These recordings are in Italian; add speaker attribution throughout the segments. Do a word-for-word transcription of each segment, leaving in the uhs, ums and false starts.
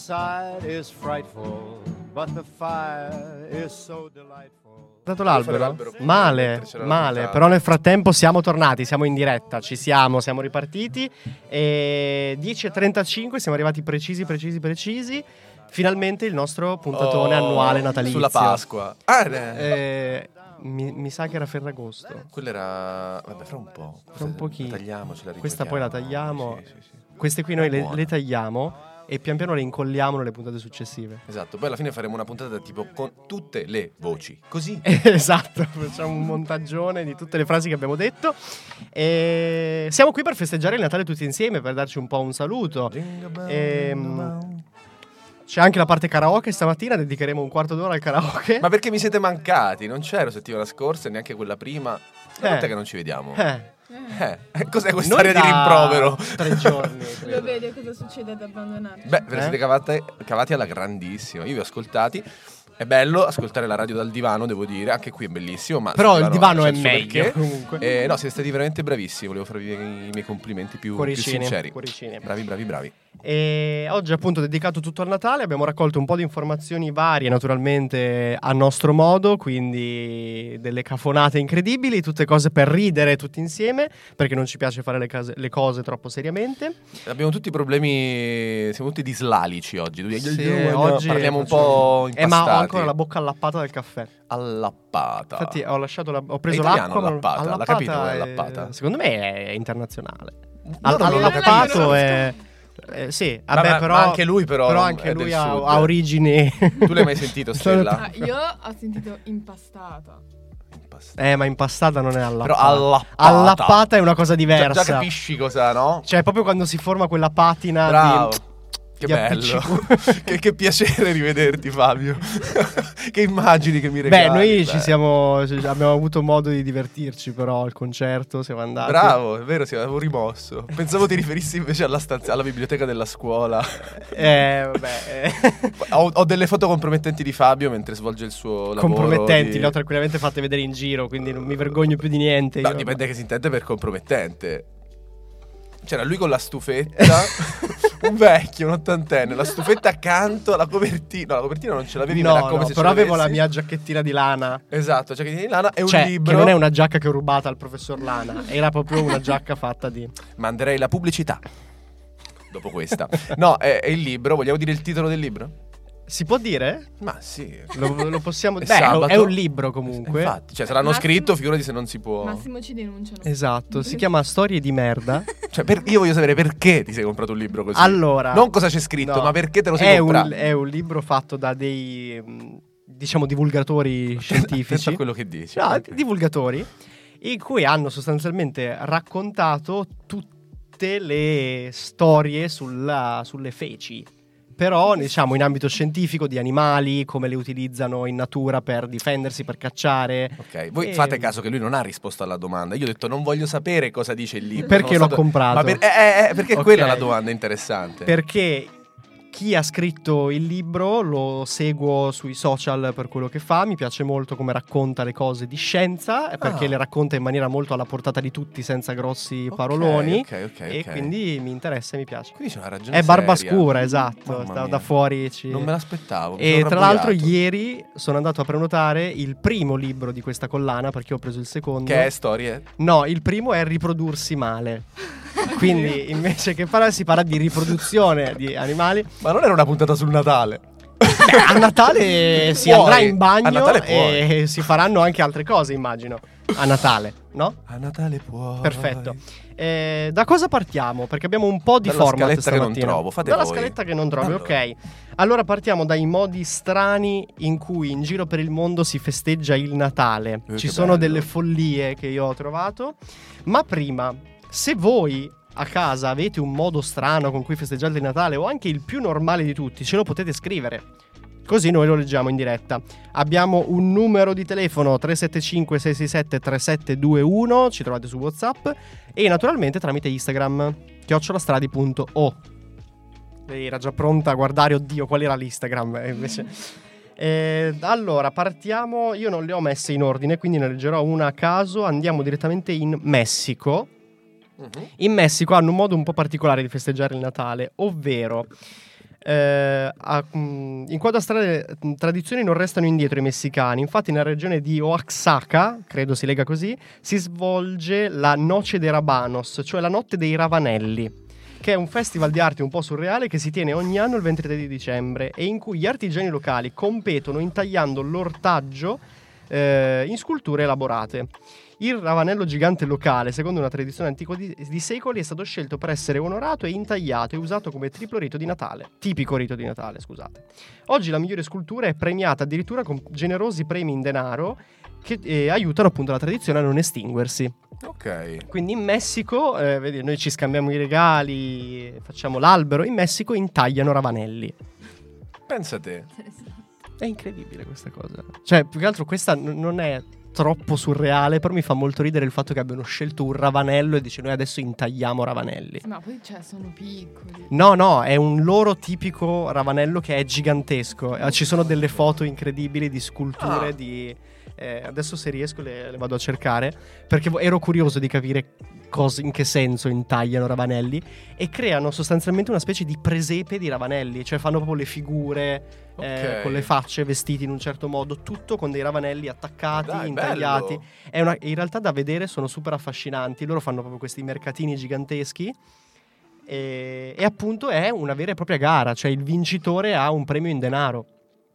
Speaker 1: sight is frightful, but the fire is so delightful.
Speaker 2: Dato l'albero?
Speaker 3: l'albero.
Speaker 2: Male, male. Però nel frattempo siamo tornati, siamo in diretta, ci siamo, siamo ripartiti. E dieci e trentacinque siamo arrivati precisi, precisi, precisi. Finalmente il nostro puntatone
Speaker 3: Oh,
Speaker 2: annuale natalizio.
Speaker 3: Sulla Pasqua. Ah, eh.
Speaker 2: Eh, mi, mi sa che era Ferragosto.
Speaker 3: Quello era... Vabbè, fra un po'.
Speaker 2: Fra un pochino.
Speaker 3: La tagliamo, ce la
Speaker 2: Questa poi la tagliamo.
Speaker 3: Sì, sì, sì.
Speaker 2: Queste qui noi le,
Speaker 3: Buona.
Speaker 2: le tagliamo e pian piano le incolliamo nelle puntate successive.
Speaker 3: Esatto, poi alla fine faremo una puntata tipo con tutte le voci. Così.
Speaker 2: Esatto, facciamo un montaggione di tutte le frasi che abbiamo detto. E siamo qui per festeggiare il Natale tutti insieme, per darci un po' un saluto. Ehm, C'è anche la parte karaoke stamattina, dedicheremo un quarto d'ora al karaoke.
Speaker 3: Ma perché mi siete mancati? Non c'ero settimana scorsa e neanche quella prima. Quant'è
Speaker 2: Eh.
Speaker 3: che non ci vediamo?
Speaker 2: Eh,
Speaker 3: Eh, cos'è questa
Speaker 2: noi
Speaker 3: area di
Speaker 2: da
Speaker 3: rimprovero?
Speaker 2: Tre giorni.
Speaker 4: Lo
Speaker 2: credo.
Speaker 4: vede cosa succede ad abbandonarci.
Speaker 3: Beh, ve ne
Speaker 2: Eh?
Speaker 3: siete cavate, cavati alla grandissima. Io vi ho ascoltati. È bello ascoltare la radio dal divano, devo dire. Anche qui è bellissimo. Ma
Speaker 2: Però
Speaker 3: sul
Speaker 2: il divano
Speaker 3: c'è
Speaker 2: è
Speaker 3: il suo
Speaker 2: meglio,
Speaker 3: perché.
Speaker 2: comunque.
Speaker 3: Eh, no, siete stati veramente bravissimi. Volevo farvi i miei complimenti più, più
Speaker 2: Cuoricini,
Speaker 3: sinceri.
Speaker 2: cuoricini.
Speaker 3: Bravi, bravi, bravi.
Speaker 2: E oggi appunto dedicato tutto al Natale, abbiamo raccolto un po' di informazioni varie naturalmente a nostro modo, quindi delle cafonate incredibili, tutte cose per ridere tutti insieme, perché non ci piace fare le, case- le cose troppo seriamente.
Speaker 3: Abbiamo tutti problemi. Siamo tutti dislalici oggi.
Speaker 2: Sì, oggi
Speaker 3: parliamo un po'
Speaker 2: Eh, ma ho
Speaker 3: impastati.
Speaker 2: ancora la bocca allappata dal caffè.
Speaker 3: Allappata.
Speaker 2: Infatti ho lasciato la- ho preso
Speaker 3: È italiano
Speaker 2: l'acqua, ma-
Speaker 3: allappata, l'ha
Speaker 2: allappata
Speaker 3: capito che è
Speaker 2: è-
Speaker 3: allappata?
Speaker 2: Secondo me è internazionale.
Speaker 3: No,
Speaker 2: All-
Speaker 3: non l'ho
Speaker 2: allappato
Speaker 3: capito.
Speaker 2: è eh, sì, vabbè,
Speaker 3: ma-
Speaker 2: però
Speaker 3: ma anche lui però
Speaker 2: però
Speaker 3: non-
Speaker 2: anche
Speaker 3: è
Speaker 2: lui
Speaker 3: del
Speaker 2: ha,
Speaker 3: sud.
Speaker 2: ha origini.
Speaker 3: Tu l'hai mai sentito, Stella?
Speaker 4: Ah, io ho sentito impastata.
Speaker 2: Eh, ma impastata non è allappata.
Speaker 3: Però allappata.
Speaker 2: Allappata è una cosa
Speaker 3: Già,
Speaker 2: diversa.
Speaker 3: già capisci cosa, no?
Speaker 2: Cioè, proprio quando si forma quella patina
Speaker 3: Bravo.
Speaker 2: di...
Speaker 3: Che
Speaker 2: di
Speaker 3: bello.
Speaker 2: appiccico.
Speaker 3: che, che piacere rivederti, Fabio. Che immagini che mi
Speaker 2: Beh,
Speaker 3: regali.
Speaker 2: noi
Speaker 3: beh.
Speaker 2: ci siamo ci- abbiamo avuto modo di divertirci però al concerto, siamo andati.
Speaker 3: Bravo, è vero, sì, avevo rimosso. Pensavo ti riferissi invece alla, stanza, alla biblioteca della scuola.
Speaker 2: Eh, vabbè. eh.
Speaker 3: Ho, ho delle foto compromettenti di Fabio mentre svolge il suo lavoro.
Speaker 2: Compromettenti,
Speaker 3: di...
Speaker 2: le ho tranquillamente fatte vedere in giro, quindi non mi vergogno più di niente.
Speaker 3: No,
Speaker 2: io.
Speaker 3: dipende che si intende per compromettente. C'era lui con la stufetta, un vecchio, un ottantenne, la stufetta accanto alla copertina. No, la copertina non ce l'avevi,
Speaker 2: No,
Speaker 3: ma era come
Speaker 2: no,
Speaker 3: se ce
Speaker 2: però avevo la
Speaker 3: l'avessi.
Speaker 2: mia giacchettina di lana.
Speaker 3: Esatto, giacchettina di lana e un
Speaker 2: Cioè,
Speaker 3: libro.
Speaker 2: che non è una giacca che ho rubato al professor Lana, era proprio una giacca fatta di...
Speaker 3: Manderei la pubblicità dopo questa. No, è, è il libro. Vogliamo dire il titolo del libro?
Speaker 2: Si può dire?
Speaker 3: Ma sì.
Speaker 2: Lo, lo possiamo
Speaker 3: È
Speaker 2: dire? Beh, è un-
Speaker 3: sabato.
Speaker 2: è un libro comunque.
Speaker 3: Infatti, cioè, se l'hanno
Speaker 4: Massimo-
Speaker 3: scritto, figurati se non si può.
Speaker 4: Massimo ci denunciano.
Speaker 2: Esatto, si chiama Storie di merda.
Speaker 3: Cioè, per- io voglio sapere perché ti sei comprato un libro così.
Speaker 2: Allora,
Speaker 3: Non cosa c'è scritto,
Speaker 2: no,
Speaker 3: ma perché te lo sei
Speaker 2: è
Speaker 3: comprato.
Speaker 2: un, è un libro fatto da dei, mh, diciamo, divulgatori
Speaker 3: Pensa
Speaker 2: scientifici.
Speaker 3: a quello che dici.
Speaker 2: No,
Speaker 3: Ok.
Speaker 2: divulgatori, in cui hanno sostanzialmente raccontato tutte le storie sulla- sulle feci. Però, diciamo, in ambito scientifico di animali, come le utilizzano in natura per difendersi, per cacciare.
Speaker 3: Ok, voi
Speaker 2: E-
Speaker 3: fate caso che lui non ha risposto alla domanda. Io ho detto non voglio sapere cosa dice il libro.
Speaker 2: Perché
Speaker 3: Sono
Speaker 2: l'ho
Speaker 3: stato-
Speaker 2: comprato.
Speaker 3: Ma per- eh, eh, eh, perché
Speaker 2: Ok.
Speaker 3: quella è la domanda interessante.
Speaker 2: Perché chi ha scritto il libro lo seguo sui social per quello che fa, mi piace molto come racconta le cose di scienza, perché
Speaker 3: Ah.
Speaker 2: le racconta in maniera molto alla portata di tutti, senza grossi
Speaker 3: Ok,
Speaker 2: paroloni.
Speaker 3: ok, ok,
Speaker 2: E
Speaker 3: ok.
Speaker 2: quindi mi interessa e mi piace.
Speaker 3: Quindi c'è una ragione
Speaker 2: È barba
Speaker 3: seria.
Speaker 2: scura, esatto.
Speaker 3: Mamma
Speaker 2: sta-
Speaker 3: mia.
Speaker 2: da fuori ci...
Speaker 3: Non me l'aspettavo. mi
Speaker 2: E
Speaker 3: sono
Speaker 2: tra l'altro
Speaker 3: rabbuiato.
Speaker 2: ieri sono andato a prenotare il primo libro di questa collana, perché ho preso il secondo.
Speaker 3: Che è storie?
Speaker 2: No, il primo è Riprodursi male. Quindi invece che parlare si parla di riproduzione di animali.
Speaker 3: Ma non era una puntata sul Natale?
Speaker 2: Beh, a Natale si
Speaker 3: Puoi.
Speaker 2: andrà in bagno
Speaker 3: A Natale
Speaker 2: e si faranno anche altre cose, immagino. A Natale, no?
Speaker 3: A Natale puoi.
Speaker 2: Perfetto. Eh, da cosa partiamo? Perché abbiamo un po' di
Speaker 3: Dalla
Speaker 2: format
Speaker 3: scaletta che non
Speaker 2: stamattina.
Speaker 3: trovo, fate
Speaker 2: Dalla
Speaker 3: voi.
Speaker 2: scaletta che non trovi,
Speaker 3: Allora.
Speaker 2: ok. Allora partiamo dai modi strani in cui in giro per il mondo si festeggia il Natale.
Speaker 3: Eh,
Speaker 2: Ci
Speaker 3: che
Speaker 2: sono
Speaker 3: bello.
Speaker 2: delle follie che io ho trovato. Ma prima, se voi a casa avete un modo strano con cui festeggiate il Natale o anche il più normale di tutti, ce lo potete scrivere. Così noi lo leggiamo in diretta. Abbiamo un numero di telefono tre sette cinque sei sei sette tre sette due uno, ci trovate su WhatsApp e naturalmente tramite Instagram chiocciolastradi punto o. Lei era già pronta a guardare, oddio, qual era l'Instagram? E invece eh, allora, partiamo, io non le ho messe in ordine, quindi ne leggerò una a caso. Andiamo direttamente in Messico.
Speaker 3: Mhm.
Speaker 2: In Messico hanno un modo un po' particolare di festeggiare il Natale, ovvero Eh, a- mh, in quanto a strane mh, tradizioni non restano indietro i messicani. Infatti nella regione di Oaxaca, credo si lega così, si svolge la Noche de Rabanos, cioè la notte dei ravanelli, che è un festival di arte un po' surreale che si tiene ogni anno il ventitré di dicembre e in cui gli artigiani locali competono intagliando l'ortaggio eh, in sculture elaborate. Il ravanello gigante locale, secondo una tradizione antica di, di secoli, è stato scelto per essere onorato e intagliato e usato come triplo rito di Natale. Tipico rito di Natale, scusate. Oggi la migliore scultura è premiata addirittura con generosi premi in denaro che eh, aiutano appunto la tradizione a non estinguersi.
Speaker 3: Ok.
Speaker 2: Quindi in Messico, eh, vedi, noi ci scambiamo i regali, facciamo l'albero, in Messico intagliano ravanelli.
Speaker 3: Pensa te.
Speaker 2: È incredibile questa cosa. Cioè, più che altro questa n- non è troppo surreale, però mi fa molto ridere il fatto che abbiano scelto un ravanello e dice noi adesso intagliamo ravanelli.
Speaker 4: Ma poi cioè sono piccoli.
Speaker 2: No, no, è un loro tipico ravanello che è gigantesco. Eh, Ci sono delle foto incredibili di sculture
Speaker 3: Ah.
Speaker 2: di... eh, adesso se riesco le, le vado a cercare, perché vo- ero curioso di capire cos- in che senso intagliano ravanelli e creano sostanzialmente una specie di presepe di ravanelli, cioè fanno proprio le figure eh,
Speaker 3: Ok.
Speaker 2: con le facce vestiti in un certo modo, tutto con dei ravanelli attaccati,
Speaker 3: Dai,
Speaker 2: intagliati.
Speaker 3: bello.
Speaker 2: È una- in realtà da vedere sono super affascinanti. Loro fanno proprio questi mercatini giganteschi e, e appunto è una vera e propria gara, cioè il vincitore ha un premio in denaro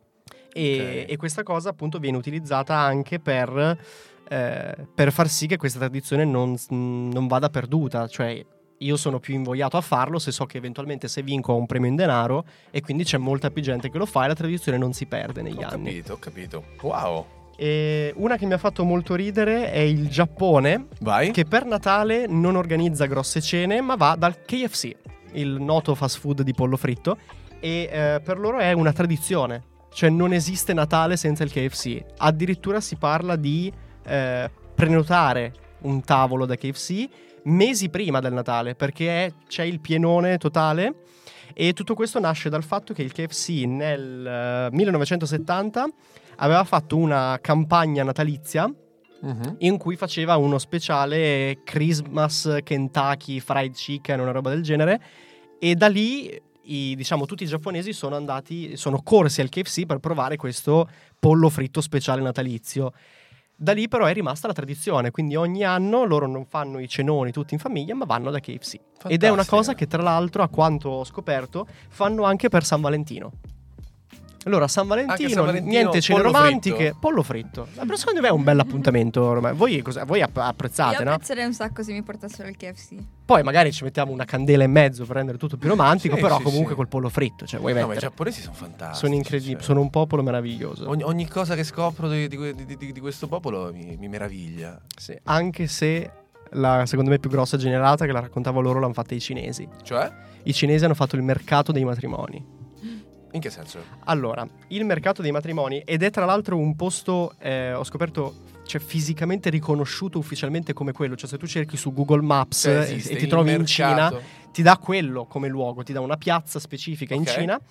Speaker 2: e,
Speaker 3: Ok.
Speaker 2: e questa cosa appunto viene utilizzata anche per, eh, per far sì che questa tradizione non, non vada perduta. Cioè io sono più invogliato a farlo se so che eventualmente se vinco ho un premio in denaro e quindi c'è molta più gente che lo fa e la tradizione non si perde negli
Speaker 3: Ho
Speaker 2: anni.
Speaker 3: capito, ho capito. Wow.
Speaker 2: E una che mi ha fatto molto ridere è il Giappone,
Speaker 3: Vai.
Speaker 2: che per Natale non organizza grosse cene ma va dal K F C, il noto fast food di pollo fritto, e eh, per loro è una tradizione, cioè non esiste Natale senza il K F C. Addirittura si parla di eh, prenotare un tavolo da K F C mesi prima del Natale perché è- c'è il pienone totale. E tutto questo nasce dal fatto che il K F C nel eh, millenovecentosettanta aveva fatto una campagna natalizia
Speaker 3: Mhm.
Speaker 2: in cui faceva uno speciale Christmas Kentucky Fried Chicken, una roba del genere, e da lì i, diciamo tutti i giapponesi sono andati, sono corsi al K F C per provare questo pollo fritto speciale natalizio. Da lì però è rimasta la tradizione, quindi ogni anno loro non fanno i cenoni tutti in famiglia ma vanno da K F C. Ed è una
Speaker 3: Fantastica.
Speaker 2: cosa che tra l'altro, a quanto ho scoperto, fanno anche per San Valentino. Allora, San Valentino,
Speaker 3: San Valentino,
Speaker 2: niente cene
Speaker 3: pollo
Speaker 2: romantiche,
Speaker 3: fritto.
Speaker 2: pollo fritto. Ma però secondo me è un bel appuntamento ormai. Voi, cosa- voi app- apprezzate,
Speaker 5: Io
Speaker 2: no?
Speaker 5: apprezzerei un sacco se mi portassero il K F C.
Speaker 2: Poi magari ci mettiamo una candela in mezzo per rendere tutto più romantico,
Speaker 3: Sì,
Speaker 2: però
Speaker 3: sì,
Speaker 2: comunque
Speaker 3: sì.
Speaker 2: col pollo fritto, cioè vuoi
Speaker 3: No, ma i
Speaker 2: mettere.
Speaker 3: giapponesi sono fantastici.
Speaker 2: Sono incredibili,
Speaker 3: cioè.
Speaker 2: sono un popolo meraviglioso.
Speaker 3: Ogni, ogni cosa che scopro di, di que- di- di- di questo popolo mi, mi meraviglia.
Speaker 2: Sì, anche se la secondo me più grossa generata che la raccontavo loro l'hanno fatta i cinesi.
Speaker 3: Cioè?
Speaker 2: I cinesi hanno fatto il mercato dei matrimoni.
Speaker 3: In che senso?
Speaker 2: Allora, il mercato dei matrimoni, ed è tra l'altro un posto, eh, ho scoperto, cioè fisicamente riconosciuto ufficialmente come quello. Cioè se tu cerchi su Google Maps
Speaker 3: Cioè,
Speaker 2: e-
Speaker 3: esiste
Speaker 2: e ti
Speaker 3: il
Speaker 2: trovi in
Speaker 3: mercato.
Speaker 2: Cina, ti dà quello come luogo, ti dà una piazza specifica in
Speaker 3: Ok.
Speaker 2: Cina,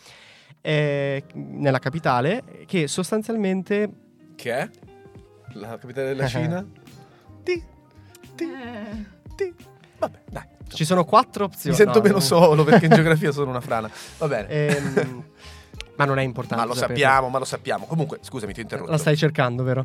Speaker 2: eh, nella capitale, che sostanzialmente...
Speaker 3: Che è? La capitale della Cina? Ti, ti,
Speaker 4: Eh,
Speaker 3: ti. Vabbè, dai.
Speaker 2: Ci sono quattro
Speaker 3: Mi
Speaker 2: opzioni.
Speaker 3: sento
Speaker 2: no,
Speaker 3: meno
Speaker 2: no.
Speaker 3: solo perché in geografia sono una frana. Va bene.
Speaker 2: Ehm, ma non è importante.
Speaker 3: ma lo
Speaker 2: sapete.
Speaker 3: sappiamo, ma lo sappiamo. Comunque, scusami, ti ho interrotto.
Speaker 2: La stai cercando, vero?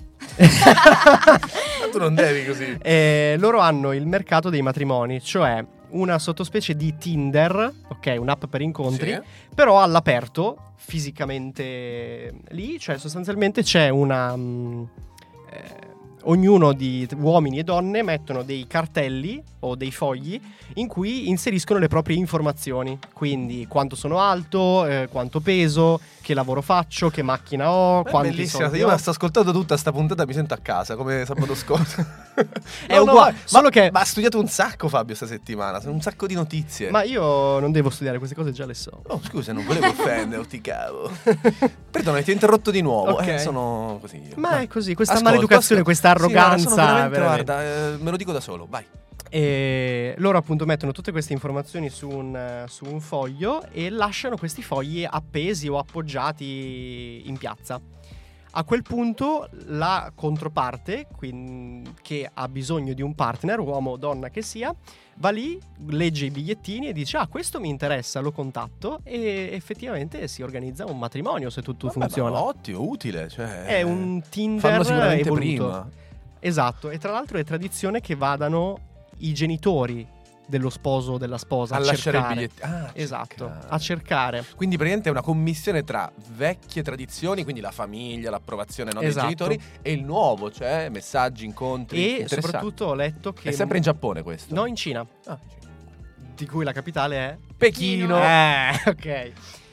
Speaker 3: Ma tu non devi così.
Speaker 2: Eh, loro hanno il mercato dei matrimoni, cioè una sottospecie di Tinder, ok, un'app per incontri,
Speaker 3: Sì.
Speaker 2: però all'aperto, fisicamente lì, cioè sostanzialmente c'è una... mm, eh, ognuno di uomini e donne mettono dei cartelli o dei fogli in cui inseriscono le proprie informazioni, quindi quanto sono alto, eh, quanto peso, che lavoro faccio, che macchina ho,
Speaker 3: È
Speaker 2: quanti
Speaker 3: bellissima.
Speaker 2: soldi
Speaker 3: Io
Speaker 2: ho.
Speaker 3: la sto ascoltando tutta sta puntata, mi sento a casa come sabato scorso.
Speaker 2: È uguale,
Speaker 3: ma,
Speaker 2: solo che-
Speaker 3: ma ha studiato un sacco Fabio sta settimana, sono un sacco di notizie.
Speaker 2: Ma io non devo studiare queste cose, già le so.
Speaker 3: Oh, scusa, non volevo offendere, ti cavo. Perdona, ti ho interrotto di nuovo.
Speaker 2: Ok.
Speaker 3: Eh, sono così. io.
Speaker 2: Ma
Speaker 3: Vai.
Speaker 2: è così, questa
Speaker 3: Ascolto,
Speaker 2: maleducazione,
Speaker 3: ascolto.
Speaker 2: questa
Speaker 3: Sì, guarda,
Speaker 2: arroganza.
Speaker 3: sono veramente,
Speaker 2: veramente.
Speaker 3: guarda, eh, me lo dico da solo, vai.
Speaker 2: E loro appunto mettono tutte queste informazioni su un, eh, su un foglio e lasciano questi fogli appesi o appoggiati in piazza. A quel punto la controparte, quindi, che ha bisogno di un partner, uomo o donna che sia, va lì, legge i bigliettini e dice ah, questo mi interessa, lo contatto, e effettivamente si organizza un matrimonio se tutto
Speaker 3: Vabbè,
Speaker 2: funziona.
Speaker 3: ma ottimo, utile, cioè,
Speaker 2: È un Tinder
Speaker 3: fanno sicuramente
Speaker 2: evoluto.
Speaker 3: prima.
Speaker 2: Esatto, e tra l'altro è tradizione che vadano i genitori dello sposo o della sposa
Speaker 3: A
Speaker 2: a,
Speaker 3: lasciare i
Speaker 2: cercare.
Speaker 3: biglietti. Ah,
Speaker 2: Esatto,
Speaker 3: cercare.
Speaker 2: a cercare.
Speaker 3: Quindi praticamente è una commissione tra vecchie tradizioni, quindi la famiglia, l'approvazione, no,
Speaker 2: Esatto.
Speaker 3: dei genitori, e il nuovo, cioè messaggi, incontri.
Speaker 2: E
Speaker 3: interessanti.
Speaker 2: soprattutto ho letto che
Speaker 3: È sempre in Giappone questo?
Speaker 2: No, in Cina,
Speaker 3: Ah,
Speaker 2: di cui la capitale è
Speaker 3: Pechino.
Speaker 2: Eh, ok.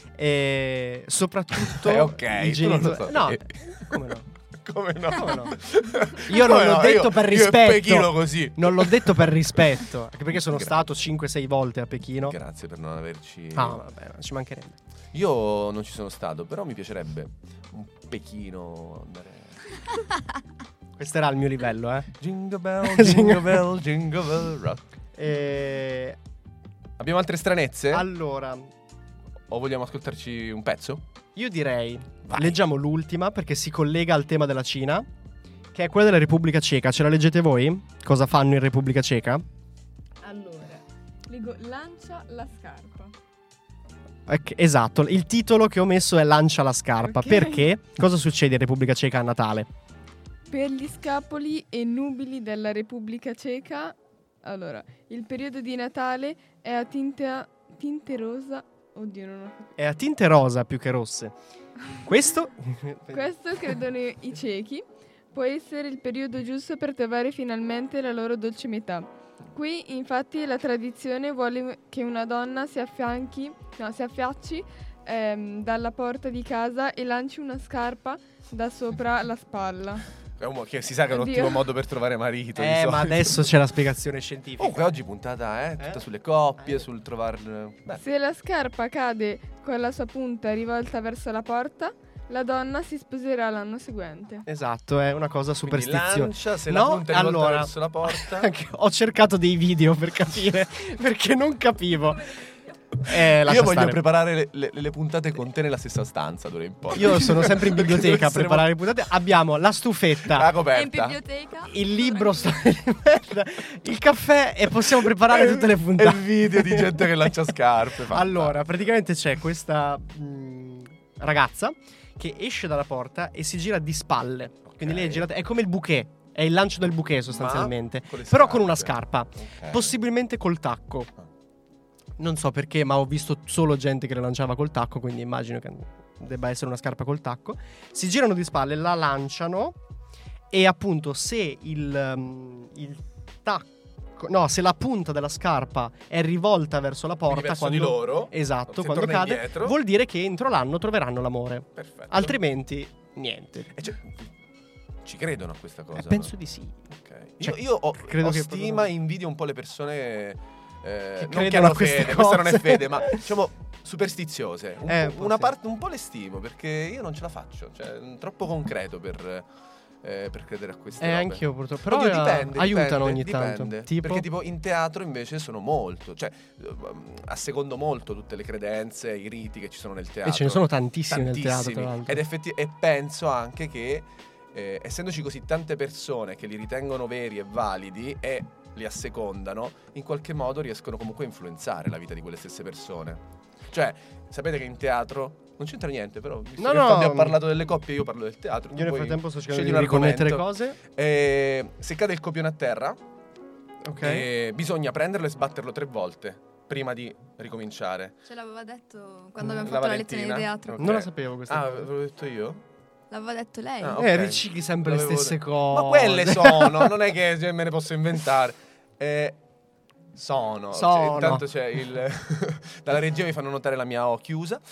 Speaker 2: E soprattutto
Speaker 3: Eh, ok,
Speaker 2: i
Speaker 3: tu non lo
Speaker 2: genitori.
Speaker 3: so.
Speaker 2: No,
Speaker 3: Eh.
Speaker 2: come no?
Speaker 3: Come no?
Speaker 2: Come no? Io non
Speaker 3: Come
Speaker 2: l'ho
Speaker 3: no?
Speaker 2: detto
Speaker 3: Io-
Speaker 2: per
Speaker 3: io e
Speaker 2: rispetto.
Speaker 3: Pechino così.
Speaker 2: Non l'ho detto per rispetto, anche perché sono
Speaker 3: Grazie.
Speaker 2: stato cinque sei volte a Pechino.
Speaker 3: Grazie per non averci.
Speaker 2: Ah, vabbè, non ci mancherebbe.
Speaker 3: Io non ci sono stato, però mi piacerebbe un Pechino andare.
Speaker 2: Questo era il mio livello, eh.
Speaker 3: Jingle bell, jingle bell, jingle bell rock.
Speaker 2: E...
Speaker 3: Abbiamo altre stranezze?
Speaker 2: Allora,
Speaker 3: O vogliamo ascoltarci un pezzo?
Speaker 2: io direi
Speaker 3: Vai.
Speaker 2: leggiamo l'ultima perché si collega al tema della Cina, che è quella della Repubblica Ceca. Ce la leggete voi? Cosa fanno in Repubblica Ceca?
Speaker 4: Allora, leggo lancia la scarpa.
Speaker 2: Ok, esatto, il titolo che ho messo è Lancia la scarpa.
Speaker 4: Ok.
Speaker 2: Perché? Cosa succede in Repubblica Ceca a Natale?
Speaker 4: Per gli scapoli e nubili della Repubblica Ceca, allora, il periodo di Natale è a tinte, tinte rosa. Oddio, non ho
Speaker 2: È a tinte rosa più che rosse. Questo?
Speaker 4: Questo credono i ciechi può essere il periodo giusto per trovare finalmente la loro dolce metà. Qui infatti la tradizione vuole che una donna si affianchi, no, si affiacci ehm, dalla porta di casa e lanci una scarpa da sopra la spalla.
Speaker 3: È un mo- che si sa che è un
Speaker 4: Oddio.
Speaker 3: ottimo modo per trovare marito. di
Speaker 2: Eh, ma
Speaker 3: solito.
Speaker 2: adesso c'è la spiegazione scientifica.
Speaker 3: Comunque oggi puntata, eh, tutta
Speaker 2: Eh?
Speaker 3: sulle coppie,
Speaker 2: Eh.
Speaker 3: sul trovare. Beh,
Speaker 4: Se la scarpa cade con la sua punta rivolta verso la porta, la donna si sposerà l'anno seguente.
Speaker 2: Esatto, è una cosa
Speaker 3: quindi
Speaker 2: superstiziosa.
Speaker 3: lancia, se
Speaker 2: No,
Speaker 3: la punta è rivolta
Speaker 2: allora-
Speaker 3: verso la porta.
Speaker 2: Anche- Ho cercato dei video per capire perché non capivo. Eh, lascia
Speaker 3: Io voglio
Speaker 2: stare.
Speaker 3: preparare le, le- le puntate con te nella stessa stanza d'ora in poi.
Speaker 2: Io sono sempre in
Speaker 3: Perché
Speaker 2: biblioteca a
Speaker 3: deve essere
Speaker 2: preparare le puntate. Abbiamo la stufetta,
Speaker 3: la
Speaker 5: È in
Speaker 3: coperta.
Speaker 5: biblioteca.
Speaker 2: il libro sto- il caffè e possiamo preparare tutte le
Speaker 3: E
Speaker 2: puntate.
Speaker 3: il video di gente che lancia scarpe. fantastico.
Speaker 2: Allora, praticamente c'è questa mh, ragazza che esce dalla porta e si gira di spalle. Quindi lei è girata, è come il bouquet, è il lancio del bouquet sostanzialmente,
Speaker 3: Ma con le
Speaker 2: però con una
Speaker 3: scarpe.
Speaker 2: scarpa,
Speaker 3: Ok.
Speaker 2: possibilmente col tacco. Non so perché, ma ho visto solo gente che le lanciava col tacco, quindi immagino che debba essere una scarpa col tacco. Si girano di spalle, la lanciano e appunto se il, um, il tacco, no, se la punta della scarpa è rivolta verso la porta,
Speaker 3: Quindi verso
Speaker 2: quando,
Speaker 3: di loro.
Speaker 2: esatto,
Speaker 3: se
Speaker 2: quando
Speaker 3: torna
Speaker 2: cade,
Speaker 3: indietro.
Speaker 2: vuol dire che entro l'anno troveranno l'amore.
Speaker 3: Perfetto.
Speaker 2: Altrimenti, niente.
Speaker 3: E cioè, ci credono a questa cosa?
Speaker 2: Eh, penso
Speaker 3: no?
Speaker 2: di sì.
Speaker 3: Ok.
Speaker 2: Cioè,
Speaker 3: io, io ho,
Speaker 2: credo
Speaker 3: ho
Speaker 2: che
Speaker 3: stima
Speaker 2: proprio-
Speaker 3: e invidio un po' le persone eh, non
Speaker 2: credono
Speaker 3: che hanno
Speaker 2: a queste
Speaker 3: fede, questa non è
Speaker 2: cose.
Speaker 3: fede, ma diciamo superstiziose. Un
Speaker 2: Eh,
Speaker 3: po'-
Speaker 2: può
Speaker 3: una
Speaker 2: essere.
Speaker 3: parte un po' le stimo perché io non ce la faccio, cioè è troppo concreto per, eh, per credere a queste
Speaker 2: Eh,
Speaker 3: robe.
Speaker 2: anch'io purtroppo. Però
Speaker 3: Oddio,
Speaker 2: eh,
Speaker 3: dipende,
Speaker 2: aiutano
Speaker 3: dipende,
Speaker 2: ogni
Speaker 3: dipende.
Speaker 2: tanto. Tipo,
Speaker 3: Perché tipo in teatro invece sono molto, cioè eh, assecondo molto tutte le credenze, i riti che ci sono nel teatro.
Speaker 2: e ce ne sono tantissimi, nel teatro,
Speaker 3: Tantissimi.
Speaker 2: tra l'altro.
Speaker 3: Ed effetti- e penso anche che eh, essendoci così tante persone che li ritengono veri e validi e li assecondano, in qualche modo riescono comunque a influenzare la vita di quelle stesse persone. Cioè, sapete che in teatro non c'entra niente, però visto
Speaker 2: No,
Speaker 3: che
Speaker 2: no.
Speaker 3: Fabio ha parlato delle coppie, io parlo del teatro.
Speaker 2: Io nel
Speaker 3: poi
Speaker 2: frattempo sto cercando
Speaker 3: scegli
Speaker 2: di
Speaker 3: un
Speaker 2: riconnettere
Speaker 3: argomento.
Speaker 2: cose.
Speaker 3: Eh, se cade il copione a terra,
Speaker 2: Ok.
Speaker 3: eh, bisogna prenderlo e sbatterlo tre volte prima di ricominciare.
Speaker 5: Ce l'aveva detto quando abbiamo
Speaker 3: La
Speaker 5: fatto la lezione di
Speaker 3: Valentina?
Speaker 5: teatro.
Speaker 3: Ok.
Speaker 2: Non la sapevo questa
Speaker 3: Ah,
Speaker 2: cosa.
Speaker 3: ve l'ho detto io?
Speaker 5: L'aveva detto lei.
Speaker 3: Ah, ok.
Speaker 2: Eh, ricicli sempre le
Speaker 3: L'avevo
Speaker 2: stesse
Speaker 3: detto.
Speaker 2: cose.
Speaker 3: Ma quelle sono, non è che cioè, me ne posso inventare. Eh, sono.
Speaker 2: Sono.
Speaker 3: Cioè, intanto c'è il. Dalla regia mi fanno notare la mia O chiusa.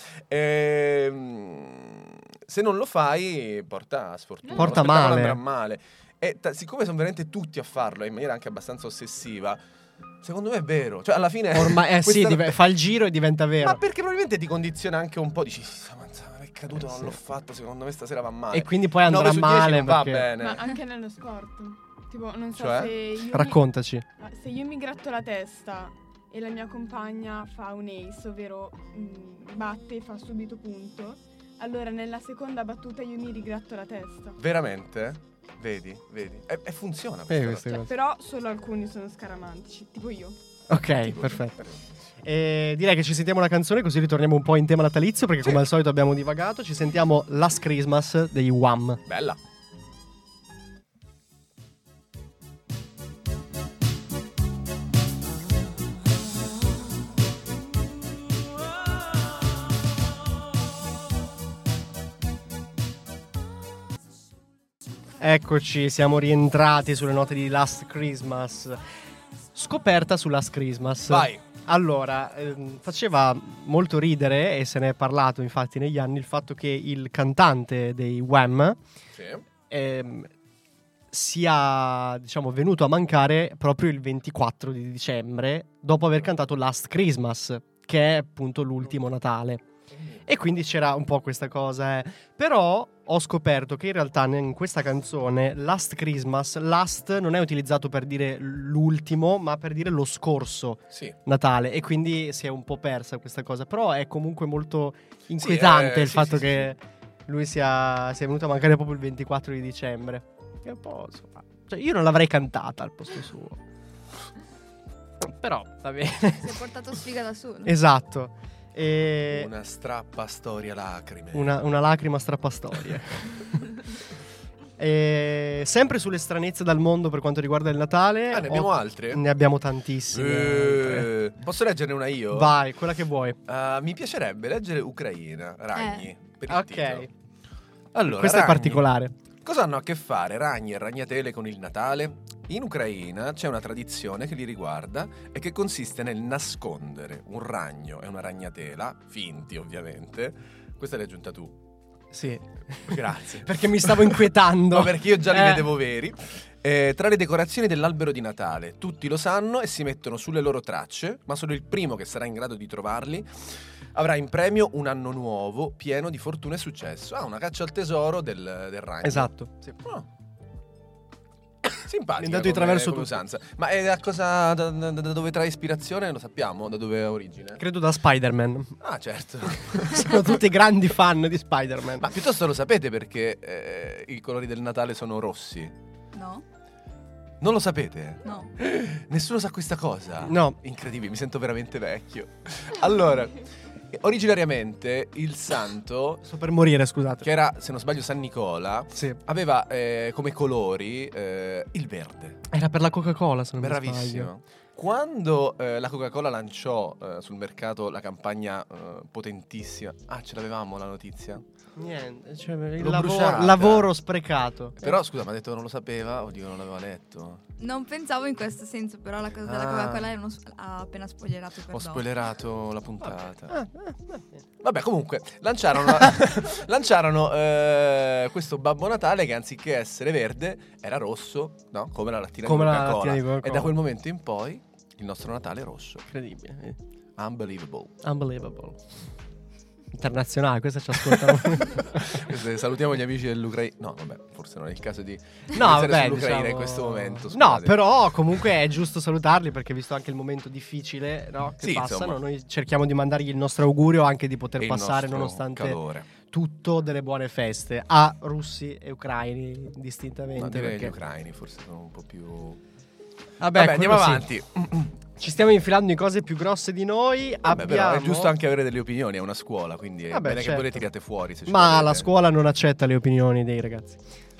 Speaker 3: Ehm, se non lo fai, porta sfortuna.
Speaker 2: Porta
Speaker 3: Lo spettacolo
Speaker 2: male.
Speaker 3: andrà male. E ta- siccome sono veramente tutti a farlo in maniera anche abbastanza ossessiva, secondo me è vero. Cioè, alla fine.
Speaker 2: Ormai, eh sì,
Speaker 3: questa-
Speaker 2: div- fa il giro e diventa vero.
Speaker 3: Ma perché probabilmente ti condiziona anche un po'. Dici, "Sì, ma è caduto,
Speaker 2: Eh,
Speaker 3: non
Speaker 2: sì.
Speaker 3: l'ho fatto. Secondo me stasera va male.
Speaker 2: E quindi poi andrà
Speaker 3: nove su dieci
Speaker 2: male
Speaker 3: non va
Speaker 2: perché-
Speaker 3: bene.
Speaker 4: Ma anche nello sport. Tipo, non so
Speaker 3: Cioè?
Speaker 4: se io
Speaker 2: Raccontaci.
Speaker 4: mi, ma se io mi gratto la testa e la mia compagna fa un ace, ovvero mh, batte e fa subito punto, allora nella seconda battuta io mi rigratto la testa.
Speaker 3: Veramente? Vedi, vedi. E, e funziona.
Speaker 2: Eh,
Speaker 3: questa
Speaker 2: queste
Speaker 4: Cioè,
Speaker 2: cose.
Speaker 4: però solo alcuni sono scaramantici, tipo io.
Speaker 2: Ok, perfetto. E direi che ci sentiamo una canzone così ritorniamo un po' in tema natalizio perché come al solito abbiamo divagato. Ci sentiamo Last Christmas dei Wham.
Speaker 3: Bella.
Speaker 2: Eccoci, siamo rientrati sulle note di Last Christmas. Scoperta su Last Christmas.
Speaker 3: Vai.
Speaker 2: Allora, ehm, faceva molto ridere e se ne è parlato infatti negli anni il fatto che il cantante dei Wham
Speaker 3: Sì.
Speaker 2: ehm, sia, diciamo, venuto a mancare proprio il ventiquattro di dicembre dopo aver cantato Last Christmas, che è appunto l'ultimo Natale. E quindi c'era un po' questa cosa, eh. Però ho scoperto che in realtà in questa canzone Last Christmas, last non è utilizzato per dire l'ultimo, ma per dire lo scorso
Speaker 3: Sì.
Speaker 2: Natale. E quindi si è un po' persa questa cosa. Però è comunque molto inquietante
Speaker 3: eh,
Speaker 2: il
Speaker 3: sì,
Speaker 2: fatto
Speaker 3: sì,
Speaker 2: che lui sia, sia venuto a mancare proprio il ventiquattro di dicembre. Che un po', insomma, cioè, io non l'avrei cantata al posto suo. Però, va bene.
Speaker 5: Si è portato sfiga da solo.
Speaker 2: Esatto. E
Speaker 3: Una strappa storia lacrime.
Speaker 2: una, una lacrima strappastorie. E sempre sulle stranezze dal mondo per quanto riguarda il Natale.
Speaker 3: Ah, ne abbiamo
Speaker 2: ho-
Speaker 3: altre?
Speaker 2: Ne abbiamo tantissime. altre.
Speaker 3: Eh, posso leggerne una io?
Speaker 2: Vai, quella che vuoi.
Speaker 3: Uh, mi piacerebbe leggere Ucraina, Ragni. Per il
Speaker 2: Ok.
Speaker 3: titolo. Allora,
Speaker 2: Questo è
Speaker 3: Ragni.
Speaker 2: particolare.
Speaker 3: Cosa hanno a che fare ragni e ragnatele con il Natale? In Ucraina c'è una tradizione che li riguarda e che consiste nel nascondere un ragno e una ragnatela, finti ovviamente. Questa l'hai aggiunta tu.
Speaker 2: Sì.
Speaker 3: Grazie.
Speaker 2: Perché mi stavo inquietando.
Speaker 3: No, perché io già li
Speaker 2: Eh.
Speaker 3: vedevo veri. Eh, tra le decorazioni dell'albero di Natale, tutti lo sanno e si mettono sulle loro tracce, ma solo il primo che sarà in grado di trovarli avrà in premio un anno nuovo pieno di fortuna e successo. Ah, una caccia al tesoro del, del ragno.
Speaker 2: Esatto. Sì.
Speaker 3: Oh. Simpatica
Speaker 2: Mi è andato di
Speaker 3: come-
Speaker 2: traverso
Speaker 3: come
Speaker 2: tutto.
Speaker 3: usanza. Ma è da cosa da, da- da dove trae ispirazione? Lo sappiamo? Da dove ha origine?
Speaker 2: Credo da Spider-Man.
Speaker 3: Ah, certo.
Speaker 2: Sono tutti grandi fan di Spider-Man.
Speaker 3: Ma piuttosto lo sapete perché eh, i colori del Natale sono rossi?
Speaker 5: No?
Speaker 3: Non lo sapete?
Speaker 5: No.
Speaker 3: Nessuno sa questa cosa?
Speaker 2: No.
Speaker 3: Incredibile, mi sento veramente vecchio. Allora, originariamente il santo,
Speaker 2: Sto per morire, scusate.
Speaker 3: che era, se non sbaglio, San Nicola,
Speaker 2: Sì.
Speaker 3: aveva eh, come colori eh, il verde.
Speaker 2: Era per la Coca-Cola, se non mi sbaglio.
Speaker 3: Bravissimo. Quando eh, la Coca-Cola lanciò eh, sul mercato la campagna eh, potentissima. Ah, ce l'avevamo la notizia?
Speaker 2: Niente, cioè, il
Speaker 3: L'ho
Speaker 2: lavoro,
Speaker 3: bruciata.
Speaker 2: lavoro sprecato.
Speaker 3: Però scusa, mi ha detto che non lo sapeva, oddio, non l'aveva letto.
Speaker 5: Non pensavo in questo senso, però la cosa della
Speaker 3: Ah.
Speaker 5: Coca-Cola è uno s- ha appena spoilerato per
Speaker 3: Ho
Speaker 5: dopo.
Speaker 3: spoilerato la puntata.
Speaker 2: Ah, ah, ah.
Speaker 3: Vabbè, comunque, lanciarono, lanciarono eh, questo Babbo Natale che anziché essere verde era rosso, no? Come la lattina
Speaker 2: Come
Speaker 3: di
Speaker 2: la
Speaker 3: Coca-Cola.
Speaker 2: lattina di Coca-Cola.
Speaker 3: E da quel momento in poi il nostro Natale è rosso.
Speaker 2: Incredibile. eh.
Speaker 3: Unbelievable.
Speaker 2: Unbelievable. Internazionale, questa ci ascoltano.
Speaker 3: Queste- Salutiamo gli amici dell'Ucraina. No, vabbè, forse non è il caso di
Speaker 2: No,
Speaker 3: iniziare
Speaker 2: vabbè,
Speaker 3: sull'Ucraina
Speaker 2: diciamo-
Speaker 3: in questo momento.
Speaker 2: No,
Speaker 3: scusate.
Speaker 2: però comunque è giusto salutarli perché visto anche il momento difficile, no, che
Speaker 3: Sì,
Speaker 2: passano,
Speaker 3: insomma.
Speaker 2: noi cerchiamo di mandargli il nostro augurio anche di poter
Speaker 3: E il
Speaker 2: passare
Speaker 3: nostro
Speaker 2: nonostante
Speaker 3: calore.
Speaker 2: tutto delle buone feste a russi e ucraini distintamente.
Speaker 3: Ma direi
Speaker 2: perché...
Speaker 3: gli ucraini forse sono un po' più...
Speaker 2: Vabbè,
Speaker 3: Vabbè, andiamo
Speaker 2: quello sì.
Speaker 3: avanti.
Speaker 2: Ci stiamo infilando in cose più grosse di noi.
Speaker 3: Vabbè, però
Speaker 2: abbiamo...
Speaker 3: è giusto anche avere delle opinioni, è una scuola, quindi è
Speaker 2: Vabbè,
Speaker 3: bene che
Speaker 2: certo.
Speaker 3: voi le tiriate fuori. Se ci
Speaker 2: Ma
Speaker 3: volete.
Speaker 2: la scuola non accetta le opinioni dei ragazzi.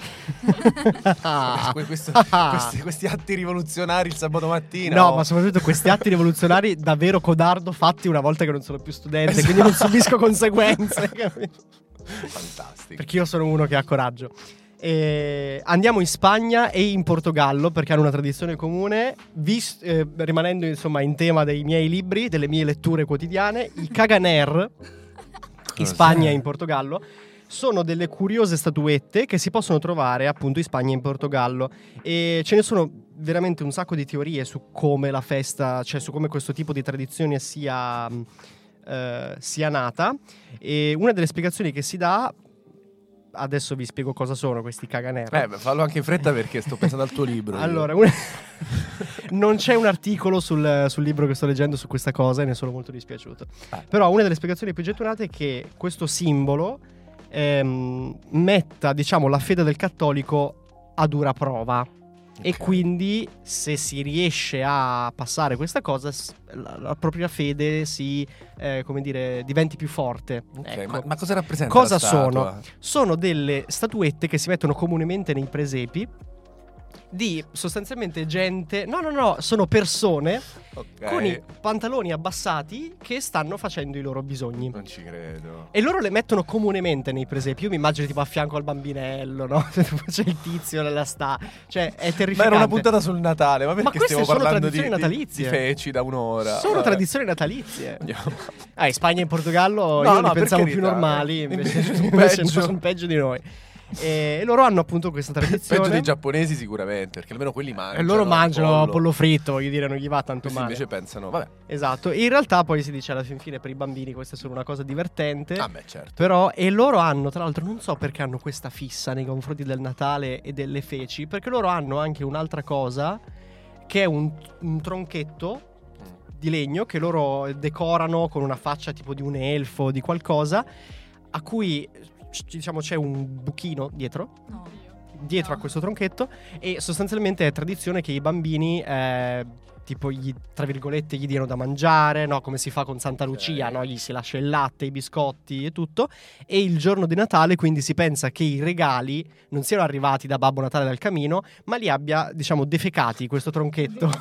Speaker 3: Que- questo- questi, questi atti rivoluzionari il sabato mattina.
Speaker 2: No,
Speaker 3: oh.
Speaker 2: ma soprattutto questi atti rivoluzionari davvero codardo fatti una volta che non sono più studente, quindi non subisco conseguenze. capito?
Speaker 3: Fantastico.
Speaker 2: Perché io sono uno che ha coraggio. E andiamo in Spagna e in Portogallo perché hanno una tradizione comune. Vis- eh, rimanendo insomma in tema dei miei libri, delle mie letture quotidiane, i Caganer in Spagna e in Portogallo sono delle curiose statuette che si possono trovare appunto in Spagna e in Portogallo e ce ne sono veramente un sacco di teorie su come la festa, cioè su come questo tipo di tradizione sia, eh, sia nata, e una delle spiegazioni che si dà, adesso vi spiego cosa sono questi Caganer.
Speaker 3: Eh, beh, fallo anche in fretta perché sto pensando al tuo libro. io.
Speaker 2: Allora, un- non c'è un articolo sul, sul libro che sto leggendo su questa cosa e ne sono molto dispiaciuto.
Speaker 3: Ah.
Speaker 2: Però una delle spiegazioni più gettonate è che questo simbolo ehm, metta, diciamo, la fede del cattolico a dura prova. E
Speaker 3: Ok.
Speaker 2: quindi se si riesce a passare questa cosa, s- la, la propria fede si, eh, come dire, diventi più forte.
Speaker 3: Ok,
Speaker 2: Ecco.
Speaker 3: ma, ma cosa rappresenta
Speaker 2: Cosa
Speaker 3: la statua?
Speaker 2: sono? Sono delle statuette che si mettono comunemente nei presepi di sostanzialmente gente. No, no, no, sono persone
Speaker 3: Ok.
Speaker 2: con i pantaloni abbassati che stanno facendo i loro bisogni.
Speaker 3: Non ci credo.
Speaker 2: E loro le mettono comunemente nei presepi. Io mi immagino tipo a fianco al bambinello, no? C'è il tizio nella sta. Cioè, è
Speaker 3: Ma
Speaker 2: terrificante.
Speaker 3: era una puntata sul Natale, ma perché
Speaker 2: queste
Speaker 3: stiamo
Speaker 2: sono
Speaker 3: parlando di,
Speaker 2: tradizioni
Speaker 3: di-
Speaker 2: natalizie.
Speaker 3: di feci da un'ora?
Speaker 2: Sono
Speaker 3: Vabbè.
Speaker 2: tradizioni natalizie.
Speaker 3: Andiamo.
Speaker 2: Ah, in Spagna e in Portogallo
Speaker 3: No,
Speaker 2: io
Speaker 3: no,
Speaker 2: li
Speaker 3: per
Speaker 2: pensavo più
Speaker 3: carità.
Speaker 2: normali. Invece,
Speaker 3: Invece sono
Speaker 2: invece
Speaker 3: peggio.
Speaker 2: sono peggio di noi. E loro hanno appunto questa tradizione.
Speaker 3: Peggio dei giapponesi sicuramente, perché almeno quelli mangiano.
Speaker 2: E loro mangiano
Speaker 3: pollo.
Speaker 2: pollo fritto, voglio dire, non gli va tanto
Speaker 3: Questi
Speaker 2: male.
Speaker 3: invece pensano, vabbè,
Speaker 2: Esatto. E in realtà poi si dice alla fin fine per i bambini questa è solo una cosa divertente.
Speaker 3: ah beh certo.
Speaker 2: Però, e loro hanno, tra l'altro, non so perché hanno questa fissa nei confronti del Natale e delle feci, perché loro hanno anche un'altra cosa, che è un, un tronchetto di legno che loro decorano con una faccia tipo di un elfo, di qualcosa, a cui, c- diciamo, c'è un buchino dietro,
Speaker 5: No.
Speaker 2: dietro
Speaker 5: No.
Speaker 2: a questo tronchetto, e sostanzialmente è tradizione che i bambini... eh, tipo gli, tra virgolette, gli diano da mangiare, no? Come si fa con Santa Lucia,
Speaker 3: Ok.
Speaker 2: no? Gli si lascia il latte, i biscotti e tutto. E il giorno di Natale quindi si pensa che i regali non siano arrivati da Babbo Natale dal camino, ma li abbia, diciamo, defecati questo tronchetto.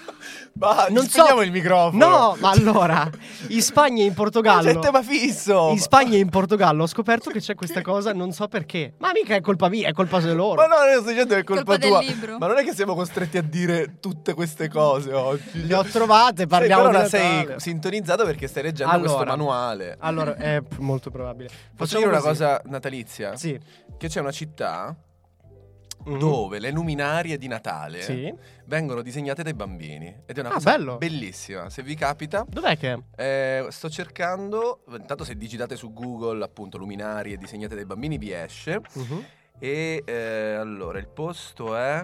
Speaker 3: Ma
Speaker 2: Non
Speaker 3: non
Speaker 2: so-
Speaker 3: spegniamo il microfono.
Speaker 2: No, ma allora, in Spagna e in
Speaker 3: C'è
Speaker 2: Portogallo...
Speaker 3: il tema fisso.
Speaker 2: In Spagna e in Portogallo ho scoperto che c'è questa cosa, non so perché. Ma mica è colpa mia, è colpa di loro.
Speaker 3: Ma no, non sto dicendo che è colpa,
Speaker 5: Colpa del
Speaker 3: tua.
Speaker 5: libro.
Speaker 3: Ma non è che siamo costretti a dire tutte queste cose oggi.
Speaker 2: Le ho trovate, parliamo
Speaker 3: Sei, però
Speaker 2: di
Speaker 3: la
Speaker 2: Natale.
Speaker 3: sei sintonizzato perché stai leggendo
Speaker 2: Allora.
Speaker 3: questo manuale.
Speaker 2: Allora, è p- molto probabile.
Speaker 3: Posso
Speaker 2: Facciamo
Speaker 3: dire una
Speaker 2: così.
Speaker 3: cosa natalizia?
Speaker 2: Sì.
Speaker 3: Che c'è una città
Speaker 2: Mhm.
Speaker 3: dove le luminarie di Natale
Speaker 2: Sì.
Speaker 3: vengono disegnate dai bambini. Ed è una
Speaker 2: Ah,
Speaker 3: cosa
Speaker 2: bello.
Speaker 3: bellissima. Se vi capita,
Speaker 2: Dov'è che è?
Speaker 3: eh, sto cercando. Intanto, se digitate su Google, appunto, luminarie disegnate dai bambini, vi esce.
Speaker 2: Mhm.
Speaker 3: E eh, allora il posto è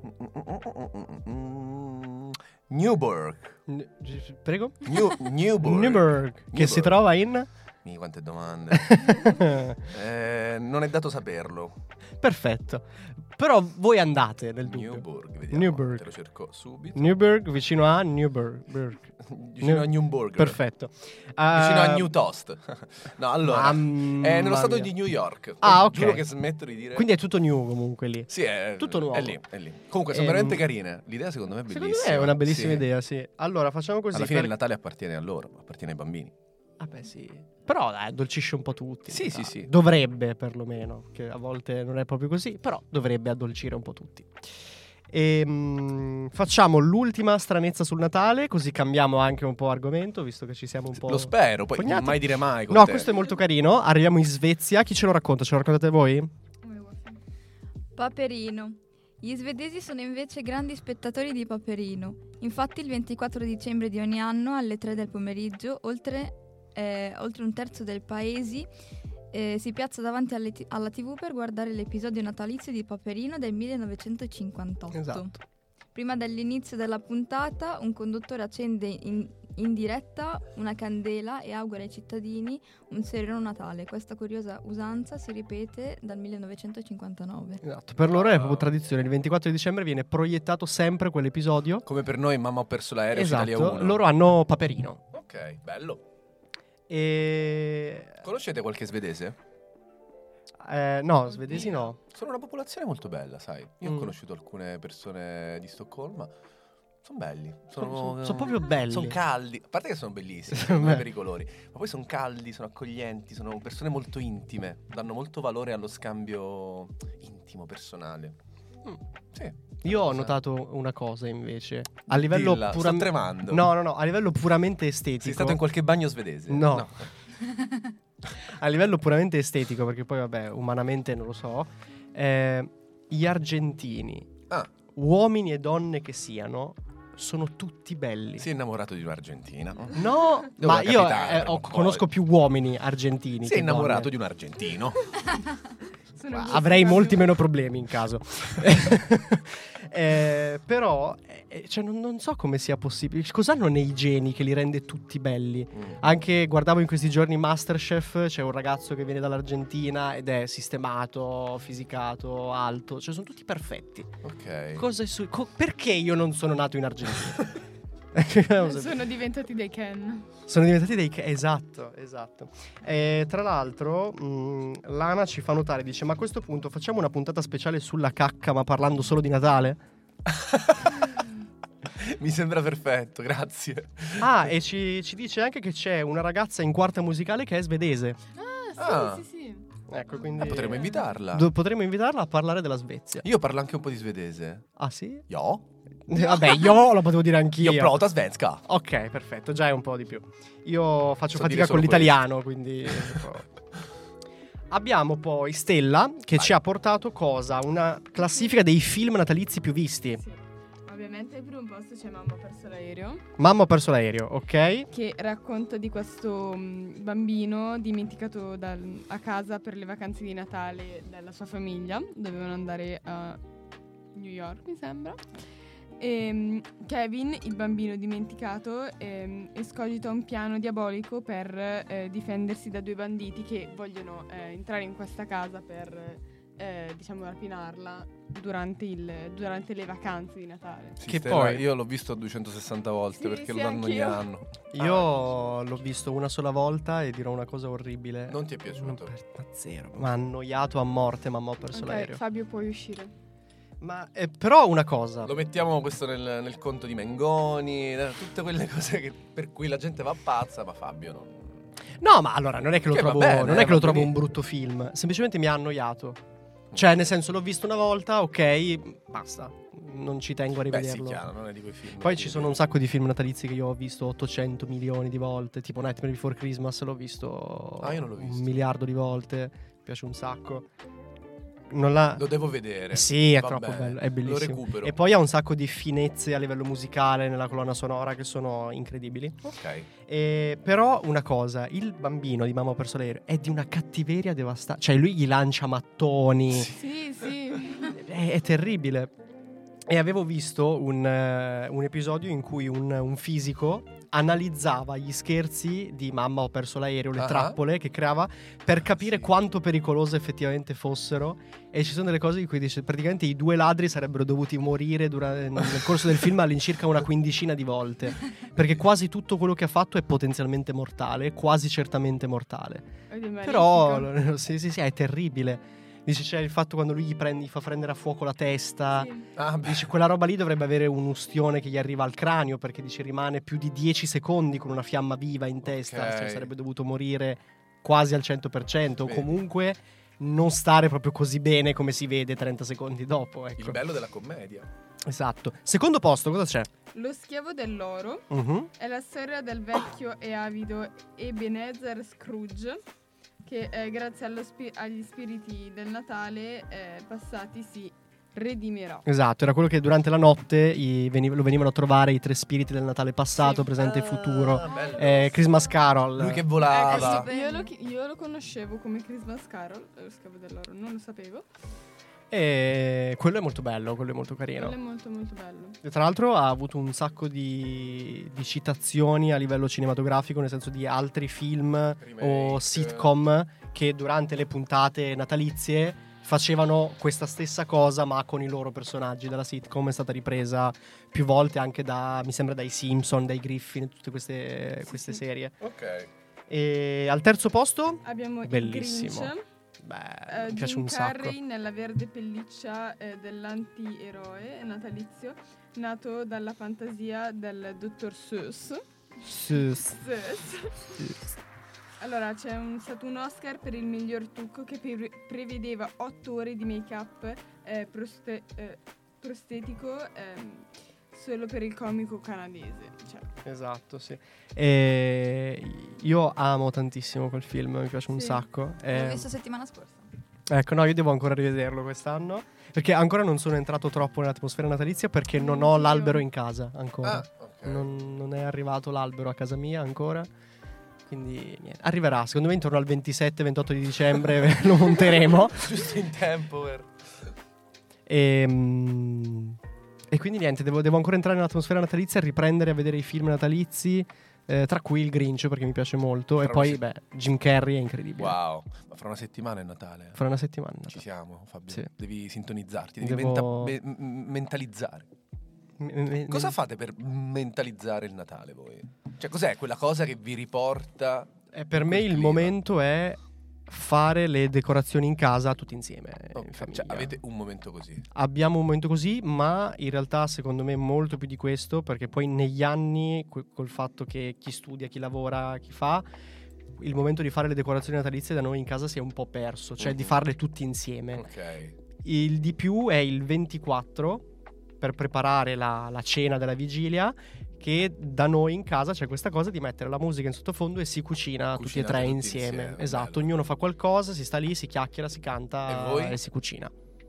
Speaker 3: Newburgh.
Speaker 2: N- Prego?
Speaker 3: New- Newburgh.
Speaker 2: Newburgh, che
Speaker 3: Newburgh.
Speaker 2: si trova in...
Speaker 3: Mi, quante domande. Eh, non è dato saperlo.
Speaker 2: Perfetto. Però voi andate nel dubbio.
Speaker 3: Newburgh, vediamo.
Speaker 2: Newburgh.
Speaker 3: Te lo cerco subito.
Speaker 2: Newburgh vicino a Newburgh.
Speaker 3: Vicino
Speaker 2: New-
Speaker 3: a Newburgh.
Speaker 2: Perfetto.
Speaker 3: Vicino a
Speaker 2: Eh,
Speaker 3: New Toast. No, allora.
Speaker 2: mamma
Speaker 3: È nello stato
Speaker 2: mia.
Speaker 3: di New York.
Speaker 2: Ah, ok.
Speaker 3: Giuro che smetto di dire.
Speaker 2: Quindi è tutto new comunque lì.
Speaker 3: Sì, è
Speaker 2: tutto nuovo.
Speaker 3: È lì, è lì. Comunque sono
Speaker 2: Ehm,
Speaker 3: veramente carine. L'idea secondo me è bellissima.
Speaker 2: Secondo me è una bellissima
Speaker 3: Sì.
Speaker 2: idea, sì. Allora facciamo così.
Speaker 3: Alla fine
Speaker 2: per-
Speaker 3: il Natale appartiene a loro, appartiene ai bambini.
Speaker 2: Ah beh sì. Però dai, addolcisce un po' tutti.
Speaker 3: Sì,
Speaker 2: in
Speaker 3: sì,
Speaker 2: realtà.
Speaker 3: sì.
Speaker 2: Dovrebbe perlomeno, che a volte non è proprio così, però dovrebbe addolcire un po' tutti. E, facciamo l'ultima stranezza sul Natale, così cambiamo anche un po' argomento, visto che ci siamo un po'...
Speaker 3: Lo spero, poi
Speaker 2: fognati.
Speaker 3: mai dire mai con
Speaker 2: No,
Speaker 3: te.
Speaker 2: questo è molto carino. Arriviamo in Svezia. Chi ce lo racconta? Ce lo raccontate voi?
Speaker 5: Paperino. Gli svedesi sono invece grandi spettatori di Paperino. Infatti il ventiquattro dicembre di ogni anno alle tre del pomeriggio, oltre, eh, oltre un terzo del paese eh, si piazza davanti alle ti- alla tivù per guardare l'episodio natalizio di Paperino del millenovecentocinquantotto.
Speaker 2: Esatto.
Speaker 5: Prima dell'inizio della puntata, un conduttore accende in, in diretta una candela e augura ai cittadini un sereno Natale. Questa curiosa usanza si ripete dal millenovecentocinquantanove.
Speaker 2: Esatto. Per loro è proprio tradizione. Il ventiquattro di dicembre viene proiettato sempre quell'episodio.
Speaker 3: Come per noi Mamma ho perso l'aereo su Italia
Speaker 2: Esatto.
Speaker 3: uno.
Speaker 2: Loro hanno Paperino.
Speaker 3: Ok, bello.
Speaker 2: E...
Speaker 3: Conoscete qualche svedese?
Speaker 2: eh, no, svedesi no.
Speaker 3: Sono una popolazione molto bella, sai. Io
Speaker 2: Mm.
Speaker 3: ho conosciuto alcune persone di Stoccolma. Sono belli.
Speaker 2: Sono,
Speaker 3: Sono,
Speaker 2: sono- sono proprio belli.
Speaker 3: Sono caldi. A parte che sono bellissimi,
Speaker 2: Sì,
Speaker 3: secondo me
Speaker 2: beh.
Speaker 3: per i colori. Ma poi sono caldi, sono accoglienti, sono persone molto intime. Danno molto valore allo scambio intimo, personale.
Speaker 2: Mm.
Speaker 3: Sì.
Speaker 2: Io ho
Speaker 3: Cosa-
Speaker 2: notato una cosa invece. A livello
Speaker 3: Dilla, sto
Speaker 2: puramente...
Speaker 3: tremando.
Speaker 2: No, no, no, a livello puramente estetico.
Speaker 3: Sei stato in qualche bagno svedese?
Speaker 2: No. A livello puramente estetico, perché poi vabbè, umanamente non lo so. eh, gli argentini,
Speaker 3: Ah,
Speaker 2: uomini e donne che siano, sono tutti belli.
Speaker 3: si è innamorato di un'argentina. no?
Speaker 2: No,
Speaker 3: Doveva
Speaker 2: ma io
Speaker 3: capitare
Speaker 2: eh,
Speaker 3: prima
Speaker 2: ho-
Speaker 3: o poi.
Speaker 2: conosco più uomini argentini.
Speaker 3: Si è
Speaker 2: che
Speaker 3: innamorato
Speaker 2: donne.
Speaker 3: di un argentino.
Speaker 4: Sono
Speaker 2: Avrei
Speaker 4: gusti
Speaker 2: molti
Speaker 4: proprio-
Speaker 2: meno problemi in caso. Eh, però eh, cioè non, non so come sia possibile. Cos'hanno nei geni che li rende tutti belli?
Speaker 3: Mm.
Speaker 2: Anche guardavo in questi giorni Masterchef, c'è un ragazzo che viene dall'Argentina ed è sistemato, fisicato, alto, cioè sono tutti perfetti.
Speaker 3: Ok.
Speaker 2: Cosa è su- co- perché io non sono nato in Argentina?
Speaker 4: Sono diventati dei Ken.
Speaker 2: Sono diventati dei... Esatto, esatto. E tra l'altro mh, Lana ci fa notare, dice: ma a questo punto facciamo una puntata speciale sulla cacca, ma parlando solo di Natale?
Speaker 3: Mi sembra perfetto, grazie.
Speaker 2: Ah, e ci, ci dice anche che c'è una ragazza in quarta musicale che è svedese.
Speaker 4: Ah, sì,
Speaker 3: Ah.
Speaker 4: sì, sì.
Speaker 2: Ecco, quindi
Speaker 3: Eh, potremmo invitarla.
Speaker 2: do- potremmo invitarla a parlare della Svezia.
Speaker 3: Io parlo anche un po' di svedese.
Speaker 2: Ah sì?
Speaker 3: Io?
Speaker 2: Eh, Vabbè, io lo potevo dire anch'io.
Speaker 3: Io prota svenska.
Speaker 2: Ok, perfetto, già è un po' di più. Io faccio
Speaker 3: So
Speaker 2: fatica
Speaker 3: dire
Speaker 2: con
Speaker 3: solo
Speaker 2: l'italiano, quindi... Abbiamo poi Stella che
Speaker 3: Vai.
Speaker 2: ci ha portato cosa? Una classifica dei film natalizi più visti.
Speaker 4: Sì. Ovviamente al primo posto c'è Mamma ha perso l'aereo,
Speaker 2: Mamma ha perso l'aereo, ok?
Speaker 4: che racconta di questo mh, bambino dimenticato dal- a casa per le vacanze di Natale dalla sua famiglia. Dovevano andare a New York, mi sembra. E, mh, Kevin, il bambino dimenticato, ehm, escogita un piano diabolico per eh, difendersi da due banditi che vogliono eh, entrare in questa casa per, eh, diciamo, rapinarla durante, il, durante le vacanze di Natale.
Speaker 3: Sì,
Speaker 2: Che
Speaker 3: Stella,
Speaker 2: poi-
Speaker 3: io l'ho visto duecentosessanta volte
Speaker 4: Sì,
Speaker 3: perché
Speaker 4: sì,
Speaker 3: lo danno ogni
Speaker 4: anch'io.
Speaker 3: anno.
Speaker 2: Io l'ho visto una sola volta e dirò una cosa orribile.
Speaker 3: Non ti è piaciuto?
Speaker 2: Non per- ma zero. Ma ha annoiato a morte, Mamma ha perso
Speaker 4: Ok,
Speaker 2: l'aereo.
Speaker 4: Fabio, puoi uscire.
Speaker 2: Ma eh, però una cosa.
Speaker 3: Lo mettiamo questo nel, nel conto di Mengoni, eh, tutte quelle cose che- per cui la gente va pazza, ma Fabio non.
Speaker 2: No, ma allora non è che lo
Speaker 3: Che va
Speaker 2: trovo,
Speaker 3: bene,
Speaker 2: non è
Speaker 3: eh,
Speaker 2: che lo
Speaker 3: va
Speaker 2: trovo un
Speaker 3: benissimo.
Speaker 2: brutto film. Semplicemente mi ha annoiato. Cioè, nel senso, l'ho visto una volta, ok, basta. Non ci tengo a
Speaker 3: Beh, sì,
Speaker 2: rivederlo.
Speaker 3: chiaro, non è di quei film.
Speaker 2: Poi
Speaker 3: che-
Speaker 2: ci sono un sacco di film natalizi che io ho visto ottocento milioni di volte. Tipo Nightmare Before Christmas l'ho visto,
Speaker 3: Ah, io non l'ho visto.
Speaker 2: un miliardo di volte. Mi piace un sacco. Non l'ha...
Speaker 3: Lo devo vedere.
Speaker 2: Sì, è
Speaker 3: Va
Speaker 2: troppo
Speaker 3: bene,
Speaker 2: bello, è bellissimo.
Speaker 3: Lo recupero.
Speaker 2: E poi ha un sacco di finezze a livello musicale nella colonna sonora che sono incredibili.
Speaker 3: Ok.
Speaker 2: E, però una cosa, il bambino di Mamma ha perso l'aereo è di una cattiveria devastante. Cioè lui gli lancia mattoni.
Speaker 4: Sì, sì.
Speaker 2: È, è terribile. E avevo visto un, eh, un episodio in cui un, un fisico analizzava gli scherzi di Mamma ho perso l'aereo, le
Speaker 3: Ah.
Speaker 2: trappole che creava per capire
Speaker 3: Sì.
Speaker 2: quanto pericolose effettivamente fossero. E ci sono delle cose in cui dice praticamente i due ladri sarebbero dovuti morire durante, nel corso del film all'incirca una quindicina di volte, perché quasi tutto quello che ha fatto è potenzialmente mortale, quasi certamente mortale.
Speaker 4: Ed è
Speaker 2: Però
Speaker 4: magnifico.
Speaker 2: sì, sì, sì, è terribile. Dice c'è il fatto quando lui gli, prende, gli fa prendere a fuoco la testa.
Speaker 4: Sì.
Speaker 3: Ah, beh.
Speaker 2: Dice quella roba lì dovrebbe avere un ustione che gli arriva al cranio, perché dice rimane più di dieci secondi con una fiamma viva in testa.
Speaker 3: Ok.
Speaker 2: Cioè, sarebbe dovuto morire quasi al cento per cento o
Speaker 3: Vedi.
Speaker 2: comunque non stare proprio così bene come si vede trenta secondi dopo, ecco.
Speaker 3: Il bello della commedia.
Speaker 2: Esatto. Secondo posto cosa c'è?
Speaker 4: Lo schiavo dell'oro
Speaker 2: Mhm.
Speaker 4: è la storia del vecchio e avido Ebenezer Scrooge che eh, grazie allo spi- agli spiriti del Natale eh, passati si redimerà.
Speaker 2: Esatto, era quello che durante la notte i veni- lo venivano a trovare i tre spiriti del Natale passato,
Speaker 4: Sì.
Speaker 2: presente e futuro.
Speaker 3: Ah, bello.
Speaker 2: Eh, Christmas Carol.
Speaker 3: Lui che
Speaker 4: Eh,
Speaker 3: volava.
Speaker 4: questo- io, lo, chi- io lo conoscevo come Christmas Carol, lo schiavo dell'oro, non lo sapevo.
Speaker 2: E quello è molto bello, quello è molto carino.
Speaker 4: Quello è molto molto bello.
Speaker 2: E tra l'altro ha avuto un sacco di, di citazioni a livello cinematografico, nel senso di altri film o
Speaker 3: Remake.
Speaker 2: sitcom che durante le puntate natalizie facevano questa stessa cosa ma con i loro personaggi della sitcom. È stata ripresa più volte anche da, mi sembra, dai Simpson, dai Griffin, tutte queste,
Speaker 4: Sì,
Speaker 2: queste
Speaker 4: sì.
Speaker 2: serie.
Speaker 3: Ok.
Speaker 2: E al terzo posto,
Speaker 4: Abbiamo
Speaker 2: Bellissimo.
Speaker 4: il Grinch,
Speaker 2: beh,
Speaker 4: eh,
Speaker 2: mi piace
Speaker 4: Jim
Speaker 2: un sacco.
Speaker 4: Carrey nella verde pelliccia eh, dell'antieroe natalizio nato dalla fantasia del dottor Seuss.
Speaker 2: Sì,
Speaker 4: Seuss.
Speaker 2: sì.
Speaker 4: Allora, c'è un, stato un Oscar per il miglior trucco che pre- prevedeva otto ore di make-up eh, proste- eh, prostetico ehm, solo per il comico canadese. Cioè,
Speaker 2: Esatto, sì. E io amo tantissimo quel film, mi piace un
Speaker 4: Sì.
Speaker 2: sacco.
Speaker 5: L'ho
Speaker 2: E-
Speaker 5: visto settimana scorsa.
Speaker 2: Ecco, no, io devo ancora rivederlo quest'anno. Perché ancora non sono entrato troppo nell'atmosfera natalizia perché non ho
Speaker 4: Anch'io.
Speaker 2: l'albero in casa ancora.
Speaker 3: Ah, ok.
Speaker 2: Non, non è arrivato l'albero a casa mia ancora. Quindi niente. Arriverà, secondo me intorno al ventisette ventotto di dicembre lo monteremo.
Speaker 3: Giusto in tempo per...
Speaker 2: E, mm, E quindi niente, devo, devo ancora entrare nell'atmosfera natalizia e riprendere a vedere i film natalizi, eh, tra cui il Grinch, perché mi piace molto.
Speaker 3: Fra
Speaker 2: E poi,
Speaker 3: una
Speaker 2: beh, Jim Carrey è incredibile.
Speaker 3: Wow, ma fra una settimana è Natale.
Speaker 2: Fra una settimana.
Speaker 3: Ci siamo, Fabio.
Speaker 2: Sì.
Speaker 3: Devi sintonizzarti, devi
Speaker 2: Devo-
Speaker 3: menta- me- m- mentalizzare.
Speaker 2: Me- me-
Speaker 3: Cosa
Speaker 2: me-
Speaker 3: fate per mentalizzare il Natale voi? Cioè, cos'è quella cosa che vi riporta?
Speaker 2: Eh, per
Speaker 3: in
Speaker 2: me
Speaker 3: quel
Speaker 2: il
Speaker 3: clima?
Speaker 2: momento è fare le decorazioni in casa tutti insieme,
Speaker 3: Ok,
Speaker 2: in famiglia.
Speaker 3: cioè, avete un momento così.
Speaker 2: Abbiamo un momento così, ma in realtà secondo me molto più di questo, perché poi negli anni, co- col fatto che chi studia, chi lavora, chi fa, il momento di fare le decorazioni natalizie da noi in casa si è un po' perso, cioè di
Speaker 3: Mhm.
Speaker 2: farle tutti insieme.
Speaker 3: Ok.
Speaker 2: Il di più è il ventiquattro per preparare la, la cena della vigilia, che da noi in casa c'è questa cosa di mettere la musica in sottofondo e si cucina tutti e
Speaker 3: Cucinate
Speaker 2: tre
Speaker 3: tutti
Speaker 2: insieme.
Speaker 3: insieme,
Speaker 2: Esatto,
Speaker 3: bello.
Speaker 2: ognuno fa qualcosa, si sta lì, si chiacchiera, si canta
Speaker 3: E voi?
Speaker 2: si cucina.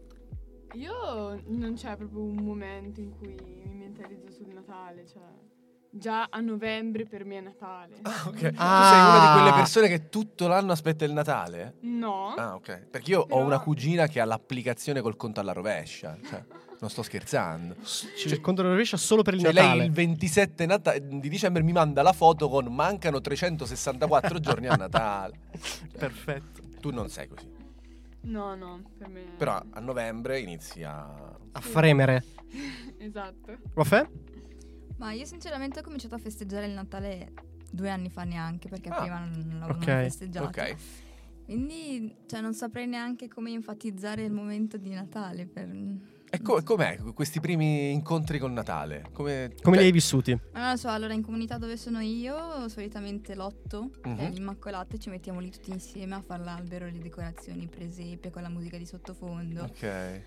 Speaker 4: Io non c'è proprio un momento in cui mi mentalizzo sul Natale, cioè già a novembre per me è Natale.
Speaker 3: Ah, ok.
Speaker 2: Ah.
Speaker 3: Tu sei una di quelle persone che tutto l'anno aspetta il Natale?
Speaker 4: No,
Speaker 3: Ah, ok. Perché io ho
Speaker 4: Però-
Speaker 3: una cugina che ha l'applicazione col conto alla rovescia. Cioè, non sto scherzando.
Speaker 2: Ci cioè, conto rovescia solo per il
Speaker 3: Cioè,
Speaker 2: Natale.
Speaker 3: lei il ventisette Nata- di dicembre mi manda la foto con mancano trecentosessantaquattro giorni a Natale.
Speaker 2: Perfetto.
Speaker 3: Tu non sei così.
Speaker 4: no, no, per me.
Speaker 3: Però a novembre inizia.
Speaker 2: A fremere.
Speaker 4: Esatto.
Speaker 2: Waffè?
Speaker 5: Ma io sinceramente ho cominciato a festeggiare il Natale due anni fa neanche, perché
Speaker 3: Ah,
Speaker 5: prima non l'avevo
Speaker 2: ok,
Speaker 5: mai festeggiato.
Speaker 3: Ok.
Speaker 5: Quindi, cioè, non saprei neanche come enfatizzare il momento di Natale per...
Speaker 3: E co- com'è questi primi incontri con Natale? Come,
Speaker 2: Come li
Speaker 3: cioè-
Speaker 2: hai vissuti?
Speaker 5: Ma non lo so, allora in comunità dove sono io, solitamente l'otto,
Speaker 3: Mhm.
Speaker 5: che è l'Immacolata, ci mettiamo lì tutti insieme a fare l'albero, le decorazioni, presepe, con la musica di sottofondo
Speaker 3: Ok.
Speaker 5: e...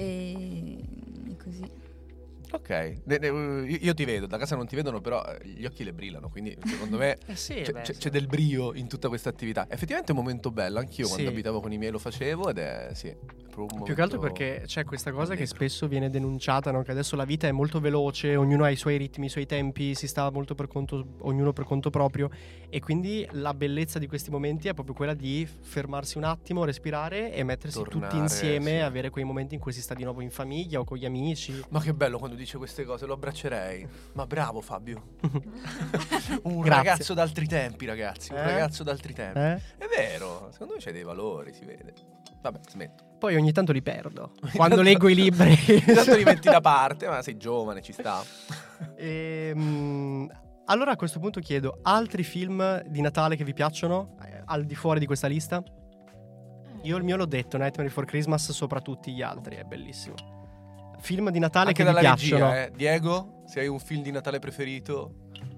Speaker 5: e così.
Speaker 3: Ok. Ne- ne- io ti vedo, da casa non ti vedono, però eh, gli occhi le brillano, quindi secondo me
Speaker 2: Eh sì,
Speaker 3: c'è, c'è- c'è del brio in tutta questa attività. Effettivamente è un momento bello, anch'io quando
Speaker 2: Sì.
Speaker 3: abitavo con i miei lo facevo ed è sì, è proprio un
Speaker 2: Più che altro
Speaker 3: momento
Speaker 2: perché c'è questa cosa che
Speaker 3: allegro.
Speaker 2: spesso viene denunciata, no? Che adesso la vita è molto veloce, ognuno ha i suoi ritmi, i suoi tempi, si sta molto per conto, ognuno per conto proprio, e quindi la bellezza di questi momenti è proprio quella di fermarsi un attimo, respirare e mettersi tutti
Speaker 3: Tornare,
Speaker 2: insieme,
Speaker 3: sì.
Speaker 2: avere quei momenti in cui si sta di nuovo in famiglia o con gli amici.
Speaker 3: Ma che bello quando dice queste cose, lo abbraccerei. Ma bravo Fabio. Un
Speaker 2: Grazie.
Speaker 3: ragazzo d'altri tempi, ragazzi. Un
Speaker 2: Eh?
Speaker 3: ragazzo d'altri tempi.
Speaker 2: Eh?
Speaker 3: È vero, secondo me c'hai dei valori, si vede. Vabbè, smetto.
Speaker 2: Poi ogni tanto li perdo. Quando leggo i libri.
Speaker 3: Intanto li metti da parte, ma sei giovane, ci sta.
Speaker 2: Ehm, allora a questo punto chiedo, altri film di Natale che vi piacciono, eh, al di fuori di questa lista? Io il mio l'ho detto, Nightmare Before Christmas sopra tutti gli altri, è bellissimo. Film di Natale
Speaker 3: Anche
Speaker 2: che vi
Speaker 3: dalla
Speaker 2: piacciono.
Speaker 3: regia, eh. Diego, se hai un film di Natale preferito.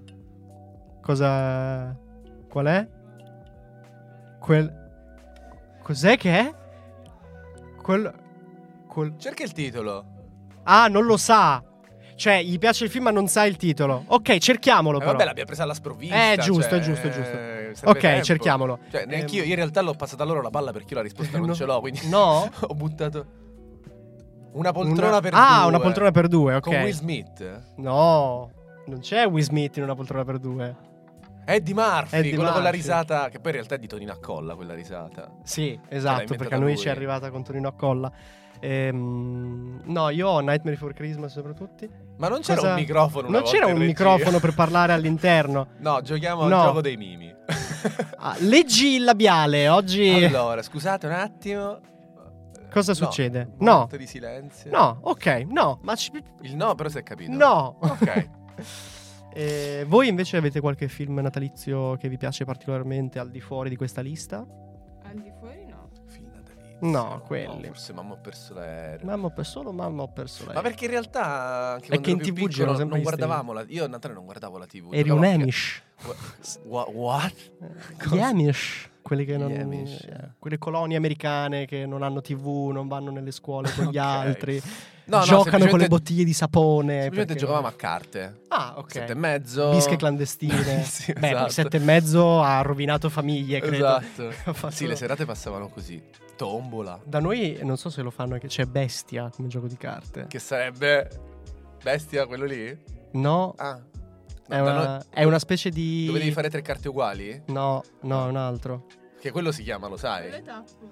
Speaker 2: Cosa... Qual è? Quel... Cos'è che è? Quel... quel...
Speaker 3: Cerca il titolo.
Speaker 2: Ah, non lo sa. Cioè, gli piace il film ma non sa il titolo. Ok, cerchiamolo
Speaker 3: Eh,
Speaker 2: però.
Speaker 3: vabbè, l'abbiamo presa alla sprovvista.
Speaker 2: Eh, giusto,
Speaker 3: cioè,
Speaker 2: è giusto, è giusto.
Speaker 3: eh, serve
Speaker 2: Ok,
Speaker 3: tempo.
Speaker 2: cerchiamolo.
Speaker 3: Cioè, neanch'io,
Speaker 2: Ehm,
Speaker 3: io in realtà l'ho passata loro la palla perché io la risposta non
Speaker 2: No.
Speaker 3: ce l'ho, quindi
Speaker 2: No?
Speaker 3: ho buttato una poltrona
Speaker 2: Una-
Speaker 3: per
Speaker 2: ah,
Speaker 3: due.
Speaker 2: una poltrona per due, ok.
Speaker 3: Con Will Smith.
Speaker 2: No, non c'è Will Smith in una poltrona per due.
Speaker 3: Eddie Murphy,
Speaker 2: Eddie
Speaker 3: quello con la
Speaker 2: Murphy.
Speaker 3: risata, che poi in realtà è di Tonino Accolla quella risata.
Speaker 2: Sì,
Speaker 3: l'ha
Speaker 2: esatto,
Speaker 3: inventata
Speaker 2: perché a noi
Speaker 3: lui.
Speaker 2: ci è arrivata con Tonino Accolla. Ehm, no, io ho Nightmare Before Christmas sopra tutti.
Speaker 3: Ma non c'era
Speaker 2: Cosa-
Speaker 3: un microfono una
Speaker 2: Non c'era
Speaker 3: volta
Speaker 2: un
Speaker 3: in regia?
Speaker 2: microfono per parlare all'interno.
Speaker 3: No, giochiamo al
Speaker 2: No.
Speaker 3: gioco dei mimi.
Speaker 2: Ah, leggi il labiale, oggi
Speaker 3: Allora, scusate un attimo.
Speaker 2: cosa
Speaker 3: No,
Speaker 2: succede?
Speaker 3: un
Speaker 2: No.
Speaker 3: momento di silenzio.
Speaker 2: No, ok, no, ma ci...
Speaker 3: Il no, però si è capito.
Speaker 2: No.
Speaker 3: Ok.
Speaker 2: Eh, voi invece avete qualche film natalizio che vi piace particolarmente al di fuori di questa lista?
Speaker 4: Al di fuori no.
Speaker 3: Film natalizio.
Speaker 2: No, quelli.
Speaker 3: forse mamma ho perso l'aereo.
Speaker 2: Mamma ho perso solo mamma ho perso lei.
Speaker 3: Ma perché in realtà anche
Speaker 2: È
Speaker 3: quando
Speaker 2: che in
Speaker 3: ero più
Speaker 2: tivù
Speaker 3: piccolo
Speaker 2: girano sempre
Speaker 3: non
Speaker 2: gli stessi.
Speaker 3: guardavamo la io a Natale non guardavo la tivù.
Speaker 2: Eri un
Speaker 3: giocavo a-
Speaker 2: Amish.
Speaker 3: Wha- What?
Speaker 2: Gli
Speaker 3: Cosa?
Speaker 2: Amish, quelli che
Speaker 3: Gli
Speaker 2: non
Speaker 3: Amish.
Speaker 2: eh, quelle colonie americane che non hanno tivù, non vanno nelle scuole con gli
Speaker 3: Ok.
Speaker 2: altri.
Speaker 3: No, no,
Speaker 2: giocano con le
Speaker 3: semplicemente-
Speaker 2: bottiglie di sapone.
Speaker 3: Semplicemente
Speaker 2: perché-
Speaker 3: giocavamo a carte.
Speaker 2: Ah, ok.
Speaker 3: Sette e mezzo.
Speaker 2: Bische clandestine.
Speaker 3: Sì,
Speaker 2: Beh, poi
Speaker 3: esatto.
Speaker 2: sette e mezzo ha rovinato famiglie, credo.
Speaker 3: Esatto.
Speaker 2: Ha fatto-
Speaker 3: Sì, le serate passavano così. Tombola.
Speaker 2: Da noi non so se lo fanno anche. C'è Bestia come gioco di carte.
Speaker 3: Che sarebbe Bestia quello lì?
Speaker 2: No,
Speaker 3: Ah.
Speaker 2: è,
Speaker 3: No, da
Speaker 2: una,
Speaker 3: noi-
Speaker 2: è una specie di.
Speaker 3: Dove devi fare tre carte uguali?
Speaker 2: No, no, è un altro.
Speaker 3: Che quello si chiama, lo
Speaker 4: Quello è
Speaker 3: sai?
Speaker 4: tappo.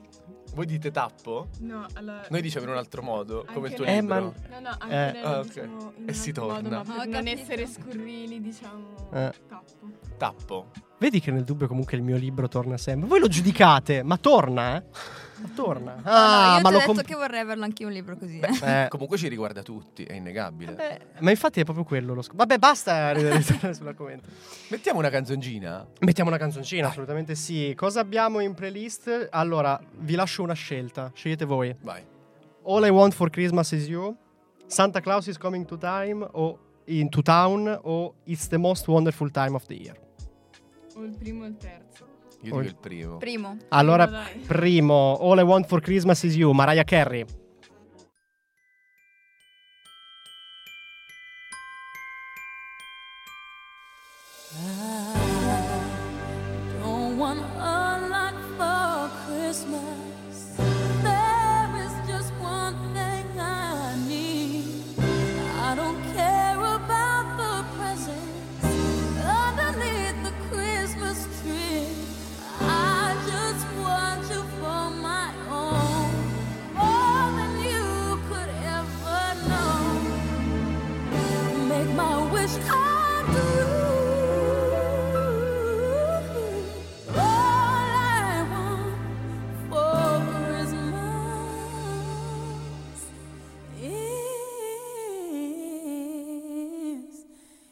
Speaker 3: Voi dite tappo?
Speaker 4: No, allora...
Speaker 3: Noi diciamo in un altro modo,
Speaker 4: Anche
Speaker 3: come il tuo
Speaker 4: noi-
Speaker 2: Eh,
Speaker 3: libro.
Speaker 2: ma-
Speaker 4: No, no, anche
Speaker 2: Eh.
Speaker 4: noi
Speaker 3: Ah,
Speaker 4: lo
Speaker 3: ok.
Speaker 4: diciamo in
Speaker 3: E
Speaker 4: un
Speaker 3: si
Speaker 4: altro modo,
Speaker 3: torna.
Speaker 4: ma
Speaker 5: Ho
Speaker 4: per non
Speaker 5: capito.
Speaker 4: essere scurrili diciamo
Speaker 2: Eh.
Speaker 4: tappo.
Speaker 3: Tappo.
Speaker 2: Vedi che nel dubbio comunque il mio libro torna sempre. Voi lo giudicate, ma torna, eh? Ma torna.
Speaker 5: No, no,
Speaker 2: Ah,
Speaker 5: io
Speaker 2: ma
Speaker 5: ti
Speaker 2: lo
Speaker 5: ho detto
Speaker 2: comp-
Speaker 5: che vorrei averlo anche un libro così. eh.
Speaker 2: Eh,
Speaker 3: Comunque ci riguarda tutti, è innegabile.
Speaker 2: eh, ma infatti è proprio quello lo sc- Vabbè, basta ridere sull'argomento.
Speaker 3: Mettiamo una canzoncina.
Speaker 2: Mettiamo una canzoncina, assolutamente sì. Cosa abbiamo in playlist? Allora, vi lascio una scelta. Scegliete voi.
Speaker 3: Vai.
Speaker 2: All I Want for Christmas is You, Santa Claus is Coming to Time o Into Town o It's the Most Wonderful Time of the Year.
Speaker 4: O il primo o il terzo.
Speaker 3: Io
Speaker 2: Oh.
Speaker 3: dico il primo.
Speaker 5: Primo.
Speaker 2: Allora,
Speaker 4: Primo, dai.
Speaker 2: primo, All I Want for Christmas is You, Mariah Carey.
Speaker 6: Don't want a lot for Christmas. There is just one thing I need. I don't care about the presents underneath the Christmas tree. I just want you for my own, more than you could ever know. Make my wish come true. All I want for Christmas is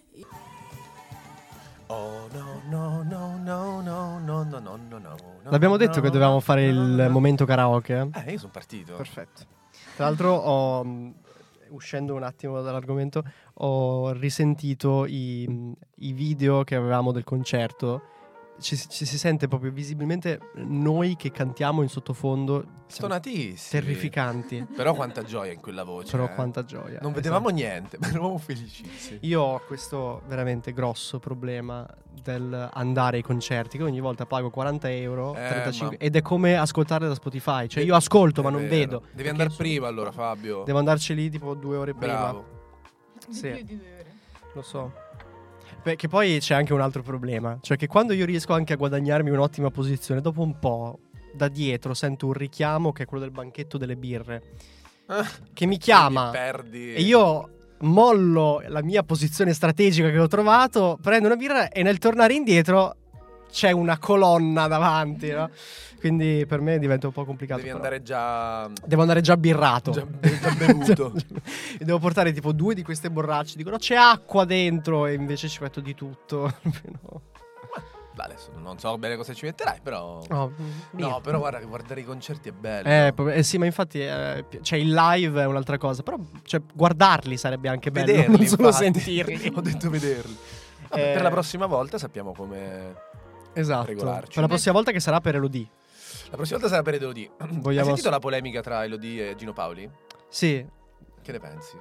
Speaker 3: Oh no no no no no no no no no no.
Speaker 2: L'abbiamo detto che dovevamo fare il
Speaker 3: no.
Speaker 2: momento karaoke.
Speaker 3: Eh, io sono partito.
Speaker 2: Perfetto. Tra l'altro ho, mh, uscendo un attimo dall'argomento, ho risentito i, i video che avevamo del concerto. Ci, ci si sente proprio visibilmente noi che cantiamo in sottofondo. Siamo
Speaker 3: Stonatissimi.
Speaker 2: terrificanti.
Speaker 3: Però quanta gioia in quella voce.
Speaker 2: Però
Speaker 3: eh.
Speaker 2: quanta gioia.
Speaker 3: Non vedevamo niente, ma eravamo felicissimi.
Speaker 2: Io ho questo veramente grosso problema del andare ai concerti, che ogni volta pago quaranta euro
Speaker 3: Eh,
Speaker 2: trentacinque,
Speaker 3: ma-
Speaker 2: ed è come ascoltare da Spotify. Cioè io ascolto ma
Speaker 3: È
Speaker 2: non
Speaker 3: vero.
Speaker 2: vedo.
Speaker 3: Devi
Speaker 2: Perché
Speaker 3: andare
Speaker 2: so-
Speaker 3: prima allora, Fabio.
Speaker 2: Devo andarci lì tipo due ore prima.
Speaker 3: Bravo.
Speaker 4: Di
Speaker 2: Sì.
Speaker 4: più di due ore.
Speaker 2: Lo so. Perché poi c'è anche un altro problema. Cioè che quando io riesco anche a guadagnarmi un'ottima posizione, dopo un po' da dietro sento un richiamo che è quello del banchetto delle birre, che mi chiama.
Speaker 3: Quindi perdi.
Speaker 2: E io mollo la mia posizione strategica che ho trovato, prendo una birra e nel tornare indietro c'è una colonna davanti, no? Quindi per me diventa un po' complicato.
Speaker 3: Devi
Speaker 2: però.
Speaker 3: andare già.
Speaker 2: Devo andare già birrato.
Speaker 3: Già, già bevuto.
Speaker 2: E devo portare tipo due di queste borracce. Dicono c'è acqua dentro e invece ci metto di tutto. No.
Speaker 3: Beh, adesso non so bene cosa ci metterai, però.
Speaker 2: No,
Speaker 3: No, però guarda che guardare i concerti è bello.
Speaker 2: Eh, pro- eh, sì, ma infatti eh, pi- cioè il live è un'altra cosa. Però cioè, guardarli sarebbe anche bello.
Speaker 3: Vederli,
Speaker 2: Non solo
Speaker 3: infatti.
Speaker 2: sentirli.
Speaker 3: Ho detto vederli. Vabbè,
Speaker 2: Eh,
Speaker 3: Per la prossima volta sappiamo come.
Speaker 2: Esatto.
Speaker 3: regolarci.
Speaker 2: Per la prossima volta che sarà per Elodie.
Speaker 3: La prossima volta sarà per Elodie. Hai
Speaker 2: Vogliamo
Speaker 3: sentito
Speaker 2: ass-
Speaker 3: la polemica tra Elodie e Gino Paoli?
Speaker 2: Sì.
Speaker 3: Che ne pensi?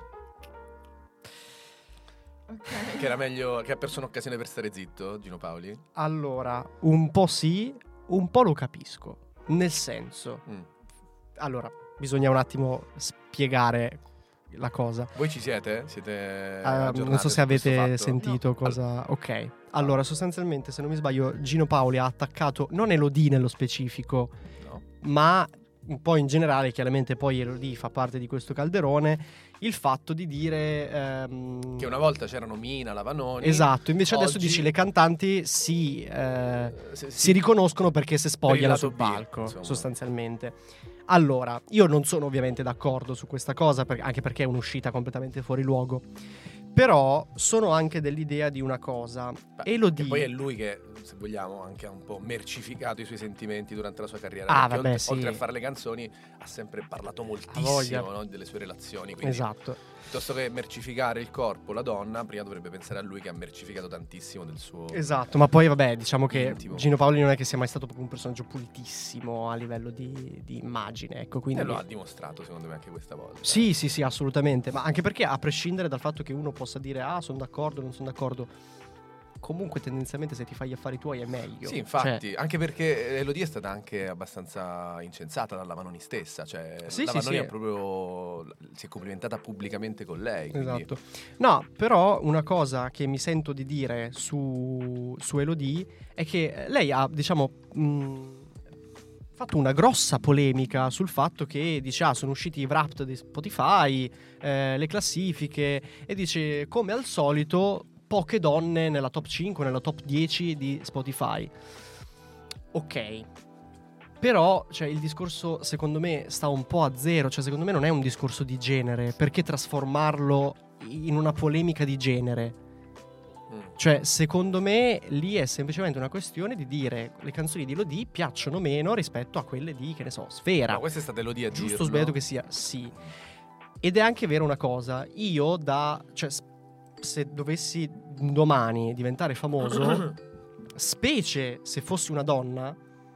Speaker 4: Ok.
Speaker 3: Che era meglio. Che ha perso un'occasione per stare zitto, Gino Paoli?
Speaker 2: Allora, un po' sì, un po' lo capisco. Nel senso,
Speaker 3: Mm.
Speaker 2: allora, bisogna un attimo spiegare la cosa.
Speaker 3: Voi ci siete? Siete.
Speaker 2: Eh,
Speaker 3: aggiornati
Speaker 2: non so se
Speaker 3: su questo
Speaker 2: avete
Speaker 3: fatto?
Speaker 2: sentito
Speaker 3: No.
Speaker 2: cosa. Ok. Allora, sostanzialmente, se non mi sbaglio, Gino Paoli ha attaccato non Elodie nello specifico,
Speaker 3: No.
Speaker 2: ma un po' in generale, chiaramente poi Elodie fa parte di questo calderone, il fatto di dire ehm,
Speaker 3: Che una volta c'erano Mina, Lavanoni.
Speaker 2: esatto, invece adesso
Speaker 3: Oggi-
Speaker 2: dici le cantanti si, eh,
Speaker 3: Se-
Speaker 2: si riconoscono perché si
Speaker 3: Per il
Speaker 2: spogliano
Speaker 3: lato
Speaker 2: sul
Speaker 3: B,
Speaker 2: palco,
Speaker 3: insomma.
Speaker 2: sostanzialmente. Allora, io non sono ovviamente d'accordo su questa cosa, per- anche perché è un'uscita completamente fuori luogo. Però sono anche dell'idea di una cosa.
Speaker 3: Beh,
Speaker 2: Elodie.
Speaker 3: che poi è lui che, se vogliamo, anche ha un po' mercificato i suoi sentimenti durante la sua carriera.
Speaker 2: Ah,
Speaker 3: perché
Speaker 2: vabbè,
Speaker 3: oltre,
Speaker 2: sì.
Speaker 3: oltre a fare le canzoni, ha sempre parlato
Speaker 2: voglia.
Speaker 3: moltissimo, no, delle sue relazioni. Quindi,
Speaker 2: Esatto.
Speaker 3: piuttosto che mercificare il corpo, la donna, prima dovrebbe pensare a lui che ha mercificato tantissimo del suo.
Speaker 2: Esatto, ma poi vabbè, diciamo che
Speaker 3: Intimo.
Speaker 2: Gino Paoli non è che sia mai stato proprio un personaggio pulitissimo a livello di, di immagine, ecco, quindi...
Speaker 3: E lo ha dimostrato, secondo me, anche questa volta.
Speaker 2: Sì, sì, sì, assolutamente, ma anche perché a prescindere dal fatto che uno possa dire ah, sono d'accordo, non sono d'accordo, comunque tendenzialmente se ti fai gli affari tuoi è meglio.
Speaker 3: Sì, infatti,
Speaker 2: Cioè,
Speaker 3: anche perché Elodie è stata anche abbastanza incensata dalla Lavanoni stessa, cioè
Speaker 2: Sì,
Speaker 3: la
Speaker 2: sì,
Speaker 3: Lavanoni
Speaker 2: sì.
Speaker 3: ha proprio si è complimentata pubblicamente con lei, quindi
Speaker 2: esatto. No, però una cosa che mi sento di dire su, su Elodie è che lei ha, diciamo, mh, fatto una grossa polemica sul fatto che dice ah sono usciti i Wrapped di Spotify, eh, le classifiche, e dice come al solito poche donne nella top cinque, nella top dieci di Spotify. Ok, però cioè, il discorso secondo me sta un po' a zero, cioè secondo me non è un discorso di genere, perché trasformarlo in una polemica di genere? Cioè, secondo me lì è semplicemente una questione di dire le canzoni di Elodie piacciono meno rispetto a quelle di, che ne so, Sfera.
Speaker 3: Ma questa è stata Elodie a
Speaker 2: Giusto o
Speaker 3: dirlo.
Speaker 2: sbagliato che sia, sì. Ed è anche vera una cosa, io da... cioè, s- se dovessi domani diventare famoso, specie se fossi una donna,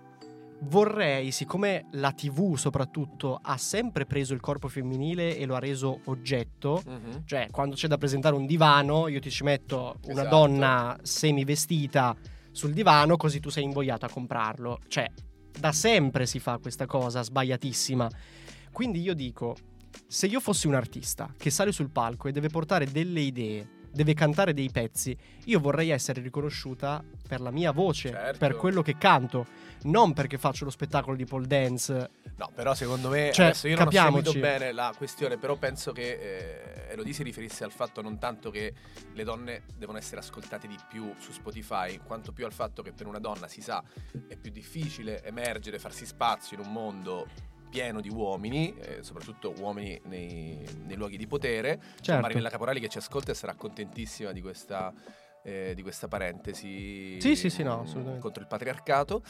Speaker 2: vorrei, siccome la tivù soprattutto ha sempre preso il corpo femminile e lo ha reso oggetto,
Speaker 3: Mhm.
Speaker 2: cioè quando c'è da presentare un divano io ti ci metto una
Speaker 3: Esatto.
Speaker 2: donna semivestita sul divano così tu sei invogliato a comprarlo, cioè da sempre si fa questa cosa sbagliatissima. Quindi io dico, se io fossi un artista che sale sul palco e deve portare delle idee, deve cantare dei pezzi, io vorrei essere riconosciuta per la mia voce,
Speaker 3: Certo.
Speaker 2: per quello che canto, non perché faccio lo spettacolo di pole dance.
Speaker 3: No, però secondo me,
Speaker 2: Cioè,
Speaker 3: adesso io non ho
Speaker 2: capiamoci.
Speaker 3: seguito bene la questione, però penso che eh, Elodie si riferisse al fatto non tanto che le donne devono essere ascoltate di più su Spotify, quanto più al fatto che per una donna, si sa, è più difficile emergere, farsi spazio in un mondo pieno di uomini, eh, soprattutto uomini nei, nei luoghi di potere. C'è
Speaker 2: Certo.
Speaker 3: Marinella Caporali che ci ascolta e sarà contentissima di questa... eh, di questa parentesi
Speaker 2: Sì, sì, sì, no,
Speaker 3: mh,
Speaker 2: assolutamente.
Speaker 3: contro il patriarcato,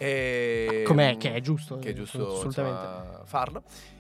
Speaker 3: e,
Speaker 2: Com'è, che è giusto,
Speaker 3: che è giusto
Speaker 2: assolutamente.
Speaker 3: insomma, farlo,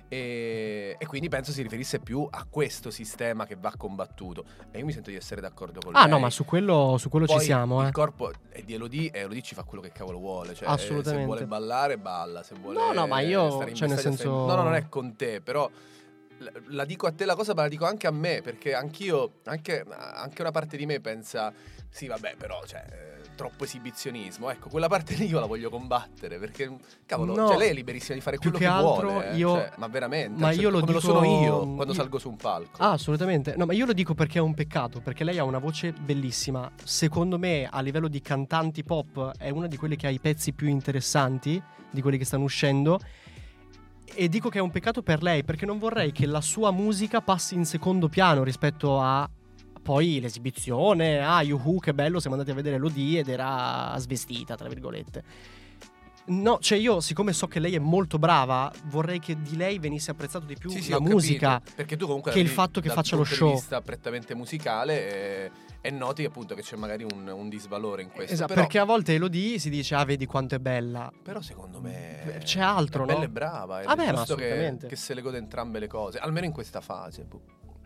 Speaker 3: e, e quindi penso si riferisse più a questo sistema che va combattuto, e io mi sento di essere d'accordo con
Speaker 2: Ah
Speaker 3: lei.
Speaker 2: no, ma su quello, su quello
Speaker 3: Poi
Speaker 2: ci siamo,
Speaker 3: il
Speaker 2: eh.
Speaker 3: corpo è di Elodie e Elodie ci fa quello che cavolo vuole, cioè
Speaker 2: Assolutamente.
Speaker 3: se vuole ballare balla, se vuole
Speaker 2: No, no, ma io,
Speaker 3: stare in
Speaker 2: cioè, nel
Speaker 3: vestaglia,
Speaker 2: senso-
Speaker 3: stare- no, no, non è con te, però la- la dico a te la cosa, ma la dico anche a me, perché anch'io, anche, anche una parte di me pensa sì vabbè, però cioè eh, troppo esibizionismo, ecco, quella parte lì io la voglio combattere, perché cavolo,
Speaker 2: No,
Speaker 3: cioè lei è liberissima di fare
Speaker 2: più
Speaker 3: quello
Speaker 2: che
Speaker 3: che,
Speaker 2: altro
Speaker 3: vuole, eh,
Speaker 2: io-
Speaker 3: cioè, ma veramente,
Speaker 2: ma
Speaker 3: cioè,
Speaker 2: io lo
Speaker 3: come
Speaker 2: dico-
Speaker 3: lo sono io quando
Speaker 2: io-
Speaker 3: salgo su un palco.
Speaker 2: Ah, assolutamente. No, ma io lo dico perché è un peccato, perché lei ha una voce bellissima. Secondo me, a livello di cantanti pop, è una di quelle che ha i pezzi più interessanti, di quelli che stanno uscendo. E dico che è un peccato per lei, perché non vorrei che la sua musica passi in secondo piano rispetto a poi l'esibizione. Ah, yuhu, che bello, siamo andati a vedere Elodie ed era svestita, tra virgolette. No, cioè io, siccome so che lei è molto brava, vorrei che di lei venisse apprezzato di più
Speaker 3: Sì, sì,
Speaker 2: la
Speaker 3: ho
Speaker 2: musica.
Speaker 3: capito, perché tu comunque
Speaker 2: che il
Speaker 3: arrivi
Speaker 2: fatto che
Speaker 3: dal
Speaker 2: faccia lo
Speaker 3: punto
Speaker 2: show.
Speaker 3: di vista prettamente musicale e, e noti appunto che c'è magari un, un disvalore in questo.
Speaker 2: Esatto,
Speaker 3: però,
Speaker 2: perché a volte Elodie si dice ah vedi quanto è bella.
Speaker 3: però secondo me
Speaker 2: C'è altro,
Speaker 3: è
Speaker 2: no?
Speaker 3: bella e brava, è
Speaker 2: Vabbè, ma
Speaker 3: giusto che,
Speaker 2: assolutamente.
Speaker 3: che se le gode entrambe le cose, almeno in questa fase. boh.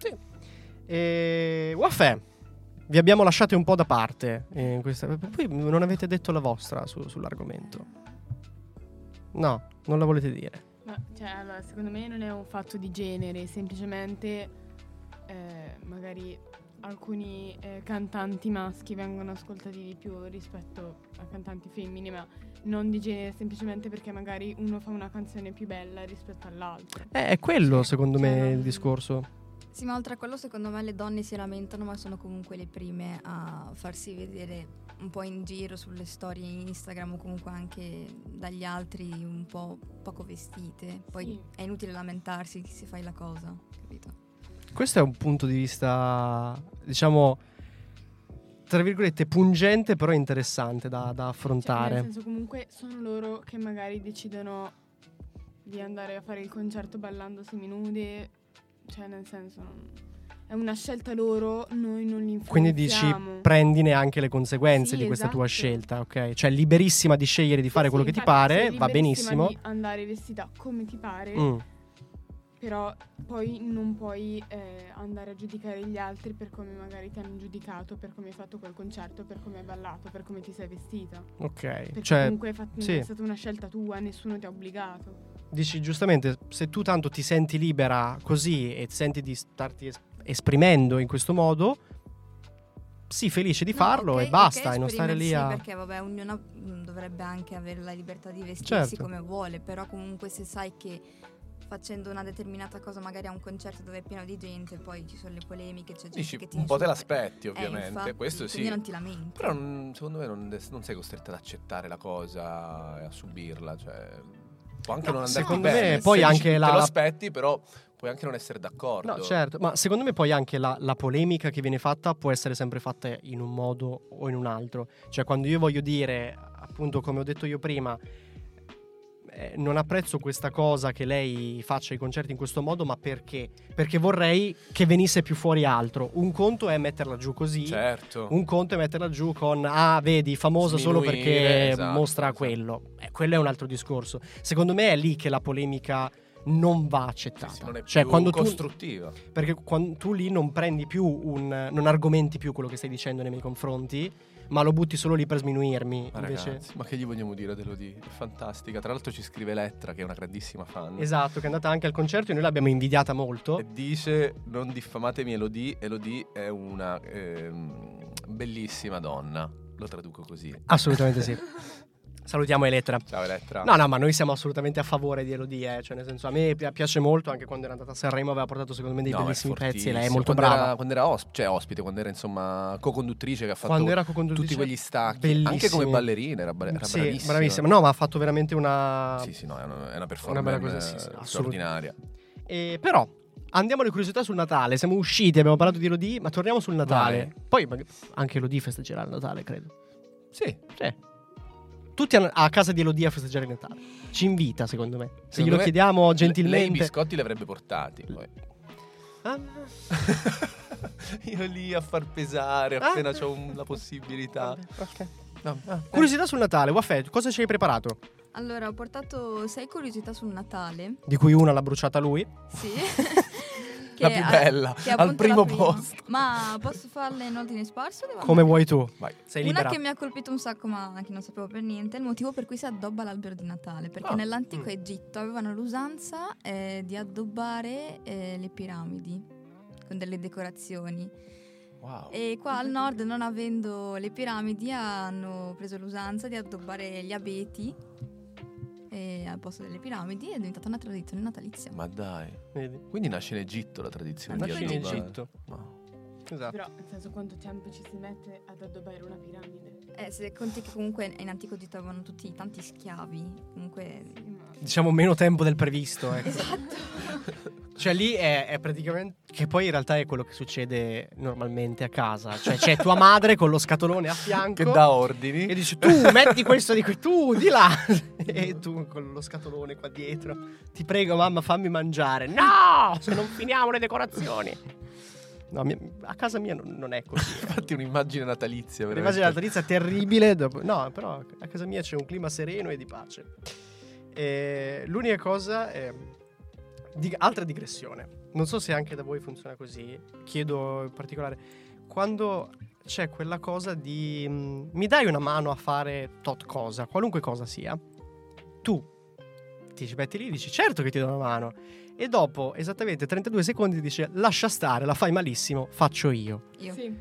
Speaker 2: E Waffè, vi abbiamo lasciate un po' da parte in questa... Poi non avete detto la vostra su- sull'argomento. No, non la volete dire.
Speaker 4: Ma cioè, allora, secondo me non è un fatto di genere, semplicemente eh, magari alcuni eh, cantanti maschi vengono ascoltati di più rispetto a cantanti femmine, ma non di genere, semplicemente perché magari uno fa una canzone più bella rispetto all'altro.
Speaker 2: Eh, è quello
Speaker 4: Sì,
Speaker 2: secondo
Speaker 4: cioè,
Speaker 2: me
Speaker 4: non-
Speaker 2: il discorso.
Speaker 5: Sì, ma oltre a quello secondo me le donne si lamentano, ma sono comunque le prime a farsi vedere un po' in giro sulle storie Instagram o comunque anche dagli altri un po' poco vestite. Poi
Speaker 4: Sì.
Speaker 5: è inutile lamentarsi che si fai la cosa, capito?
Speaker 2: Questo è un punto di vista, diciamo, tra virgolette, pungente, però interessante da, da
Speaker 4: Cioè,
Speaker 2: affrontare.
Speaker 4: nel senso, comunque sono loro che magari decidono di andare a fare il concerto ballando seminude, cioè nel senso non- è una scelta loro, noi non li
Speaker 2: Quindi dici
Speaker 4: influenziamo.
Speaker 2: prendine anche le conseguenze
Speaker 4: Sì,
Speaker 2: di questa tua
Speaker 4: esatto.
Speaker 2: scelta, ok? Cioè liberissima di scegliere di fare
Speaker 4: Sì,
Speaker 2: quello che ti
Speaker 4: infatti,
Speaker 2: pare,
Speaker 4: sei
Speaker 2: va
Speaker 4: liberissima
Speaker 2: benissimo.
Speaker 4: di andare vestita come ti pare,
Speaker 2: Mm.
Speaker 4: però poi non puoi eh, andare a giudicare gli altri per come magari ti hanno giudicato, per come hai fatto quel concerto, per come hai ballato, per come ti sei vestita.
Speaker 2: Ok,
Speaker 4: Perché
Speaker 2: cioè
Speaker 4: comunque è, fatto-
Speaker 2: sì.
Speaker 4: è stata una scelta tua, nessuno ti ha obbligato.
Speaker 2: dici giustamente, se tu tanto ti senti libera così e senti di starti es- esprimendo in questo modo, sii felice di
Speaker 5: No,
Speaker 2: farlo
Speaker 5: ok-
Speaker 2: e basta,
Speaker 5: ok,
Speaker 2: e non stare lì a...
Speaker 5: esprimersi, perché vabbè, ognuno mm, dovrebbe anche avere la libertà di vestirsi
Speaker 2: Certo.
Speaker 5: come vuole, però comunque se sai che facendo una determinata cosa magari a un concerto dove è pieno di gente, poi ci sono le polemiche, c'è gente
Speaker 3: Dici,
Speaker 5: che ti
Speaker 3: un po' te
Speaker 5: insulta.
Speaker 3: l'aspetti
Speaker 5: Eh,
Speaker 3: ovviamente,
Speaker 5: infatti,
Speaker 3: questo sì.
Speaker 5: quindi non ti lamenti.
Speaker 3: Però non- secondo me non, non sei costretta ad accettare la cosa e a subirla, cioè può anche
Speaker 2: No,
Speaker 3: non andare
Speaker 2: secondo
Speaker 3: bene.
Speaker 2: me poi
Speaker 3: Se
Speaker 2: anche
Speaker 3: dici-
Speaker 2: la-
Speaker 3: te lo
Speaker 2: la-
Speaker 3: aspetti, però puoi anche non essere d'accordo.
Speaker 2: No, certo, ma secondo me poi anche la, la polemica che viene fatta può essere sempre fatta in un modo o in un altro. Cioè, quando io voglio dire, appunto, come ho detto io prima, eh, non apprezzo questa cosa che lei faccia i concerti in questo modo, ma perché? Perché vorrei che venisse più fuori altro. Un conto è metterla giù così.
Speaker 3: Certo.
Speaker 2: Un conto è metterla giù con ah, vedi, famosa solo
Speaker 3: Sminuire,
Speaker 2: perché
Speaker 3: esatto,
Speaker 2: mostra
Speaker 3: esatto.
Speaker 2: quello. Eh, quello è un altro discorso. Secondo me è lì che la polemica non va accettata.
Speaker 3: Sì, sì, non è
Speaker 2: cioè,
Speaker 3: più
Speaker 2: quando tu,
Speaker 3: costruttiva.
Speaker 2: perché quando tu lì non prendi più un non argomenti più quello che stai dicendo nei miei confronti, ma lo butti solo lì per sminuirmi.
Speaker 3: Ma
Speaker 2: invece
Speaker 3: ragazzi, ma che gli vogliamo dire dell'Odì? È fantastica. Tra l'altro ci scrive Elettra, che è una grandissima fan.
Speaker 2: Esatto, che è andata anche al concerto e noi l'abbiamo invidiata molto.
Speaker 3: E dice: non diffamatemi Elodie. Elodie è una ehm, bellissima donna. Lo traduco così.
Speaker 2: Assolutamente sì. Salutiamo Elettra.
Speaker 3: Ciao Elettra.
Speaker 2: No, no, ma noi siamo assolutamente a favore di Elodie, eh. Cioè, nel senso, a me pi- piace molto, anche quando era andata a Sanremo aveva portato secondo me dei
Speaker 3: No, è
Speaker 2: bellissimi pezzi e lei è
Speaker 3: fortissima.
Speaker 2: molto
Speaker 3: Quando
Speaker 2: brava.
Speaker 3: Era, quando era os- cioè, ospite, quando era insomma co-conduttrice, che ha fatto
Speaker 2: Quando era co-conduttrice,
Speaker 3: tutti quegli stacchi.
Speaker 2: bellissimi.
Speaker 3: Anche come ballerina era, ba- era
Speaker 2: Sì,
Speaker 3: bravissima.
Speaker 2: bravissima. No, ma ha fatto veramente una...
Speaker 3: Sì, sì, no, è una, è una
Speaker 2: Una
Speaker 3: performance
Speaker 2: bella cosa, sì, sì,
Speaker 3: eh,
Speaker 2: assolut-
Speaker 3: straordinaria.
Speaker 2: E, però, andiamo alle curiosità sul Natale. Siamo usciti, abbiamo parlato di Elodie, ma torniamo sul Natale. Poi mag- anche Elodie festeggerà il Natale, credo.
Speaker 3: Sì.
Speaker 2: Sì. Tutti a, a casa di Elodie a festeggiare il Natale. Ci invita, secondo me. Se
Speaker 3: Secondo
Speaker 2: glielo
Speaker 3: me,
Speaker 2: chiediamo
Speaker 3: Lei i
Speaker 2: gentilmente...
Speaker 3: biscotti li avrebbe portati. Poi.
Speaker 2: Ah,
Speaker 3: Io lì a far pesare
Speaker 2: Ah.
Speaker 3: appena c'ho un- la possibilità.
Speaker 2: ok.
Speaker 3: No.
Speaker 2: Ah, curiosità sul Natale, Wafè, cosa ci hai preparato?
Speaker 5: Allora, ho portato sei curiosità sul Natale.
Speaker 2: Di cui una l'ha bruciata lui.
Speaker 5: Sì.
Speaker 3: La
Speaker 5: Che
Speaker 3: più
Speaker 5: ha-
Speaker 3: bella,
Speaker 5: che è
Speaker 3: al
Speaker 5: appunto la
Speaker 3: primo
Speaker 5: prima.
Speaker 3: posto.
Speaker 5: Ma posso farle in ordine sparso? o devo
Speaker 2: Come
Speaker 5: andare?
Speaker 2: vuoi tu.
Speaker 3: Vai.
Speaker 2: Sei
Speaker 5: Una
Speaker 2: libera.
Speaker 5: che mi ha colpito un sacco, ma che non sapevo per niente, è il motivo per cui si addobba l'albero di Natale. Perché
Speaker 3: Ah,
Speaker 5: nell'antico
Speaker 2: mm.
Speaker 5: Egitto avevano l'usanza eh, di addobbare eh, le piramidi con delle decorazioni.
Speaker 3: Wow.
Speaker 5: E qua al nord, non avendo le piramidi, hanno preso l'usanza di addobbare gli abeti eh, al posto delle piramidi. È diventata una tradizione natalizia.
Speaker 3: Ma dai.
Speaker 2: Vedi?
Speaker 3: Quindi nasce in Egitto la tradizione
Speaker 2: Nasce
Speaker 3: di
Speaker 2: in
Speaker 3: addobbare.
Speaker 2: Egitto.
Speaker 3: Wow.
Speaker 2: Esatto.
Speaker 4: Però, nel senso, quanto tempo ci si mette ad addobbare una piramide?
Speaker 5: Eh, se conti che comunque in antico Egitto avevano tutti tanti schiavi, comunque...
Speaker 2: Diciamo meno tempo del previsto, ecco.
Speaker 5: Esatto.
Speaker 2: Cioè lì è, è praticamente... Che poi in realtà è quello che succede normalmente a casa. Cioè c'è tua madre con lo scatolone a fianco.
Speaker 3: Che dà ordini.
Speaker 2: E dici tu metti questo di qui, tu di là. E tu con lo scatolone qua dietro. Ti prego mamma fammi mangiare. No! Se non finiamo le decorazioni. No, mi- a casa mia non, non è così.
Speaker 3: Infatti un'immagine natalizia.
Speaker 2: L'immagine natalizia è terribile. dopo- No, però a casa mia c'è un clima sereno e di pace. E l'unica cosa è... Dig- altra digressione. Non so se anche da voi funziona così. Chiedo in particolare. Quando c'è quella cosa di... mm, mi dai una mano a fare tot cosa, qualunque cosa sia. Tu ti ci metti lì e dici certo che ti do una mano. E dopo esattamente trentadue secondi dice lascia stare, la fai malissimo, faccio io.
Speaker 5: Io.
Speaker 4: Sì.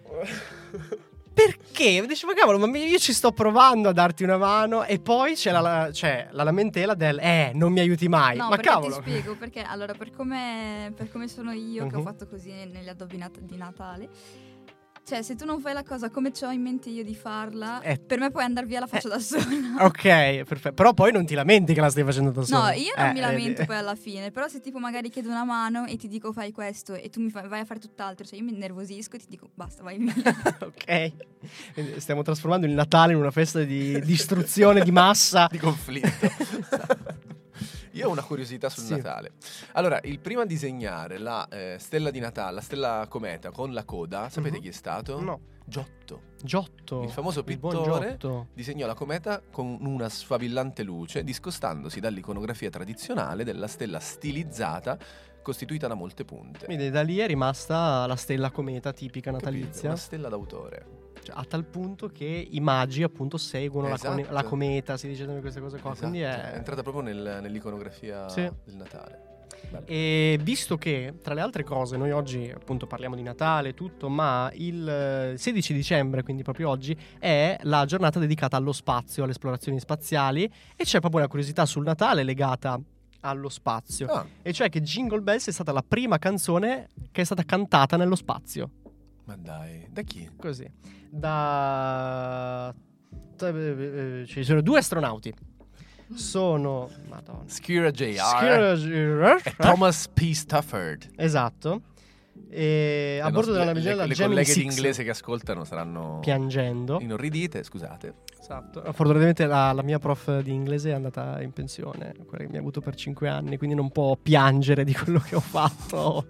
Speaker 2: Perché? Dici ma cavolo, ma mi- io ci sto provando a darti una mano e poi c'è la, la- c'è la lamentela del eh, non mi aiuti mai.
Speaker 5: No,
Speaker 2: ma
Speaker 5: perché
Speaker 2: cavolo.
Speaker 5: ti spiego, perché allora per come, per come sono io, che ho
Speaker 2: Mhm.
Speaker 5: fatto così negli addobbi nat- di Natale, cioè se tu non fai la cosa come ho in mente io di farla,
Speaker 2: Eh.
Speaker 5: per me puoi andare via, la faccio da sola.
Speaker 2: Ok, perfetto. Però poi non ti lamenti che la stai facendo da sola.
Speaker 5: No, io non
Speaker 2: Eh,
Speaker 5: mi
Speaker 2: eh,
Speaker 5: lamento
Speaker 2: eh.
Speaker 5: poi alla fine, però se tipo magari chiedo una mano e ti dico fai questo e tu mi fai- vai a fare tutt'altro, cioè io mi innervosisco e ti dico basta, vai via.
Speaker 2: Ok. Quindi stiamo trasformando il Natale in una festa di distruzione di massa.
Speaker 3: Di conflitto. Io ho una curiosità sul
Speaker 2: Sì.
Speaker 3: Natale. Allora, il primo a disegnare la eh, stella di Natale, la stella cometa con la coda, sapete
Speaker 2: Mhm.
Speaker 3: chi è stato?
Speaker 2: No.
Speaker 3: Giotto.
Speaker 2: Giotto.
Speaker 3: Il famoso
Speaker 2: Il buon
Speaker 3: pittore
Speaker 2: Giotto.
Speaker 3: disegnò la cometa con una sfavillante luce, discostandosi dall'iconografia tradizionale della stella stilizzata costituita da molte punte.
Speaker 2: Quindi da lì è rimasta la stella cometa tipica
Speaker 3: Capito?
Speaker 2: natalizia.
Speaker 3: Una stella d'autore.
Speaker 2: Cioè, a tal punto che i magi appunto seguono la,
Speaker 3: Esatto.
Speaker 2: cone- la cometa, si dice sempre queste cose qua.
Speaker 3: Esatto.
Speaker 2: Quindi
Speaker 3: È
Speaker 2: è...
Speaker 3: entrata proprio nel- nell'iconografia
Speaker 2: Sì.
Speaker 3: del Natale. Bello.
Speaker 2: E visto che, tra le altre cose, noi oggi appunto parliamo di Natale e tutto, ma il eh, sedici dicembre, quindi proprio oggi, è la giornata dedicata allo spazio, alle esplorazioni spaziali, e c'è proprio una curiosità sul Natale legata allo spazio.
Speaker 3: Ah,
Speaker 2: E cioè che Jingle Bells è stata la prima canzone che è stata cantata nello spazio.
Speaker 3: ma dai, da chi?
Speaker 2: Così. Da... Ci sono due astronauti. sono Madonna.
Speaker 3: Skira J R
Speaker 2: Skira-
Speaker 3: e Thomas P. Stafford.
Speaker 2: Esatto. E a
Speaker 3: Le
Speaker 2: bordo
Speaker 3: nostre-
Speaker 2: della
Speaker 3: le,
Speaker 2: navicella
Speaker 3: le, le
Speaker 2: Gemini
Speaker 3: colleghe di
Speaker 2: sei
Speaker 3: inglese che ascoltano saranno
Speaker 2: piangendo.
Speaker 3: inorridite, scusate.
Speaker 2: Esatto. Fortunatamente la, la mia prof di inglese è andata in pensione, quella che mi ha avuto per cinque anni, quindi non può piangere di quello che ho fatto.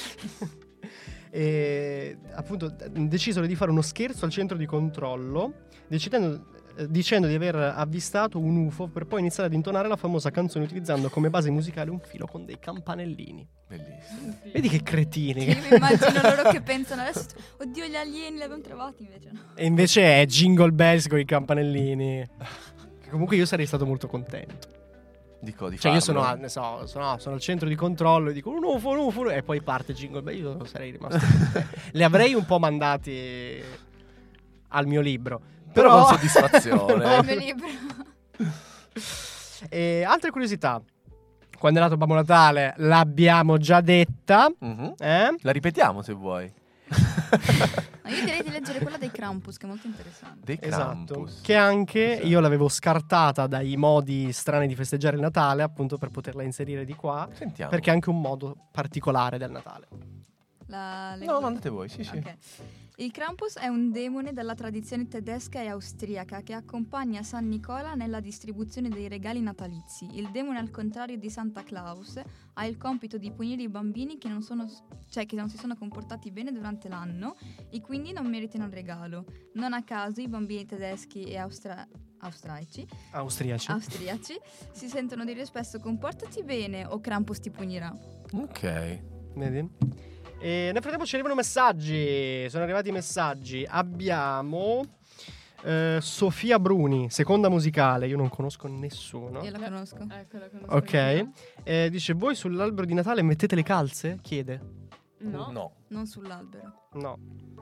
Speaker 2: E appunto decisero di fare uno scherzo al centro di controllo, decidendo, eh, dicendo di aver avvistato un U F O, per poi iniziare ad intonare la famosa canzone utilizzando come base musicale un filo con dei campanellini.
Speaker 3: Bellissimo.
Speaker 2: Vedi che cretini.
Speaker 5: Io mi immagino loro che pensano adesso, oddio gli alieni li abbiamo trovati, invece no.
Speaker 2: E invece è Jingle Bells con i campanellini. Che comunque io sarei stato molto contento.
Speaker 3: Dico di
Speaker 2: Cioè io
Speaker 3: farlo.
Speaker 2: sono, a- ne so, sono, sono al centro di controllo e dico un U F O, un U F O e poi parte Jingle Bells. Io sarei rimasto. Le avrei un po' mandati al mio libro.
Speaker 3: Però
Speaker 2: Però
Speaker 3: con soddisfazione.
Speaker 5: Il mio libro.
Speaker 2: E altre curiosità. Quando è nato Babbo Natale l'abbiamo già detta.
Speaker 3: Mhm.
Speaker 2: Eh?
Speaker 3: La ripetiamo se vuoi.
Speaker 5: Ma io direi di leggere quella dei Krampus, che è molto interessante.
Speaker 3: Dei
Speaker 2: Esatto.
Speaker 3: Krampus.
Speaker 2: Che anche
Speaker 3: Cos'è?
Speaker 2: io l'avevo scartata dai modi strani di festeggiare il Natale, appunto per poterla inserire di qua.
Speaker 3: Sentiamo.
Speaker 2: Perché è anche un modo particolare del Natale.
Speaker 5: La
Speaker 3: No, no, andate voi, sì, sì.
Speaker 5: Ok. Il Krampus è un demone dalla tradizione tedesca e austriaca che accompagna San Nicola nella distribuzione dei regali natalizi. Il demone, al contrario di Santa Claus, ha il compito di punire i bambini che non, sono, cioè, che non si sono comportati bene durante l'anno e quindi non meritano il regalo. Non a caso i bambini tedeschi e austra- austriaci,
Speaker 2: Austriaci.
Speaker 5: austriaci si sentono dire spesso comportati bene o Krampus ti punirà.
Speaker 3: Ok.
Speaker 2: Vedi? E nel frattempo ci arrivano messaggi. Sono arrivati i messaggi. Abbiamo eh, Sofia Bruni, seconda musicale. Io non conosco nessuno.
Speaker 5: Io la conosco.
Speaker 4: Ecco, la conosco
Speaker 2: Ok.
Speaker 4: anch'io.
Speaker 2: Eh, dice: voi sull'albero di Natale mettete le calze? Chiede.
Speaker 4: No.
Speaker 3: No.
Speaker 5: Non sull'albero.
Speaker 2: No.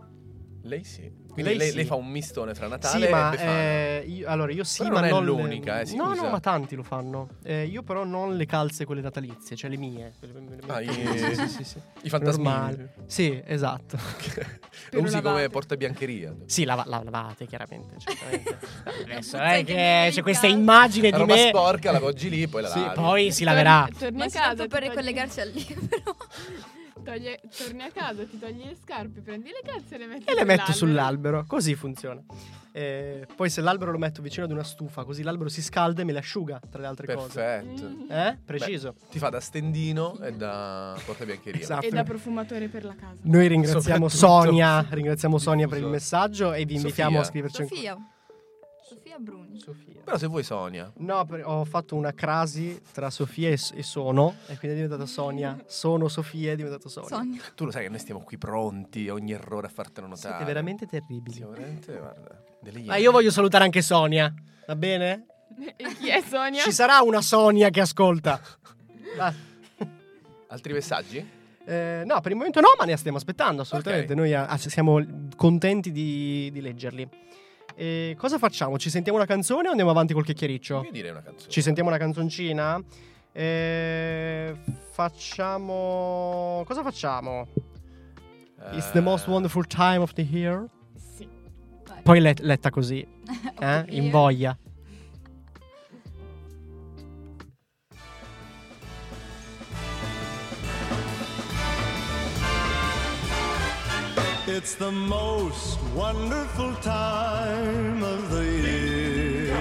Speaker 3: Lei sì. Quindi
Speaker 2: Lei
Speaker 3: lei,
Speaker 2: sì.
Speaker 3: lei fa un mistone fra Natale
Speaker 2: Sì, ma
Speaker 3: e Befana.
Speaker 2: eh, io, allora io sì,
Speaker 3: Però
Speaker 2: ma
Speaker 3: non è
Speaker 2: non
Speaker 3: l'unica,
Speaker 2: le...
Speaker 3: eh, si
Speaker 2: No,
Speaker 3: usa.
Speaker 2: no, ma tanti lo fanno. Eh, io però non le calze quelle natalizie, cioè le mie. Quelle- me le
Speaker 3: Ah,
Speaker 2: metto-
Speaker 3: i-
Speaker 2: sì, sì, sì, sì.
Speaker 3: I fantasmini.
Speaker 2: Normali. Sì, esatto.
Speaker 3: Lo usi
Speaker 4: lavate.
Speaker 3: come portabiancheria.
Speaker 2: Sì, lava- la lavate chiaramente, certamente. Adesso non
Speaker 5: Sai
Speaker 2: è
Speaker 5: che
Speaker 2: che
Speaker 5: mi
Speaker 2: c'è questa
Speaker 5: calza.
Speaker 2: immagine
Speaker 3: La
Speaker 2: di
Speaker 3: roba
Speaker 2: me.
Speaker 3: sporca la poggi lì, poi la
Speaker 2: Sì,
Speaker 3: lavi.
Speaker 2: poi si laverà.
Speaker 4: Torni, torni
Speaker 5: Ma
Speaker 4: a
Speaker 5: soltanto
Speaker 4: casa
Speaker 5: per
Speaker 4: ti togli-
Speaker 5: ricollegarsi al libro.
Speaker 4: togli- torni a casa, ti togli le scarpe, prendi le calze e le metti
Speaker 2: E le metto
Speaker 4: sull'albero.
Speaker 2: sull'albero, così funziona. Eh, poi se l'albero lo metto vicino ad una stufa, così l'albero si scalda e me le asciuga, tra le altre cose.
Speaker 3: Perfetto.
Speaker 4: Mm.
Speaker 2: Eh? Preciso.
Speaker 3: Ti fa da stendino e da portabiancheria.
Speaker 2: Esatto.
Speaker 4: E da profumatore per la casa.
Speaker 2: Noi ringraziamo
Speaker 3: Soprattutto.
Speaker 2: Sonia, ringraziamo Sonia per il
Speaker 3: Diffusore.
Speaker 2: messaggio e vi invitiamo
Speaker 3: Sofia.
Speaker 2: a scriverci ancora.
Speaker 5: Sofia. Sofia Bruni.
Speaker 2: Sofia.
Speaker 3: Però se vuoi Sonia.
Speaker 2: No, per- ho fatto una crasi tra Sofia e, e Sono, e quindi è diventata Sonia. Sono Sofia, è diventato Sonia.
Speaker 5: Sonia.
Speaker 3: Tu lo sai che noi stiamo qui pronti a ogni errore a fartelo notare.
Speaker 2: Siete veramente terribili.
Speaker 3: Siamo veramente, guarda, delle
Speaker 2: Ma
Speaker 3: iene.
Speaker 2: io voglio salutare anche Sonia, va bene?
Speaker 4: E chi è Sonia?
Speaker 2: Ci sarà una Sonia che ascolta. Ah,
Speaker 3: Altri messaggi?
Speaker 2: eh, no, per il momento no, ma ne stiamo aspettando assolutamente.
Speaker 3: Ok.
Speaker 2: Noi ah, siamo contenti di, di leggerli. E cosa facciamo? Ci sentiamo una canzone o andiamo avanti col chiacchiericcio?
Speaker 3: Io direi una canzone.
Speaker 2: Ci sentiamo una canzoncina? Eh, facciamo. Cosa facciamo? It's the most
Speaker 3: Eh,
Speaker 2: wonderful time of the year.
Speaker 4: Sì.
Speaker 2: Poi let- letta così, eh?
Speaker 5: Ok.
Speaker 2: In voglia.
Speaker 1: It's the most wonderful time of the year.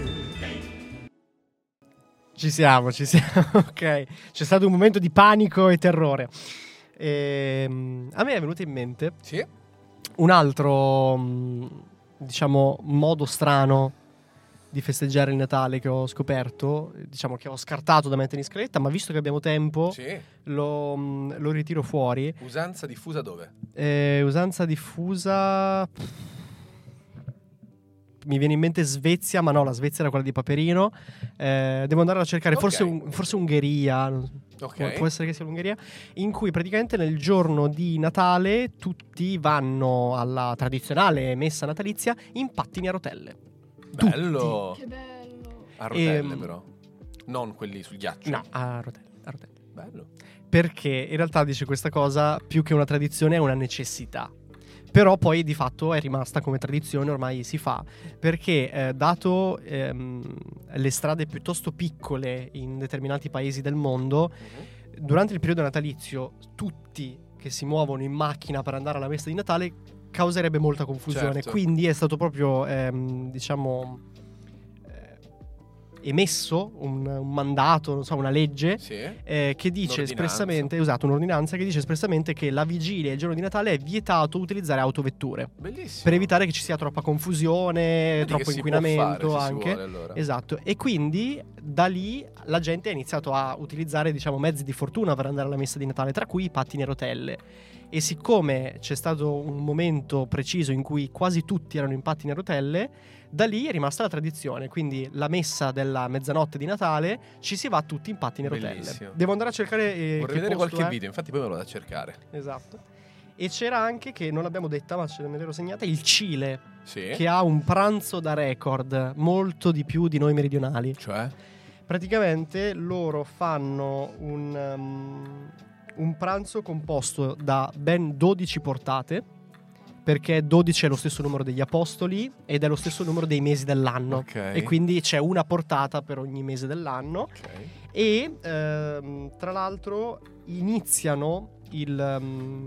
Speaker 2: Ci siamo, ci siamo, ok. C'è stato un momento di panico e terrore. Ehm, a me è venuto in mente
Speaker 3: Sì?
Speaker 2: un altro, mh, diciamo, modo strano di festeggiare il Natale che ho scoperto, eh, diciamo che ho scartato da mettere in scaletta, ma visto che abbiamo tempo
Speaker 3: Sì.
Speaker 2: lo, mh, lo ritiro fuori.
Speaker 3: Usanza diffusa dove?
Speaker 2: Eh, usanza diffusa. Mi viene in mente Svezia, ma no, la Svezia era quella di Paperino. Eh, devo andare a cercare,
Speaker 3: Ok.
Speaker 2: forse, un- forse Ungheria. non-
Speaker 3: Ok.
Speaker 2: Può, può essere che sia l'Ungheria. In cui praticamente nel giorno di Natale tutti vanno alla tradizionale messa natalizia in pattini a rotelle.
Speaker 3: Bello.
Speaker 4: Che bello.
Speaker 3: A rotelle
Speaker 2: Ehm,
Speaker 3: però. Non quelli sul ghiaccio.
Speaker 2: No, a rotelle. A rotelle.
Speaker 3: Bello.
Speaker 2: Perché in realtà dice questa cosa, più che una tradizione, è una necessità. Però poi di fatto è rimasta come tradizione, ormai si fa, perché eh, dato ehm, le strade piuttosto piccole in determinati paesi del mondo,
Speaker 3: Mhm.
Speaker 2: durante il periodo natalizio tutti che si muovono in macchina per andare alla messa di Natale causerebbe molta confusione.
Speaker 3: Certo.
Speaker 2: Quindi è stato proprio ehm, diciamo eh, emesso un, un mandato, non so, una legge
Speaker 3: Sì.
Speaker 2: eh, che dice
Speaker 3: Un'ordinanza.
Speaker 2: espressamente, esatto, un'ordinanza che dice espressamente che la vigilia e il giorno di Natale è vietato utilizzare autovetture
Speaker 3: Bellissimo.
Speaker 2: per evitare che ci sia troppa confusione,
Speaker 3: Vedi
Speaker 2: troppo
Speaker 3: che si può
Speaker 2: inquinamento
Speaker 3: fare, se si
Speaker 2: anche.
Speaker 3: vuole, allora.
Speaker 2: Esatto, e quindi da lì la gente ha iniziato a utilizzare, diciamo, mezzi di fortuna per andare alla messa di Natale, tra cui i pattini a rotelle. E siccome c'è stato un momento preciso in cui quasi tutti erano in pattini a rotelle, da lì è rimasta la tradizione. Quindi la messa della mezzanotte di Natale ci si va tutti in pattini a rotelle.
Speaker 3: Bellissimo.
Speaker 2: Devo andare a cercare eh,
Speaker 3: Vorrei
Speaker 2: che
Speaker 3: vedere
Speaker 2: posto
Speaker 3: qualche
Speaker 2: è.
Speaker 3: video, infatti poi me lo vado a cercare.
Speaker 2: Esatto. E c'era anche, che non l'abbiamo detta ma ce me l'ero segnata, il Cile,
Speaker 3: Sì.
Speaker 2: che ha un pranzo da record, molto di più di noi meridionali.
Speaker 3: Cioè?
Speaker 2: Praticamente loro fanno un, um, un pranzo composto da ben dodici portate, perché dodici è lo stesso numero degli apostoli ed è lo stesso numero dei mesi dell'anno.
Speaker 3: Ok.
Speaker 2: E quindi c'è una portata per ogni mese dell'anno.
Speaker 3: Ok.
Speaker 2: E ehm, tra l'altro iniziano il, um,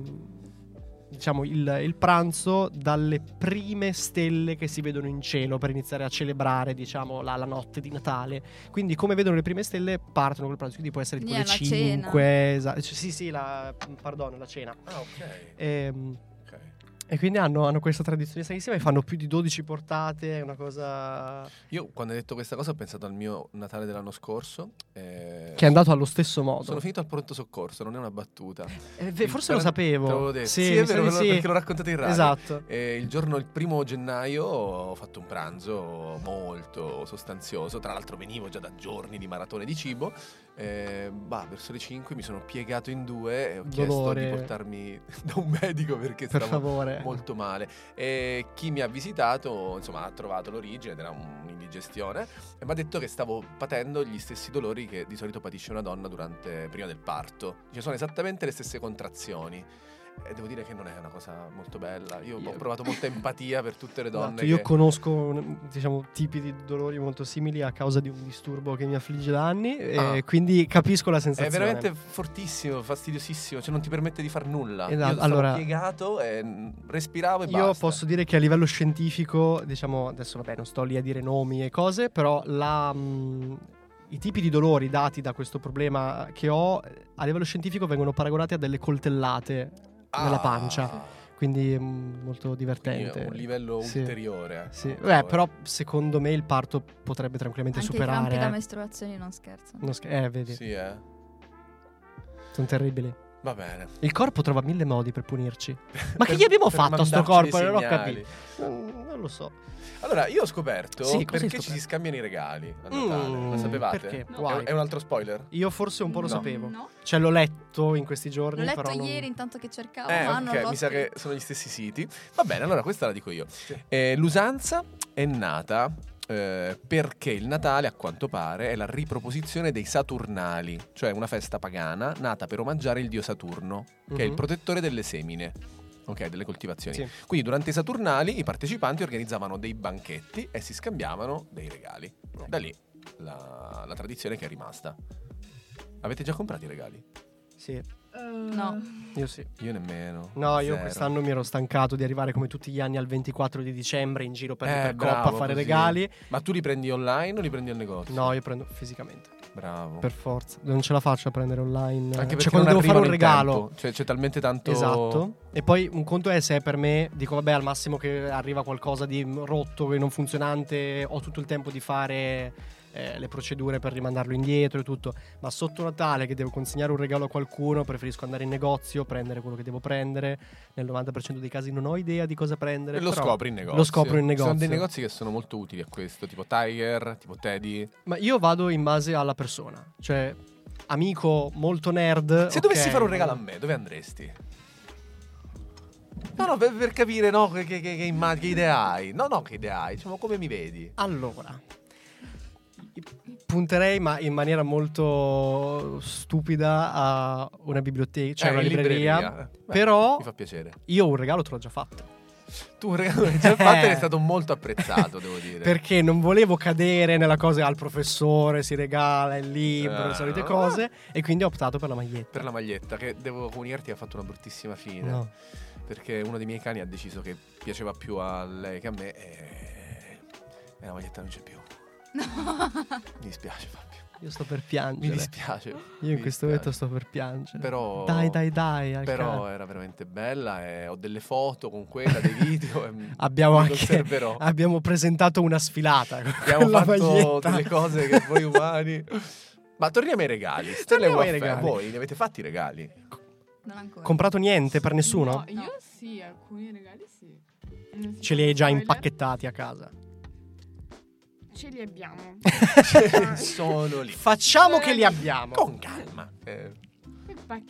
Speaker 2: diciamo il, il pranzo dalle prime stelle che si vedono in cielo per iniziare a celebrare, diciamo, la, la notte di Natale. Quindi come vedono le prime stelle partono col pranzo, quindi può essere tipo
Speaker 5: Quindi
Speaker 2: le
Speaker 5: è la cena.
Speaker 2: cinque, esa- sì sì la pardon, la cena.
Speaker 3: Ah, ok.
Speaker 2: Ehm,
Speaker 3: Ok.
Speaker 2: E quindi hanno, hanno questa tradizione stranissima e fanno più di dodici portate, è una cosa
Speaker 3: Io quando hai detto questa cosa ho pensato al mio Natale dell'anno scorso. eh,
Speaker 2: che è andato allo stesso modo.
Speaker 3: Sono finito al pronto soccorso, non è una battuta.
Speaker 2: Eh, ve-
Speaker 3: Il
Speaker 2: forse lo
Speaker 3: tre-
Speaker 2: sapevo.
Speaker 3: Te l'avevo detto.
Speaker 2: Sì,
Speaker 3: Sì,
Speaker 2: mi
Speaker 3: è
Speaker 2: sa
Speaker 3: vero,
Speaker 2: di
Speaker 3: ve lo-
Speaker 2: sì.
Speaker 3: perché l'ho raccontato in radio.
Speaker 2: Esatto.
Speaker 3: E il giorno, il primo gennaio, ho fatto un pranzo molto sostanzioso. Tra l'altro venivo già da giorni di maratone di cibo. Eh, bah, verso le cinque mi sono piegato in due e ho chiesto
Speaker 2: Dolore.
Speaker 3: di portarmi da un medico perché
Speaker 2: Per
Speaker 3: stavo
Speaker 2: favore.
Speaker 3: molto male. E chi mi ha visitato, insomma, ha trovato l'origine ed era un'indigestione e mi ha detto che stavo patendo gli stessi dolori che di solito patisce una donna durante prima del parto. Ci sono esattamente le stesse contrazioni. E devo dire che non è una cosa molto bella. Io
Speaker 2: Io-
Speaker 3: ho provato molta empatia per tutte le donne.
Speaker 2: Esatto, io
Speaker 3: che-
Speaker 2: conosco, diciamo, tipi di dolori molto simili a causa di un disturbo che mi affligge da anni
Speaker 3: Ah.
Speaker 2: e quindi capisco la
Speaker 3: È
Speaker 2: sensazione.
Speaker 3: veramente fortissimo, fastidiosissimo, cioè non ti permette di far nulla.
Speaker 2: Esatto,
Speaker 3: Io stavo
Speaker 2: allora-
Speaker 3: piegato e mm, respiravo e
Speaker 2: Io
Speaker 3: basta.
Speaker 2: posso dire che a livello scientifico, diciamo, adesso vabbè non sto lì a dire nomi e cose, però la, mh, i tipi di dolori dati da questo problema che ho a livello scientifico vengono paragonati a delle coltellate nella
Speaker 3: Ah,
Speaker 2: pancia, quindi mh, molto
Speaker 3: quindi
Speaker 2: divertente.
Speaker 3: è un livello
Speaker 2: Sì.
Speaker 3: ulteriore.
Speaker 2: Sì.
Speaker 3: Ulteriore.
Speaker 2: Beh, però secondo me il parto potrebbe tranquillamente
Speaker 5: Anche i
Speaker 2: superare.
Speaker 5: crampi da
Speaker 2: eh.
Speaker 5: mestruazioni non scherzano.
Speaker 2: Non sch- eh, vedi,
Speaker 3: Sì, eh.
Speaker 2: sono terribili.
Speaker 3: Va bene.
Speaker 2: Il corpo trova mille modi per punirci. Ma che
Speaker 3: Per-
Speaker 2: gli abbiamo
Speaker 3: per
Speaker 2: fatto a sto
Speaker 3: mandarci
Speaker 2: corpo?
Speaker 3: dei
Speaker 2: Non ho
Speaker 3: segnali.
Speaker 2: capito. Non, non lo so.
Speaker 3: Allora, io ho scoperto
Speaker 2: Sì, cosa hai
Speaker 3: perché ci
Speaker 2: scoperto?
Speaker 3: si scambiano i regali a Natale.
Speaker 2: Mm,
Speaker 3: Lo sapevate?
Speaker 2: perché?
Speaker 3: È-
Speaker 2: Why?
Speaker 3: È un altro spoiler?
Speaker 2: Io forse un po' lo
Speaker 5: No.
Speaker 2: sapevo.
Speaker 5: No.
Speaker 2: Cioè l'ho letto in questi giorni.
Speaker 5: L'ho letto
Speaker 2: però non-
Speaker 5: ieri intanto che cercavo,
Speaker 3: Eh,
Speaker 5: ma non
Speaker 3: ok,
Speaker 5: l'ho
Speaker 3: mi sa che
Speaker 5: scritto.
Speaker 3: sono gli stessi siti. Va bene, allora questa la dico io. Eh, l'usanza è nata eh, perché il Natale, a quanto pare, è la riproposizione dei Saturnali, cioè una festa pagana nata per omaggiare il dio Saturno, che è il
Speaker 2: Mhm.
Speaker 3: protettore delle semine. Ok, delle coltivazioni.
Speaker 2: Sì.
Speaker 3: Quindi durante i Saturnali i partecipanti organizzavano dei banchetti e si scambiavano dei regali. Da lì la, la tradizione che è rimasta. Avete già comprato i regali?
Speaker 2: Sì,
Speaker 5: No.
Speaker 2: io sì.
Speaker 3: Io nemmeno.
Speaker 2: No, io
Speaker 3: Zero.
Speaker 2: quest'anno mi ero stancato di arrivare come tutti gli anni al ventiquattro di dicembre in giro per,
Speaker 3: Eh,
Speaker 2: per
Speaker 3: bravo,
Speaker 2: Coppa a fare
Speaker 3: così.
Speaker 2: regali.
Speaker 3: Ma tu li prendi online o li prendi al negozio?
Speaker 2: No, io prendo fisicamente,
Speaker 3: Bravo.
Speaker 2: per forza. Non ce la faccio a prendere online.
Speaker 3: Anche perché
Speaker 2: cioè quando
Speaker 3: non
Speaker 2: devo fare un
Speaker 3: arrivano in
Speaker 2: regalo.
Speaker 3: tempo. Cioè c'è talmente tanto.
Speaker 2: Esatto. E poi un conto è se per me dico vabbè al massimo che arriva qualcosa di rotto e non funzionante, ho tutto il tempo di fare eh, le procedure per rimandarlo indietro e tutto. Ma sotto Natale che devo consegnare un regalo a qualcuno, preferisco andare in negozio, prendere quello che devo prendere. Nel novanta per cento dei casi non ho idea di cosa prendere.
Speaker 3: E lo
Speaker 2: però
Speaker 3: scopri in negozio.
Speaker 2: Lo scopro in
Speaker 3: Ci
Speaker 2: negozio.
Speaker 3: sono dei negozi che sono molto utili a questo, tipo Tiger, tipo Teddy.
Speaker 2: Ma io vado in base alla persona. Cioè, amico molto nerd.
Speaker 3: Se
Speaker 2: ok.
Speaker 3: dovessi fare un regalo a me, dove andresti? No, no, per, per capire no, che, che, che, che imma- che idea hai. No, no, che idea hai. Diciamo, come mi vedi?
Speaker 2: Allora, punterei, ma in maniera molto stupida, a una biblioteca, cioè
Speaker 3: Eh,
Speaker 2: una
Speaker 3: in
Speaker 2: libreria.
Speaker 3: libreria. Beh,
Speaker 2: Però
Speaker 3: mi fa piacere.
Speaker 2: io un regalo te l'ho già fatto.
Speaker 3: Tu un regalo che ci hai fatto è stato molto apprezzato, devo dire.
Speaker 2: Perché non volevo cadere nella cosa al professore si regala il libro,
Speaker 3: Eh,
Speaker 2: le solite
Speaker 3: no.
Speaker 2: cose, e quindi ho optato per la maglietta.
Speaker 3: Per la maglietta, che devo comunicarti ha fatto una bruttissima fine.
Speaker 2: No.
Speaker 3: Perché uno dei miei cani ha deciso che piaceva più a lei che a me e, e la maglietta non c'è più. Mi dispiace, Fabio.
Speaker 2: Io sto per
Speaker 3: Mi
Speaker 2: piangere.
Speaker 3: dispiace.
Speaker 2: Io
Speaker 3: mi
Speaker 2: in questo
Speaker 3: dispiace.
Speaker 2: momento sto per piangere.
Speaker 3: Però
Speaker 2: Dai, dai, dai. al
Speaker 3: Però
Speaker 2: cazzo.
Speaker 3: era veramente bella e ho delle foto con quella, dei video. E
Speaker 2: Abbiamo
Speaker 3: li
Speaker 2: anche
Speaker 3: conserverò.
Speaker 2: abbiamo presentato una sfilata. con
Speaker 3: Abbiamo
Speaker 2: la
Speaker 3: fatto
Speaker 2: maglietta.
Speaker 3: delle cose che voi umani. Ma torniamo ai regali. Se le
Speaker 2: Torniamo
Speaker 3: vuoi
Speaker 2: ai
Speaker 3: fare-
Speaker 2: regali.
Speaker 3: Voi ne avete fatti i regali?
Speaker 5: Non ancora.
Speaker 2: Comprato niente per nessuno?
Speaker 4: No,
Speaker 5: No.
Speaker 4: io sì, alcuni regali sì. Non si
Speaker 2: Ce li hai già
Speaker 4: spoiler.
Speaker 2: impacchettati a casa?
Speaker 4: Ce li abbiamo.
Speaker 3: Sono lì.
Speaker 2: Facciamo che li abbiamo.
Speaker 3: Con calma. Eh,
Speaker 4: Poi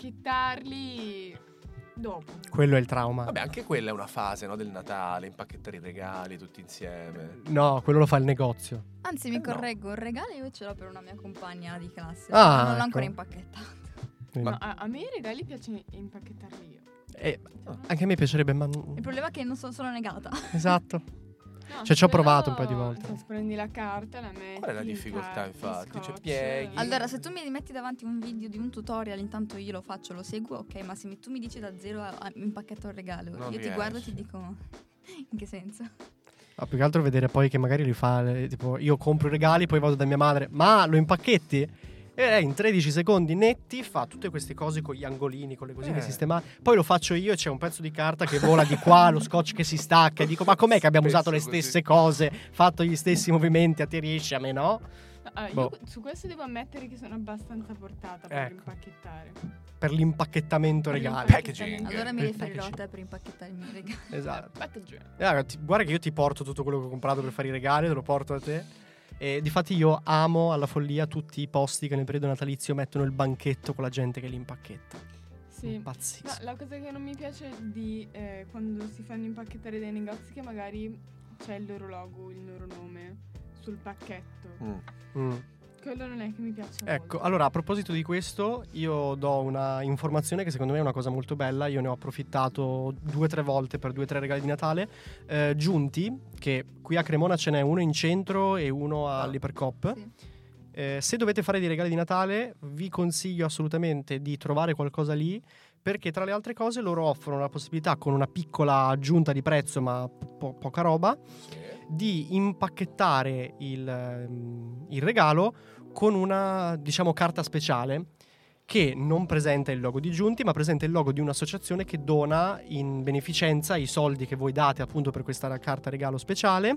Speaker 4: pacchettarli dopo.
Speaker 2: Quello è il trauma.
Speaker 3: vabbè, anche quella è una fase, no, del Natale, impacchettare i regali tutti insieme.
Speaker 2: No, quello lo fa il negozio.
Speaker 5: Anzi, mi
Speaker 3: Eh, no.
Speaker 5: correggo, il regalo io ce l'ho per una mia compagna di classe.
Speaker 2: Ah,
Speaker 5: non l'ho
Speaker 2: ecco.
Speaker 5: ancora impacchettato.
Speaker 3: Ma-
Speaker 4: No, a, a me i regali piace impacchettarli io.
Speaker 2: Eh, anche a me piacerebbe, ma...
Speaker 5: Il problema è che non sono, sono negata.
Speaker 2: Esatto.
Speaker 4: No,
Speaker 2: Cioè, ci ho
Speaker 4: quello-
Speaker 2: provato un paio di volte.
Speaker 4: Cioè, prendi la carta, la metti.
Speaker 3: Qual è la
Speaker 4: il
Speaker 3: difficoltà,
Speaker 4: carta,
Speaker 3: infatti? Cioè,
Speaker 4: scotch.
Speaker 3: pieghi.
Speaker 5: Allora, se tu mi metti davanti un video di un tutorial, intanto io lo faccio, lo seguo, ok, ma se mi- tu mi dici da zero a, a impacchetto un regalo,
Speaker 3: Non
Speaker 5: io ti guardo e
Speaker 3: riesci.
Speaker 5: ti dico in che senso?
Speaker 2: Ma più che altro vedere poi che magari li fa, eh, tipo, io compro i regali, poi vado da mia madre, ma lo impacchetti? E lei in tredici secondi netti fa tutte queste cose con gli angolini, con le cosine
Speaker 3: Eh.
Speaker 2: sistemate. Poi lo faccio io e c'è un pezzo di carta che vola di qua, lo scotch che si stacca. E dico, ma com'è che abbiamo usato le
Speaker 3: Spesso
Speaker 2: stesse cose, fatto gli stessi movimenti, a te riesci, a me no?
Speaker 4: No, ah, io
Speaker 2: Boh.
Speaker 4: su questo devo ammettere che sono abbastanza portata per
Speaker 2: Ecco.
Speaker 4: impacchettare.
Speaker 2: Per l'impacchettamento
Speaker 4: Per
Speaker 2: regale.
Speaker 3: Packaging.
Speaker 5: Allora mi
Speaker 2: Per
Speaker 5: riferirò a
Speaker 2: packaging.
Speaker 5: te per impacchettare i miei regali.
Speaker 2: Esatto.
Speaker 4: Packaging.
Speaker 2: Guarda, ti- guarda che io ti porto tutto quello che ho comprato per fare i regali, te lo porto a te. E difatti io amo alla follia tutti i posti che nel periodo natalizio mettono il banchetto con la gente che li impacchetta.
Speaker 4: Sì.
Speaker 2: Impazzisco.
Speaker 4: No, la cosa che non mi piace di eh, quando si fanno impacchettare dai negozi è che magari c'è il loro logo, il loro nome sul pacchetto.
Speaker 3: Mm.
Speaker 2: Mm.
Speaker 4: Quello non è che mi piace
Speaker 2: Ecco,
Speaker 4: molto.
Speaker 2: allora a proposito di questo, io do una informazione che secondo me è una cosa molto bella. Io ne ho approfittato due o tre volte per due o tre regali di Natale. Eh, giunti, che qui a Cremona ce n'è uno in centro e uno all'Ipercop.
Speaker 5: Sì.
Speaker 2: Eh, se dovete fare dei regali di Natale, vi consiglio assolutamente di trovare qualcosa lì, perché tra le altre cose loro offrono la possibilità, con una piccola aggiunta di prezzo, ma po- poca roba, di impacchettare il, ehm, il regalo con una, diciamo, carta speciale che non presenta il logo di Giunti, ma presenta il logo di un'associazione che dona in beneficenza i soldi che voi date appunto per questa carta regalo speciale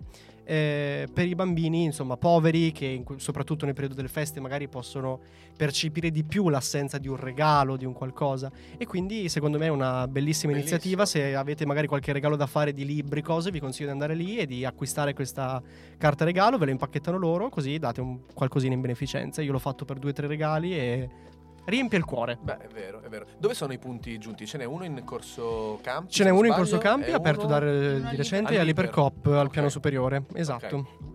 Speaker 2: eh, per i bambini, insomma, poveri, che in que- soprattutto nel periodo delle feste magari possono percepire di più l'assenza di un regalo, di un qualcosa. E quindi secondo me è una bellissima
Speaker 3: Bellissimo.
Speaker 2: iniziativa. Se avete magari qualche regalo da fare di libri, cose, vi consiglio di andare lì e di acquistare questa carta regalo, ve la impacchettano loro, così date un qualcosina in beneficenza. Io l'ho fatto per due o tre regali e riempie il cuore.
Speaker 3: Beh, è vero, è vero. Dove sono i punti giunti? Ce n'è uno in Corso Campi?
Speaker 2: Ce n'è
Speaker 3: se non
Speaker 2: uno in
Speaker 3: sbaglio,
Speaker 2: Corso Campi,
Speaker 3: e
Speaker 2: aperto
Speaker 3: uno-
Speaker 2: da,
Speaker 5: uno
Speaker 2: di recente,
Speaker 3: all'Iper.
Speaker 2: all'Ipercop al
Speaker 3: Ok.
Speaker 2: piano superiore. Esatto.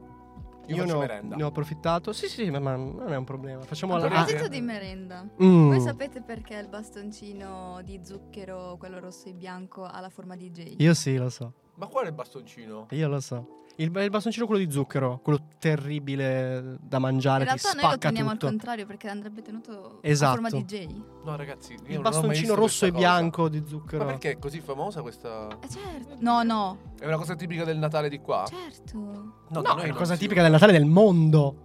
Speaker 3: Io,
Speaker 2: Io
Speaker 3: faccio
Speaker 2: ne ho,
Speaker 3: merenda.
Speaker 2: ne ho approfittato. Sì, sì, ma, ma non è un problema. Facciamo
Speaker 5: A
Speaker 2: la.
Speaker 5: proposito
Speaker 3: ah.
Speaker 5: di merenda,
Speaker 2: Mm.
Speaker 5: voi sapete perché il bastoncino di zucchero, quello rosso e bianco, ha la forma di J?
Speaker 2: Io sì, lo so.
Speaker 3: Ma qual è il bastoncino?
Speaker 2: Io lo so. Il, il bastoncino quello di zucchero, quello terribile da mangiare,
Speaker 5: In
Speaker 2: ti
Speaker 5: realtà noi lo
Speaker 2: spacca
Speaker 5: teniamo al
Speaker 2: tutto.
Speaker 5: contrario perché andrebbe tenuto
Speaker 2: Esatto.
Speaker 5: a forma di J.
Speaker 3: No, ragazzi, io
Speaker 2: Il
Speaker 3: non ho mai
Speaker 2: bastoncino
Speaker 3: visto
Speaker 2: rosso e
Speaker 3: questa cosa.
Speaker 2: bianco di zucchero.
Speaker 3: Ma perché è così famosa questa?
Speaker 5: Eh certo. No, no,
Speaker 3: È una cosa tipica del Natale di qua?
Speaker 5: certo.
Speaker 3: No,
Speaker 2: No,
Speaker 3: da
Speaker 2: è
Speaker 3: noi
Speaker 2: una
Speaker 3: non
Speaker 2: cosa
Speaker 3: si
Speaker 2: tipica
Speaker 3: usa.
Speaker 2: del Natale del mondo.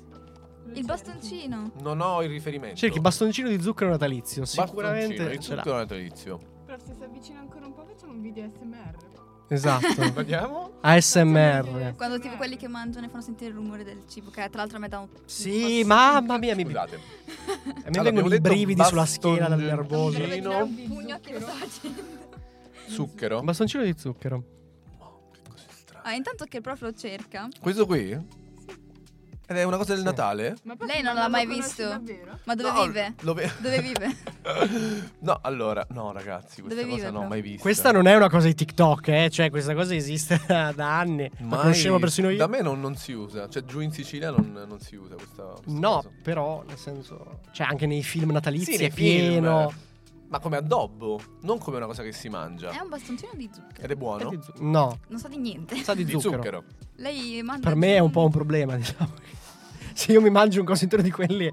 Speaker 5: Il bastoncino.
Speaker 3: Non ho il riferimento.
Speaker 2: Cerchi bastoncino di zucchero natalizio. Sicuramente
Speaker 3: Bastoncino, il
Speaker 2: ce l'ha.
Speaker 3: zucchero natalizio.
Speaker 4: Però se si avvicina ancora un po' facciamo un video A S M R.
Speaker 2: Esatto.
Speaker 3: Andiamo?
Speaker 2: A S M R.
Speaker 5: Quando tipo quelli che mangiano e fanno sentire il rumore del cibo, che tra l'altro a me dà un...
Speaker 2: Sì, mamma mia, mi, mi
Speaker 3: Scusate.
Speaker 2: vengono
Speaker 3: abbiamo
Speaker 2: i
Speaker 3: detto
Speaker 2: brividi sulla schiena dal
Speaker 3: baston-
Speaker 2: nervoso.
Speaker 3: Bastoncino.
Speaker 5: Un pugno che lo sta facendo.
Speaker 3: Zucchero?
Speaker 2: Un bastoncino di zucchero.
Speaker 3: Oh, che cos'è strano.
Speaker 5: Ah, intanto che il prof lo cerca.
Speaker 3: Questo qui? Ed è una cosa del
Speaker 2: Sì.
Speaker 3: Natale?
Speaker 4: Ma poi
Speaker 5: Lei
Speaker 4: ma
Speaker 5: non l'ha
Speaker 4: lo
Speaker 5: mai
Speaker 4: conosci
Speaker 5: visto?
Speaker 4: davvero?
Speaker 5: Ma dove
Speaker 3: No,
Speaker 5: vive?
Speaker 3: lo ve-
Speaker 5: Dove vive?
Speaker 3: No, allora, no ragazzi, questa
Speaker 5: Dove
Speaker 3: cosa
Speaker 5: vive,
Speaker 3: non l'ho
Speaker 5: però?
Speaker 3: mai vista.
Speaker 2: Questa non è una cosa di TikTok, eh. Cioè, questa cosa esiste da da anni. La
Speaker 3: Mai-
Speaker 2: conoscevo persino io.
Speaker 3: Da me non, non si usa. Cioè, giù in Sicilia non, non si usa questa, questa
Speaker 2: No,
Speaker 3: cosa.
Speaker 2: però, nel senso, cioè, anche nei film natalizi
Speaker 3: Sì, nei
Speaker 2: è pieno.
Speaker 3: film. Ma come addobbo, non come una cosa che si mangia.
Speaker 5: È un bastoncino di zucchero.
Speaker 3: Ed è buono?
Speaker 2: È di zu- no,
Speaker 5: Non sa di niente.
Speaker 2: sa di
Speaker 3: Di
Speaker 2: zucchero.
Speaker 3: zucchero.
Speaker 5: Lei manda
Speaker 2: Per me è un po' un problema, diciamo. Se io mi mangio un coso intero di quelli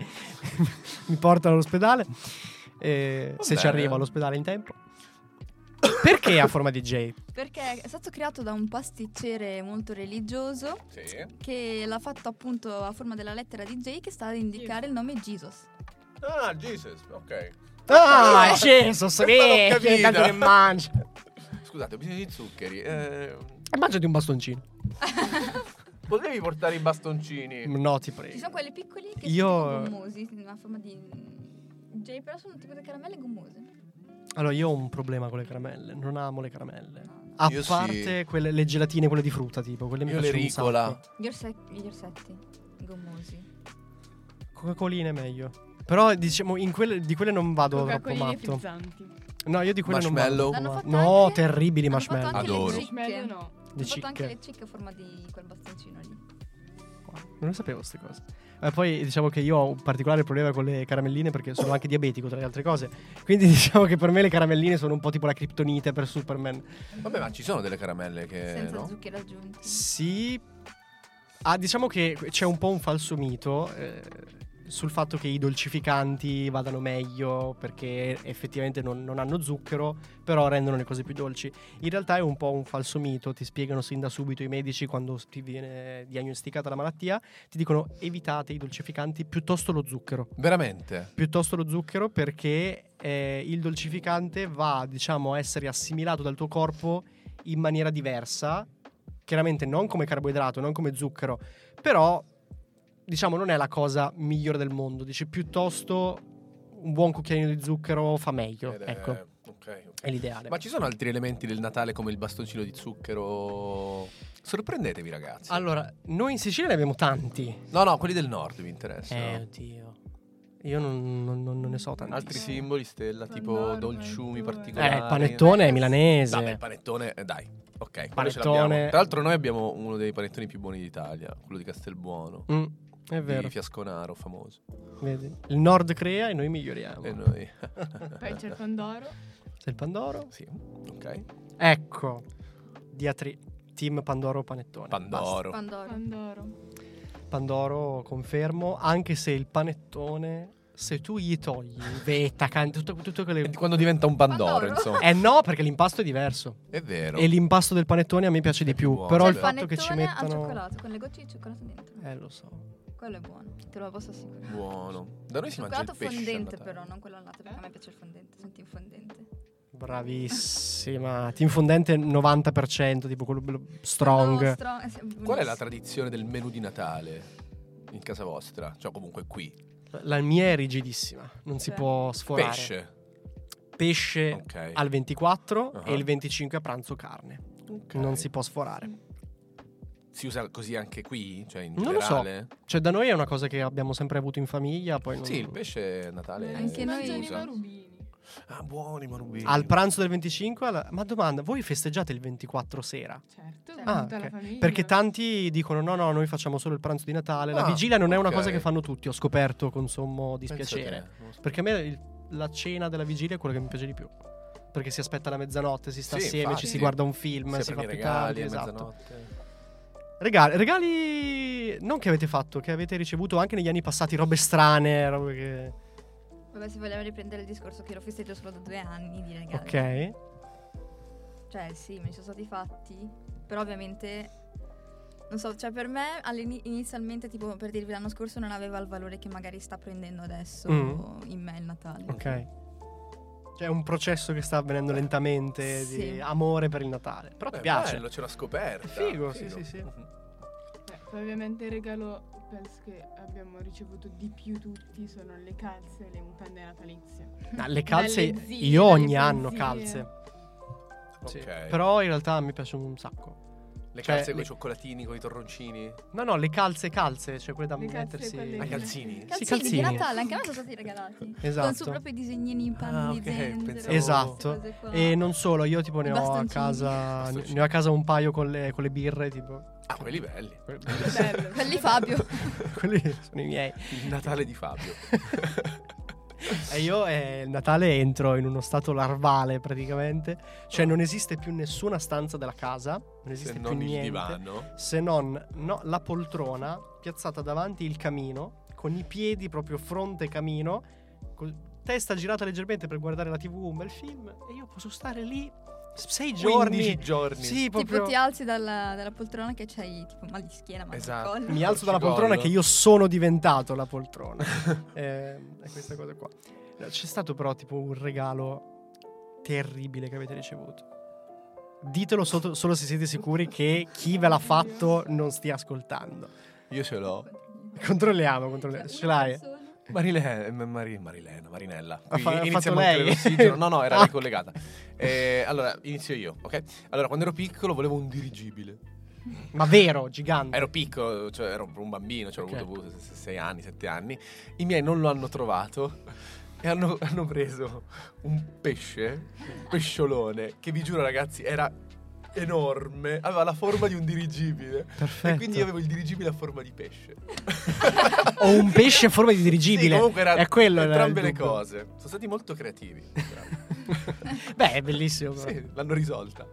Speaker 2: mi portano all'ospedale. Eh,
Speaker 3: Va
Speaker 2: se ci
Speaker 3: bene.
Speaker 2: arrivo all'ospedale in tempo. Perché a forma di J?
Speaker 5: Perché è stato creato da un pasticcere molto religioso
Speaker 3: Sì.
Speaker 5: che l'ha fatto appunto a forma della lettera di J, che sta ad indicare il nome Jesus.
Speaker 3: Ah, Jesus, ok.
Speaker 2: Ah, Jesus,
Speaker 3: Questa l'ho
Speaker 2: che
Speaker 3: capita.
Speaker 2: tanto che mangia.
Speaker 3: Scusate, ho bisogno di zuccheri. Eh,
Speaker 2: Mangiati un bastoncino.
Speaker 3: potevi portare i bastoncini?
Speaker 2: No, ti prego.
Speaker 5: Ci sono quelli piccoli che
Speaker 2: Io-
Speaker 5: sono tipo gommosi, a forma di J, però sono tipo delle caramelle gommose.
Speaker 2: Allora, io ho un problema con le caramelle. Non amo le caramelle. A
Speaker 3: Io sì.
Speaker 2: parte quelle, le gelatine, quelle di frutta, tipo. Quelle mi
Speaker 3: Io
Speaker 2: piacciono un
Speaker 3: l'ericola.
Speaker 2: sacco.
Speaker 5: Gli, orse- gli orsetti gommosi.
Speaker 2: Coca-coline è meglio. Però, diciamo, in quelle, di quelle non vado troppo
Speaker 4: Coca-Coline
Speaker 2: matto.
Speaker 4: frizzanti.
Speaker 2: No, io di quelle
Speaker 3: Marshmallow?
Speaker 2: non vado
Speaker 5: L'hanno
Speaker 2: troppo
Speaker 5: fatto
Speaker 2: matto. No,
Speaker 5: anche-
Speaker 2: terribili
Speaker 5: hanno fatto
Speaker 2: marshmallow.
Speaker 5: anche
Speaker 3: Adoro.
Speaker 5: le cicche.
Speaker 4: Marshmallow no.
Speaker 2: Di
Speaker 5: Hanno fatto anche
Speaker 2: cicche.
Speaker 5: le cicche a forma di quel bastoncino lì.
Speaker 2: Non lo sapevo queste cose. E poi diciamo che io ho un particolare problema con le caramelline perché sono anche diabetico tra le altre cose. Quindi diciamo che per me le caramelline sono un po' tipo la criptonite per Superman.
Speaker 3: Vabbè, ma ci sono delle caramelle che...
Speaker 5: Senza
Speaker 3: no?
Speaker 5: zuccheri aggiunti.
Speaker 2: Sì. Ah, diciamo che c'è un po' un falso mito eh, sul fatto che i dolcificanti vadano meglio perché effettivamente non, non hanno zucchero, però rendono le cose più dolci. In realtà è un po' un falso mito, ti spiegano sin da subito i medici quando ti viene diagnosticata la malattia, ti dicono evitate i dolcificanti piuttosto lo zucchero.
Speaker 3: Veramente?
Speaker 2: Piuttosto lo zucchero perché eh, il dolcificante va, diciamo, a essere assimilato dal tuo corpo in maniera diversa, chiaramente non come carboidrato, non come zucchero, però diciamo non è la cosa migliore del mondo. Dice piuttosto un buon cucchiaino di zucchero fa meglio.
Speaker 3: Ed è-
Speaker 2: Ecco,
Speaker 3: ok, ok.
Speaker 2: è l'ideale.
Speaker 3: Ma ci sono altri elementi del Natale come il bastoncino di zucchero? Sorprendetevi, ragazzi.
Speaker 2: Allora, noi in Sicilia ne abbiamo tanti.
Speaker 3: No, no, quelli del nord mi interessano.
Speaker 2: Eh, oddio. Io non, non- non- non ne so tanti.
Speaker 3: Altri simboli, stella, tipo
Speaker 4: Pandoro,
Speaker 3: dolciumi
Speaker 4: panettone.
Speaker 3: particolari.
Speaker 2: Eh, il panettone è milanese.
Speaker 3: Vabbè, il panettone, eh, dai. Ok, quello ce
Speaker 2: Panettone.
Speaker 3: l'abbiamo. Tra l'altro noi abbiamo uno dei panettoni più buoni d'Italia, quello di Castelbuono.
Speaker 2: Mm, è vero,
Speaker 3: Di Fiasconaro, famoso.
Speaker 2: vedi. Il nord crea e noi miglioriamo.
Speaker 3: E noi...
Speaker 4: Poi c'è il Pandoro.
Speaker 2: C'è il Pandoro.
Speaker 3: sì, ok.
Speaker 2: Ecco, diatri team Pandoro panettone.
Speaker 3: Pandoro.
Speaker 5: Pandoro.
Speaker 4: Pandoro.
Speaker 2: Basta. Pandoro confermo, anche se il panettone, se tu gli togli vetta, can- tutto, tutto quelle...
Speaker 3: Quando diventa un Pandoro,
Speaker 5: Pandoro.
Speaker 3: insomma.
Speaker 2: Eh no, perché l'impasto è diverso.
Speaker 3: È vero.
Speaker 2: E l'impasto del panettone a me piace di
Speaker 3: È più
Speaker 2: più.
Speaker 3: buono.
Speaker 2: Però
Speaker 5: C'è
Speaker 2: il
Speaker 5: il
Speaker 2: fatto che ci
Speaker 5: panettone al
Speaker 2: mettano...
Speaker 5: cioccolato con le gocce di cioccolato dentro.
Speaker 2: Eh, lo so.
Speaker 5: Quello è buono, te lo posso assicurare.
Speaker 3: Buono. Da noi si mangia il
Speaker 5: Cioccolato
Speaker 3: pesce. al
Speaker 5: fondente
Speaker 3: Natale.
Speaker 5: però, non quello al latte, perché a me piace il fondente, senti il fondente.
Speaker 2: Bravissima. Team fondente novanta per cento, tipo quello bello strong.
Speaker 5: No, strong, eh, sì,
Speaker 3: Qual è la
Speaker 5: buonissimo.
Speaker 3: tradizione del menù di Natale in casa vostra? Cioè comunque qui.
Speaker 2: La mia è rigidissima, non si
Speaker 5: Cioè?
Speaker 2: può sforare.
Speaker 3: Pesce.
Speaker 2: Pesce
Speaker 3: Ok.
Speaker 2: al ventiquattro
Speaker 3: Uh-huh.
Speaker 2: e il venticinque a pranzo carne.
Speaker 3: Ok.
Speaker 2: Non si può sforare.
Speaker 3: Si usa così anche qui? Cioè in
Speaker 2: Non lo so.
Speaker 3: generale?
Speaker 2: Cioè da noi è una cosa che abbiamo sempre avuto in famiglia, poi non-
Speaker 3: Sì, il pesce a Natale
Speaker 5: Anche
Speaker 3: si
Speaker 5: noi-
Speaker 4: Mangiano i
Speaker 3: usa.
Speaker 4: marubini.
Speaker 3: Ah, buoni marubini.
Speaker 2: al pranzo del venticinque, alla- ma domanda, voi festeggiate il ventiquattro sera?
Speaker 4: Certo,
Speaker 5: Certo.
Speaker 4: con
Speaker 2: Ah,
Speaker 4: tutta la
Speaker 2: ok.
Speaker 4: famiglia.
Speaker 2: Perché tanti dicono no no, noi facciamo solo il pranzo di Natale. La
Speaker 3: Ah,
Speaker 2: vigilia non è una
Speaker 3: ok.
Speaker 2: cosa che fanno tutti, ho scoperto con sommo
Speaker 3: Pensa
Speaker 2: dispiacere.
Speaker 3: te, non lo so.
Speaker 2: Perché a me il- la cena della vigilia è quella che mi piace di più. Perché si aspetta la mezzanotte, si sta
Speaker 3: Sì,
Speaker 2: assieme,
Speaker 3: infatti.
Speaker 2: ci si guarda un film,
Speaker 3: Si
Speaker 2: si fa
Speaker 3: aprono i
Speaker 2: più tardi,
Speaker 3: regali a
Speaker 2: esatto.
Speaker 3: mezzanotte.
Speaker 2: Regali, regali non che avete fatto, che avete ricevuto anche negli anni passati, robe strane, robe che...
Speaker 5: Vabbè, se vogliamo riprendere il discorso che lo festeggio solo da due anni di regali.
Speaker 2: Ok.
Speaker 5: Cioè, sì, me ne sono stati fatti. Però ovviamente, non so, cioè per me all'ini- inizialmente, tipo per dirvi l'anno scorso, non aveva il valore che magari sta prendendo adesso
Speaker 2: Mm.
Speaker 5: in me il Natale.
Speaker 2: Ok. Cioè è un processo che sta avvenendo lentamente
Speaker 5: Sì.
Speaker 2: di amore per il Natale. Però ti
Speaker 3: Beh,
Speaker 2: piace.
Speaker 3: bello, c'è una scoperta.
Speaker 2: È figo, sì, sì, sì.
Speaker 3: Mhm.
Speaker 4: Eh, poi ovviamente il regalo penso che abbiamo ricevuto di più tutti sono le calze e le mutande natalizie.
Speaker 2: No, le calze
Speaker 4: Dalle zie,
Speaker 2: io ogni
Speaker 4: dalle
Speaker 2: anno
Speaker 4: zie.
Speaker 2: calze. Sì.
Speaker 3: Ok.
Speaker 2: Però in realtà mi piacciono un sacco.
Speaker 3: Le
Speaker 2: cioè,
Speaker 3: calze con
Speaker 2: le-
Speaker 3: i cioccolatini, con i torroncini.
Speaker 2: No, no, le calze calze, cioè quelle da
Speaker 4: Le calze,
Speaker 2: mettersi.
Speaker 4: quelle-
Speaker 3: Ah, i calzini?
Speaker 2: Sì,
Speaker 5: Calzini,
Speaker 2: calzini.
Speaker 5: di Natale, anche a me sono stati regalati.
Speaker 2: Esatto.
Speaker 5: Con su proprio i disegnini in panni
Speaker 3: Ah,
Speaker 5: di
Speaker 3: ok,
Speaker 5: zenzero.
Speaker 3: pensavo-
Speaker 2: Esatto.
Speaker 5: queste cose qua.
Speaker 2: E non solo, io tipo
Speaker 5: I
Speaker 2: ne ho a
Speaker 5: bastoncini.
Speaker 2: casa
Speaker 3: Bastoncini.
Speaker 2: ne ho a casa un paio con le, con le birre, tipo.
Speaker 3: Ah, quelli belli.
Speaker 4: Bello.
Speaker 5: Quelli Fabio.
Speaker 2: Quelli sono i miei.
Speaker 3: Il Natale di Fabio.
Speaker 2: E io eh, il Natale entro in uno stato larvale praticamente. Cioè non esiste più nessuna stanza della casa. Non esiste
Speaker 3: Se
Speaker 2: più
Speaker 3: non il
Speaker 2: niente.
Speaker 3: divano.
Speaker 2: Se non no, la poltrona piazzata davanti il camino, con i piedi proprio fronte camino, col- testa girata leggermente per guardare la tivù, un bel film. E io posso stare lì sei giorni.
Speaker 3: quindici giorni.
Speaker 2: Sì,
Speaker 5: Tipo
Speaker 2: proprio.
Speaker 5: ti alzi dalla, dalla poltrona che c'hai tipo mal di schiena, mal
Speaker 3: Esatto.
Speaker 5: di collo.
Speaker 2: Mi alzo dalla
Speaker 3: Collo.
Speaker 2: poltrona che io sono diventato la poltrona. eh, è questa cosa qua. C'è stato però tipo un regalo terribile che avete ricevuto. Ditelo sotto- solo se siete sicuri che chi ve l'ha fatto non stia ascoltando.
Speaker 3: Io ce l'ho.
Speaker 2: Controlliamo, controlliamo.
Speaker 5: Cioè,
Speaker 2: Ce
Speaker 5: una
Speaker 2: l'hai?
Speaker 5: persona-
Speaker 3: Marilena, Mari- Marilena, Marinella.
Speaker 2: Ha fa- ha
Speaker 3: iniziamo
Speaker 2: fatto
Speaker 3: anche
Speaker 2: lei?
Speaker 3: l'ossigeno. No, no, era
Speaker 2: Ah.
Speaker 3: ricollegata. Eh, allora, inizio io, ok? Allora, quando ero piccolo volevo un dirigibile.
Speaker 2: Ma vero, gigante.
Speaker 3: Ero piccolo, cioè ero un bambino, cioè
Speaker 2: Ok.
Speaker 3: ho avuto sei anni, sette anni. I miei non lo hanno trovato e hanno, hanno preso un pesce, un pesciolone, che vi giuro ragazzi era enorme, aveva la forma di un dirigibile.
Speaker 2: Perfetto.
Speaker 3: E quindi io avevo il dirigibile a forma di pesce.
Speaker 2: Ho un pesce a forma di dirigibile.
Speaker 3: Sì, comunque era
Speaker 2: è quello era
Speaker 3: entrambe
Speaker 2: il
Speaker 3: le
Speaker 2: dubbio.
Speaker 3: cose. Sono stati molto creativi.
Speaker 2: Beh, è bellissimo. Però.
Speaker 3: Sì, l'hanno risolta.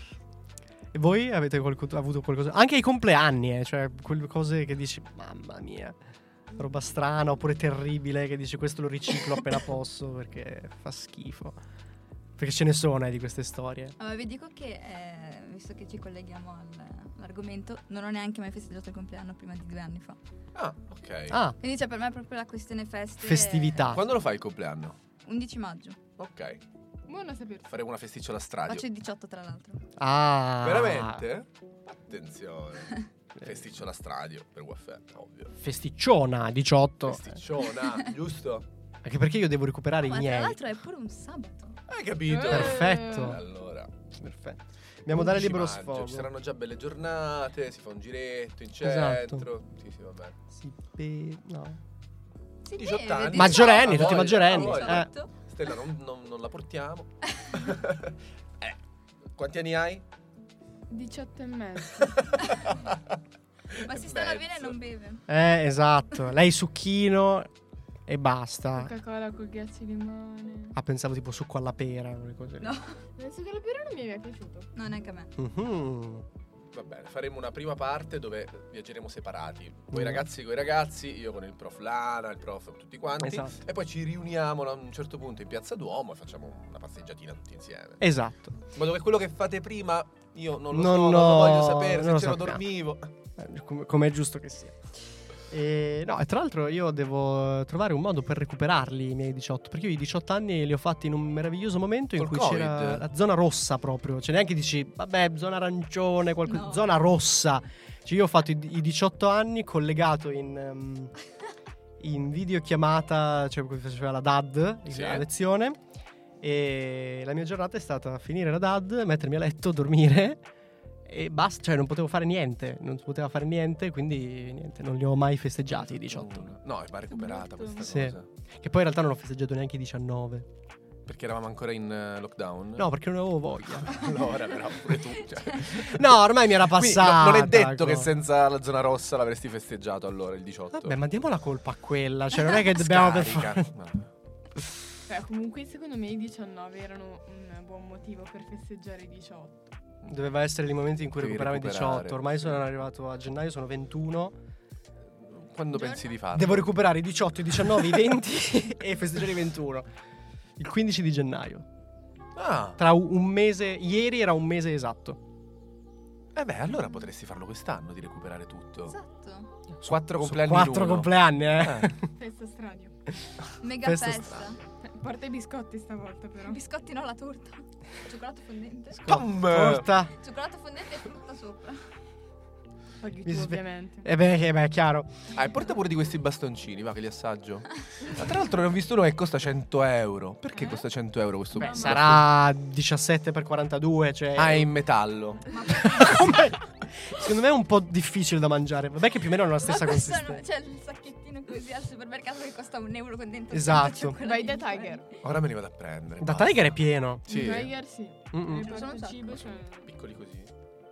Speaker 2: E voi avete qualco- avuto qualcosa? Anche ai compleanni, eh, cioè quelle cose che dici, mamma mia, roba strana oppure terribile, che dici questo lo riciclo appena posso perché fa schifo. Perché ce ne sono eh, di queste storie.
Speaker 5: Allora, vi dico che, eh, visto che ci colleghiamo al- all'argomento, non ho neanche mai festeggiato il compleanno prima di due anni fa.
Speaker 3: Ah, ok.
Speaker 2: Ah,
Speaker 5: Quindi cioè, per me è proprio la questione feste.
Speaker 2: festività.
Speaker 3: Quando lo fai il compleanno?
Speaker 5: undici maggio.
Speaker 3: Ok.
Speaker 4: Buono sapersi.
Speaker 3: Faremo una festiccia stradio.
Speaker 5: Faccio il diciotto tra l'altro.
Speaker 2: Ah.
Speaker 3: Veramente? Attenzione. Festicciola stradio per U F M, ovvio.
Speaker 2: Festicciona, diciotto.
Speaker 3: Festicciona, giusto?
Speaker 2: Anche perché io devo recuperare
Speaker 5: Ma
Speaker 2: i
Speaker 5: tra
Speaker 2: miei.
Speaker 5: l'altro è pure un sabato.
Speaker 3: Hai capito?
Speaker 4: Eh.
Speaker 2: Perfetto.
Speaker 3: Allora,
Speaker 2: Perfetto. Dobbiamo dare
Speaker 3: undici
Speaker 2: libero
Speaker 3: maggio,
Speaker 2: sfogo.
Speaker 3: Ci saranno già belle giornate, si fa un giretto in
Speaker 2: Esatto.
Speaker 3: centro. Sì, sì, va bene.
Speaker 2: Sì, pe- no.
Speaker 5: Si
Speaker 3: diciotto
Speaker 5: deve,
Speaker 3: anni.
Speaker 5: diciotto.
Speaker 2: Maggiorenni,
Speaker 3: Ah,
Speaker 2: tutti
Speaker 3: voglia,
Speaker 2: maggiorenni.
Speaker 3: ah, voglia.
Speaker 2: Eh.
Speaker 5: Esatto.
Speaker 3: Stella non, non- non la portiamo. eh, quanti anni hai?
Speaker 4: diciotto e mezzo.
Speaker 5: Ma si stava bene e non beve.
Speaker 2: Eh, esatto. Lei succhino e basta.
Speaker 4: Coca-Cola con ghiaccio di limone.
Speaker 2: Ah, pensavo tipo succo alla pera, quelle cose lì.
Speaker 5: No,
Speaker 4: Penso che la pera non mi è mai piaciuto.
Speaker 5: no, neanche a me.
Speaker 2: Mhm.
Speaker 3: Va bene, faremo una prima parte dove viaggeremo separati. Voi
Speaker 2: Mm.
Speaker 3: ragazzi con i ragazzi, io con il prof Lana, il prof tutti quanti.
Speaker 2: Esatto.
Speaker 3: E poi ci riuniamo a un certo punto in Piazza Duomo e facciamo una passeggiatina tutti insieme.
Speaker 2: Esatto.
Speaker 3: In modo che quello che fate prima io non lo
Speaker 2: Non
Speaker 3: so, non
Speaker 2: lo-
Speaker 3: lo voglio sapere,
Speaker 2: non lo
Speaker 3: se ce lo
Speaker 2: sappiamo.
Speaker 3: dormivo.
Speaker 2: Eh, com- Come è giusto che sia. E, no, e tra l'altro io devo trovare un modo per recuperarli i miei diciotto. Perché io i diciotto anni li ho fatti in un meraviglioso momento in
Speaker 3: Col
Speaker 2: cui
Speaker 3: Covid?
Speaker 2: c'era la zona rossa proprio. Cioè neanche dici, vabbè, zona arancione, qualcosa.
Speaker 5: No.
Speaker 2: Zona rossa. Cioè io ho fatto i, i diciotto anni collegato in, ehm, in videochiamata, cioè come faceva la D A D,
Speaker 3: Sì.
Speaker 2: la lezione. E la mia giornata è stata finire la D A D, mettermi a letto, dormire. E basta, cioè non potevo fare niente, non si poteva fare niente, quindi niente, non li ho mai festeggiati i diciotto.
Speaker 3: No, va recuperata questa
Speaker 2: Sì.
Speaker 3: cosa.
Speaker 2: Che poi in realtà non ho festeggiato neanche i diciannove.
Speaker 3: Perché eravamo ancora in eh, lockdown.
Speaker 2: No, perché non avevo voglia.
Speaker 3: Allora, però pure tu. Cioè.
Speaker 2: No, ormai mi era
Speaker 3: Quindi,
Speaker 2: passata.
Speaker 3: no, non è detto che
Speaker 2: co-
Speaker 3: senza la zona rossa l'avresti festeggiato allora il diciotto.
Speaker 2: Vabbè, ma diamo la colpa a quella, cioè non è che dobbiamo per
Speaker 3: Scarica.
Speaker 2: forza.
Speaker 3: No.
Speaker 4: Beh, comunque secondo me i diciannove erano un buon motivo per festeggiare i diciotto.
Speaker 2: Doveva essere i momenti in cui
Speaker 3: Devi
Speaker 2: recuperavo i
Speaker 3: recuperare,
Speaker 2: diciotto. Ormai
Speaker 3: sì.
Speaker 2: sono arrivato a gennaio, sono ventuno.
Speaker 3: Quando
Speaker 5: Giorno?
Speaker 3: pensi di farlo?
Speaker 2: Devo recuperare i diciotto, i diciannove, i venti e festeggiare i ventuno. Il quindici di gennaio.
Speaker 3: Ah,
Speaker 2: Tra un un mese, ieri era un mese esatto.
Speaker 3: eh beh, allora potresti farlo quest'anno di recuperare tutto.
Speaker 5: Esatto.
Speaker 3: Quattro
Speaker 2: Sono
Speaker 3: compleanni in
Speaker 2: Quattro
Speaker 3: uno.
Speaker 2: compleanni, eh.
Speaker 3: Eh.
Speaker 4: Festa stradio.
Speaker 5: Mega
Speaker 2: Festa
Speaker 5: festa.
Speaker 4: Eh, Porta i biscotti stavolta però.
Speaker 5: Biscotti no, la torta. Cioccolato fondente.
Speaker 3: Pam!
Speaker 2: Torta.
Speaker 5: Cioccolato fondente e frutta sopra.
Speaker 4: Paghi
Speaker 2: Mi
Speaker 4: tu
Speaker 2: sve-
Speaker 4: ovviamente.
Speaker 2: Eh beh, eh beh, è chiaro.
Speaker 3: Ah, e porta pure di questi bastoncini, va che li assaggio. Ma tra l'altro ne ho visto uno che costa cento euro. Perché
Speaker 5: Eh?
Speaker 3: costa cento euro questo?
Speaker 2: Beh,
Speaker 5: Mamma.
Speaker 2: sarà diciassette per quarantadue, cioè.
Speaker 3: Ah, è in metallo.
Speaker 5: Ma
Speaker 2: Come- Secondo me è un po' difficile da mangiare. Vabbè che più o meno hanno la stessa
Speaker 5: Ma questo no,
Speaker 2: consistenza.
Speaker 5: c'è il sacchettino così al supermercato che costa un euro con dentro
Speaker 2: Esatto.
Speaker 5: cento
Speaker 4: Vai
Speaker 5: cioccolatini
Speaker 4: da Tiger.
Speaker 5: fuori.
Speaker 3: Ora me li vado a prendere.
Speaker 2: Da
Speaker 3: basta.
Speaker 2: Tiger è pieno.
Speaker 3: Sì.
Speaker 4: Tiger sì.
Speaker 2: Mm-mm.
Speaker 4: Il
Speaker 5: Sono un
Speaker 4: cibo
Speaker 5: sacco.
Speaker 4: cioè...
Speaker 3: Piccoli così.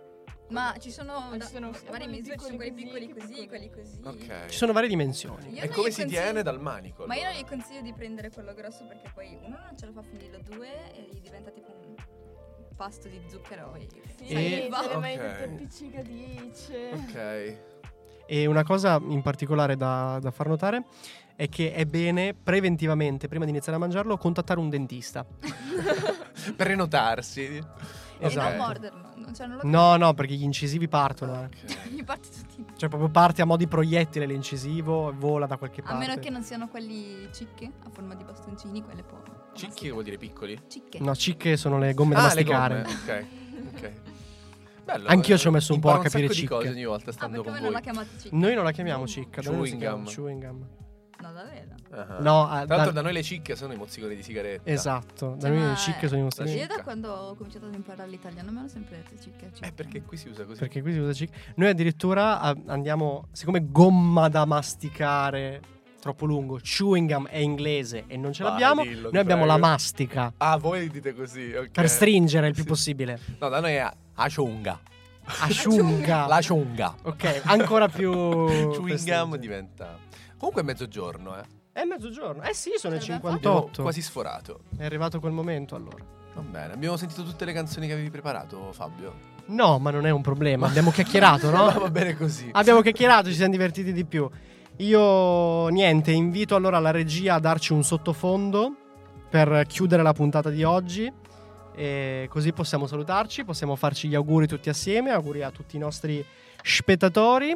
Speaker 5: Ma ci sono,
Speaker 4: Ma
Speaker 5: da-
Speaker 4: ci sono
Speaker 5: varie
Speaker 4: quelli
Speaker 5: misure, ci sono quelli piccoli
Speaker 4: piccoli
Speaker 5: così, quelli così.
Speaker 3: Ok.
Speaker 2: Ci sono varie dimensioni.
Speaker 5: Io
Speaker 3: E
Speaker 5: non
Speaker 3: come
Speaker 5: gli
Speaker 3: si
Speaker 5: consiglio-
Speaker 3: tiene dal manico?
Speaker 5: Ma io non
Speaker 3: allora?
Speaker 5: gli consiglio di prendere quello grosso perché poi uno non ce la fa finire, due e gli diventa tipo un pasto di zucchero e
Speaker 4: Sì,
Speaker 2: E-
Speaker 4: te le vai
Speaker 3: Ok.
Speaker 4: tutte appiccicadice.
Speaker 3: Ok.
Speaker 2: E una cosa in particolare da, da far notare è che è bene preventivamente, prima di iniziare a mangiarlo, contattare un dentista.
Speaker 3: Prenotarsi.
Speaker 5: e
Speaker 2: Esatto.
Speaker 5: non morderlo. non- Cioè, non lo
Speaker 2: No, no, perché gli incisivi partono. eh.
Speaker 3: Ok.
Speaker 5: Gli parte tutti.
Speaker 2: Cioè, proprio parte a mo' di proiettile l'incisivo e vola da qualche
Speaker 5: A
Speaker 2: parte.
Speaker 5: meno che non siano quelli cicche a forma di bastoncini, quelle può.
Speaker 3: Cicchi che vuol dire piccoli?
Speaker 5: Cicche.
Speaker 2: No, cicche sono le gomme da
Speaker 3: Ah, le
Speaker 2: masticare.
Speaker 3: gomme. Ok. Ok. Bello,
Speaker 2: Anch'io
Speaker 3: eh,
Speaker 2: ci ho messo un po' a
Speaker 3: imparo
Speaker 2: capire
Speaker 3: sacco di
Speaker 2: cicche.
Speaker 3: cose ogni volta
Speaker 5: Ah,
Speaker 3: stando
Speaker 5: perché
Speaker 3: con
Speaker 5: voi non
Speaker 3: voi.
Speaker 5: la chiamate cicca?
Speaker 2: Noi non la chiamiamo cicca, da noi si
Speaker 3: Chewing
Speaker 2: chiama
Speaker 3: gum.
Speaker 2: chewing gum.
Speaker 5: No, davvero.
Speaker 3: Ah.
Speaker 2: No, ah,
Speaker 3: Tra l'altro
Speaker 2: da-
Speaker 3: da noi le cicche sono i mozziconi di sigaretta.
Speaker 2: esatto, da
Speaker 5: Cioè,
Speaker 2: noi
Speaker 5: ma-
Speaker 2: le cicche sono i nostri.
Speaker 3: Sì.
Speaker 5: Io da
Speaker 3: Cicca.
Speaker 5: quando ho cominciato ad imparare l'italiano me l'ho sempre detto cicca, cicca.
Speaker 3: Eh, perché qui si usa così.
Speaker 2: Perché qui si usa cicca. Noi addirittura ah, andiamo, siccome gomma da masticare troppo lungo, chewing gum è inglese e non ce
Speaker 3: Vai,
Speaker 2: l'abbiamo,
Speaker 3: dillo,
Speaker 2: noi
Speaker 3: ti
Speaker 2: abbiamo
Speaker 3: prego.
Speaker 2: la mastica
Speaker 3: Ah, voi dite così, ok.
Speaker 2: per stringere il più
Speaker 3: Sì.
Speaker 2: possibile.
Speaker 3: No, da noi è aciunga.
Speaker 2: Asciunga.
Speaker 3: La ciunga.
Speaker 2: Ok, ancora più
Speaker 3: Chewing gum
Speaker 2: festeggia.
Speaker 3: diventa. Comunque è mezzogiorno, eh.
Speaker 2: È mezzogiorno. Eh sì, sono le
Speaker 5: Ce l'abbiamo
Speaker 3: Abbiamo
Speaker 2: cinquantotto.
Speaker 3: quasi sforato.
Speaker 2: È arrivato quel momento allora.
Speaker 3: Va bene. Abbiamo sentito tutte le canzoni che avevi preparato, Fabio.
Speaker 2: No, ma non è un problema. Abbiamo chiacchierato, no?
Speaker 3: Va bene così.
Speaker 2: Abbiamo chiacchierato, ci siamo divertiti di più. Io niente, invito allora la regia a darci un sottofondo per chiudere la puntata di oggi. E così possiamo salutarci, possiamo farci gli auguri tutti assieme, auguri a tutti i nostri spettatori.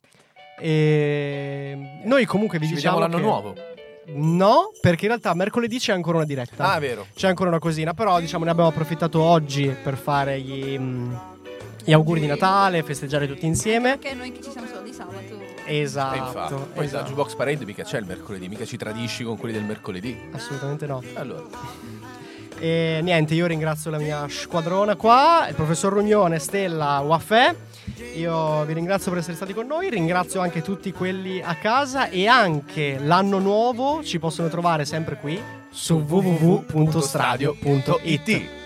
Speaker 2: E noi comunque vi
Speaker 3: Ci
Speaker 2: diciamo
Speaker 3: vediamo l'anno
Speaker 2: che-
Speaker 3: nuovo.
Speaker 2: No, perché in realtà mercoledì c'è ancora una diretta.
Speaker 3: Ah, vero.
Speaker 2: C'è ancora una cosina, però diciamo ne abbiamo approfittato oggi per fare gli, mm, gli auguri di Natale, festeggiare tutti insieme.
Speaker 5: Perché noi che ci siamo solo di sabato.
Speaker 2: Esatto.
Speaker 3: E infatti. Poi da
Speaker 2: esatto.
Speaker 3: Jukebox Parade mica c'è il mercoledì, mica ci tradisci con quelli del mercoledì.
Speaker 2: Assolutamente no.
Speaker 3: Allora,
Speaker 2: E niente, io ringrazio la mia squadrona qua, il professor Rugnone, Stella, Wafè. Io vi ringrazio per essere stati con noi, ringrazio anche tutti quelli a casa e anche l'anno nuovo ci possono trovare sempre qui su w w w punto stradio punto i t.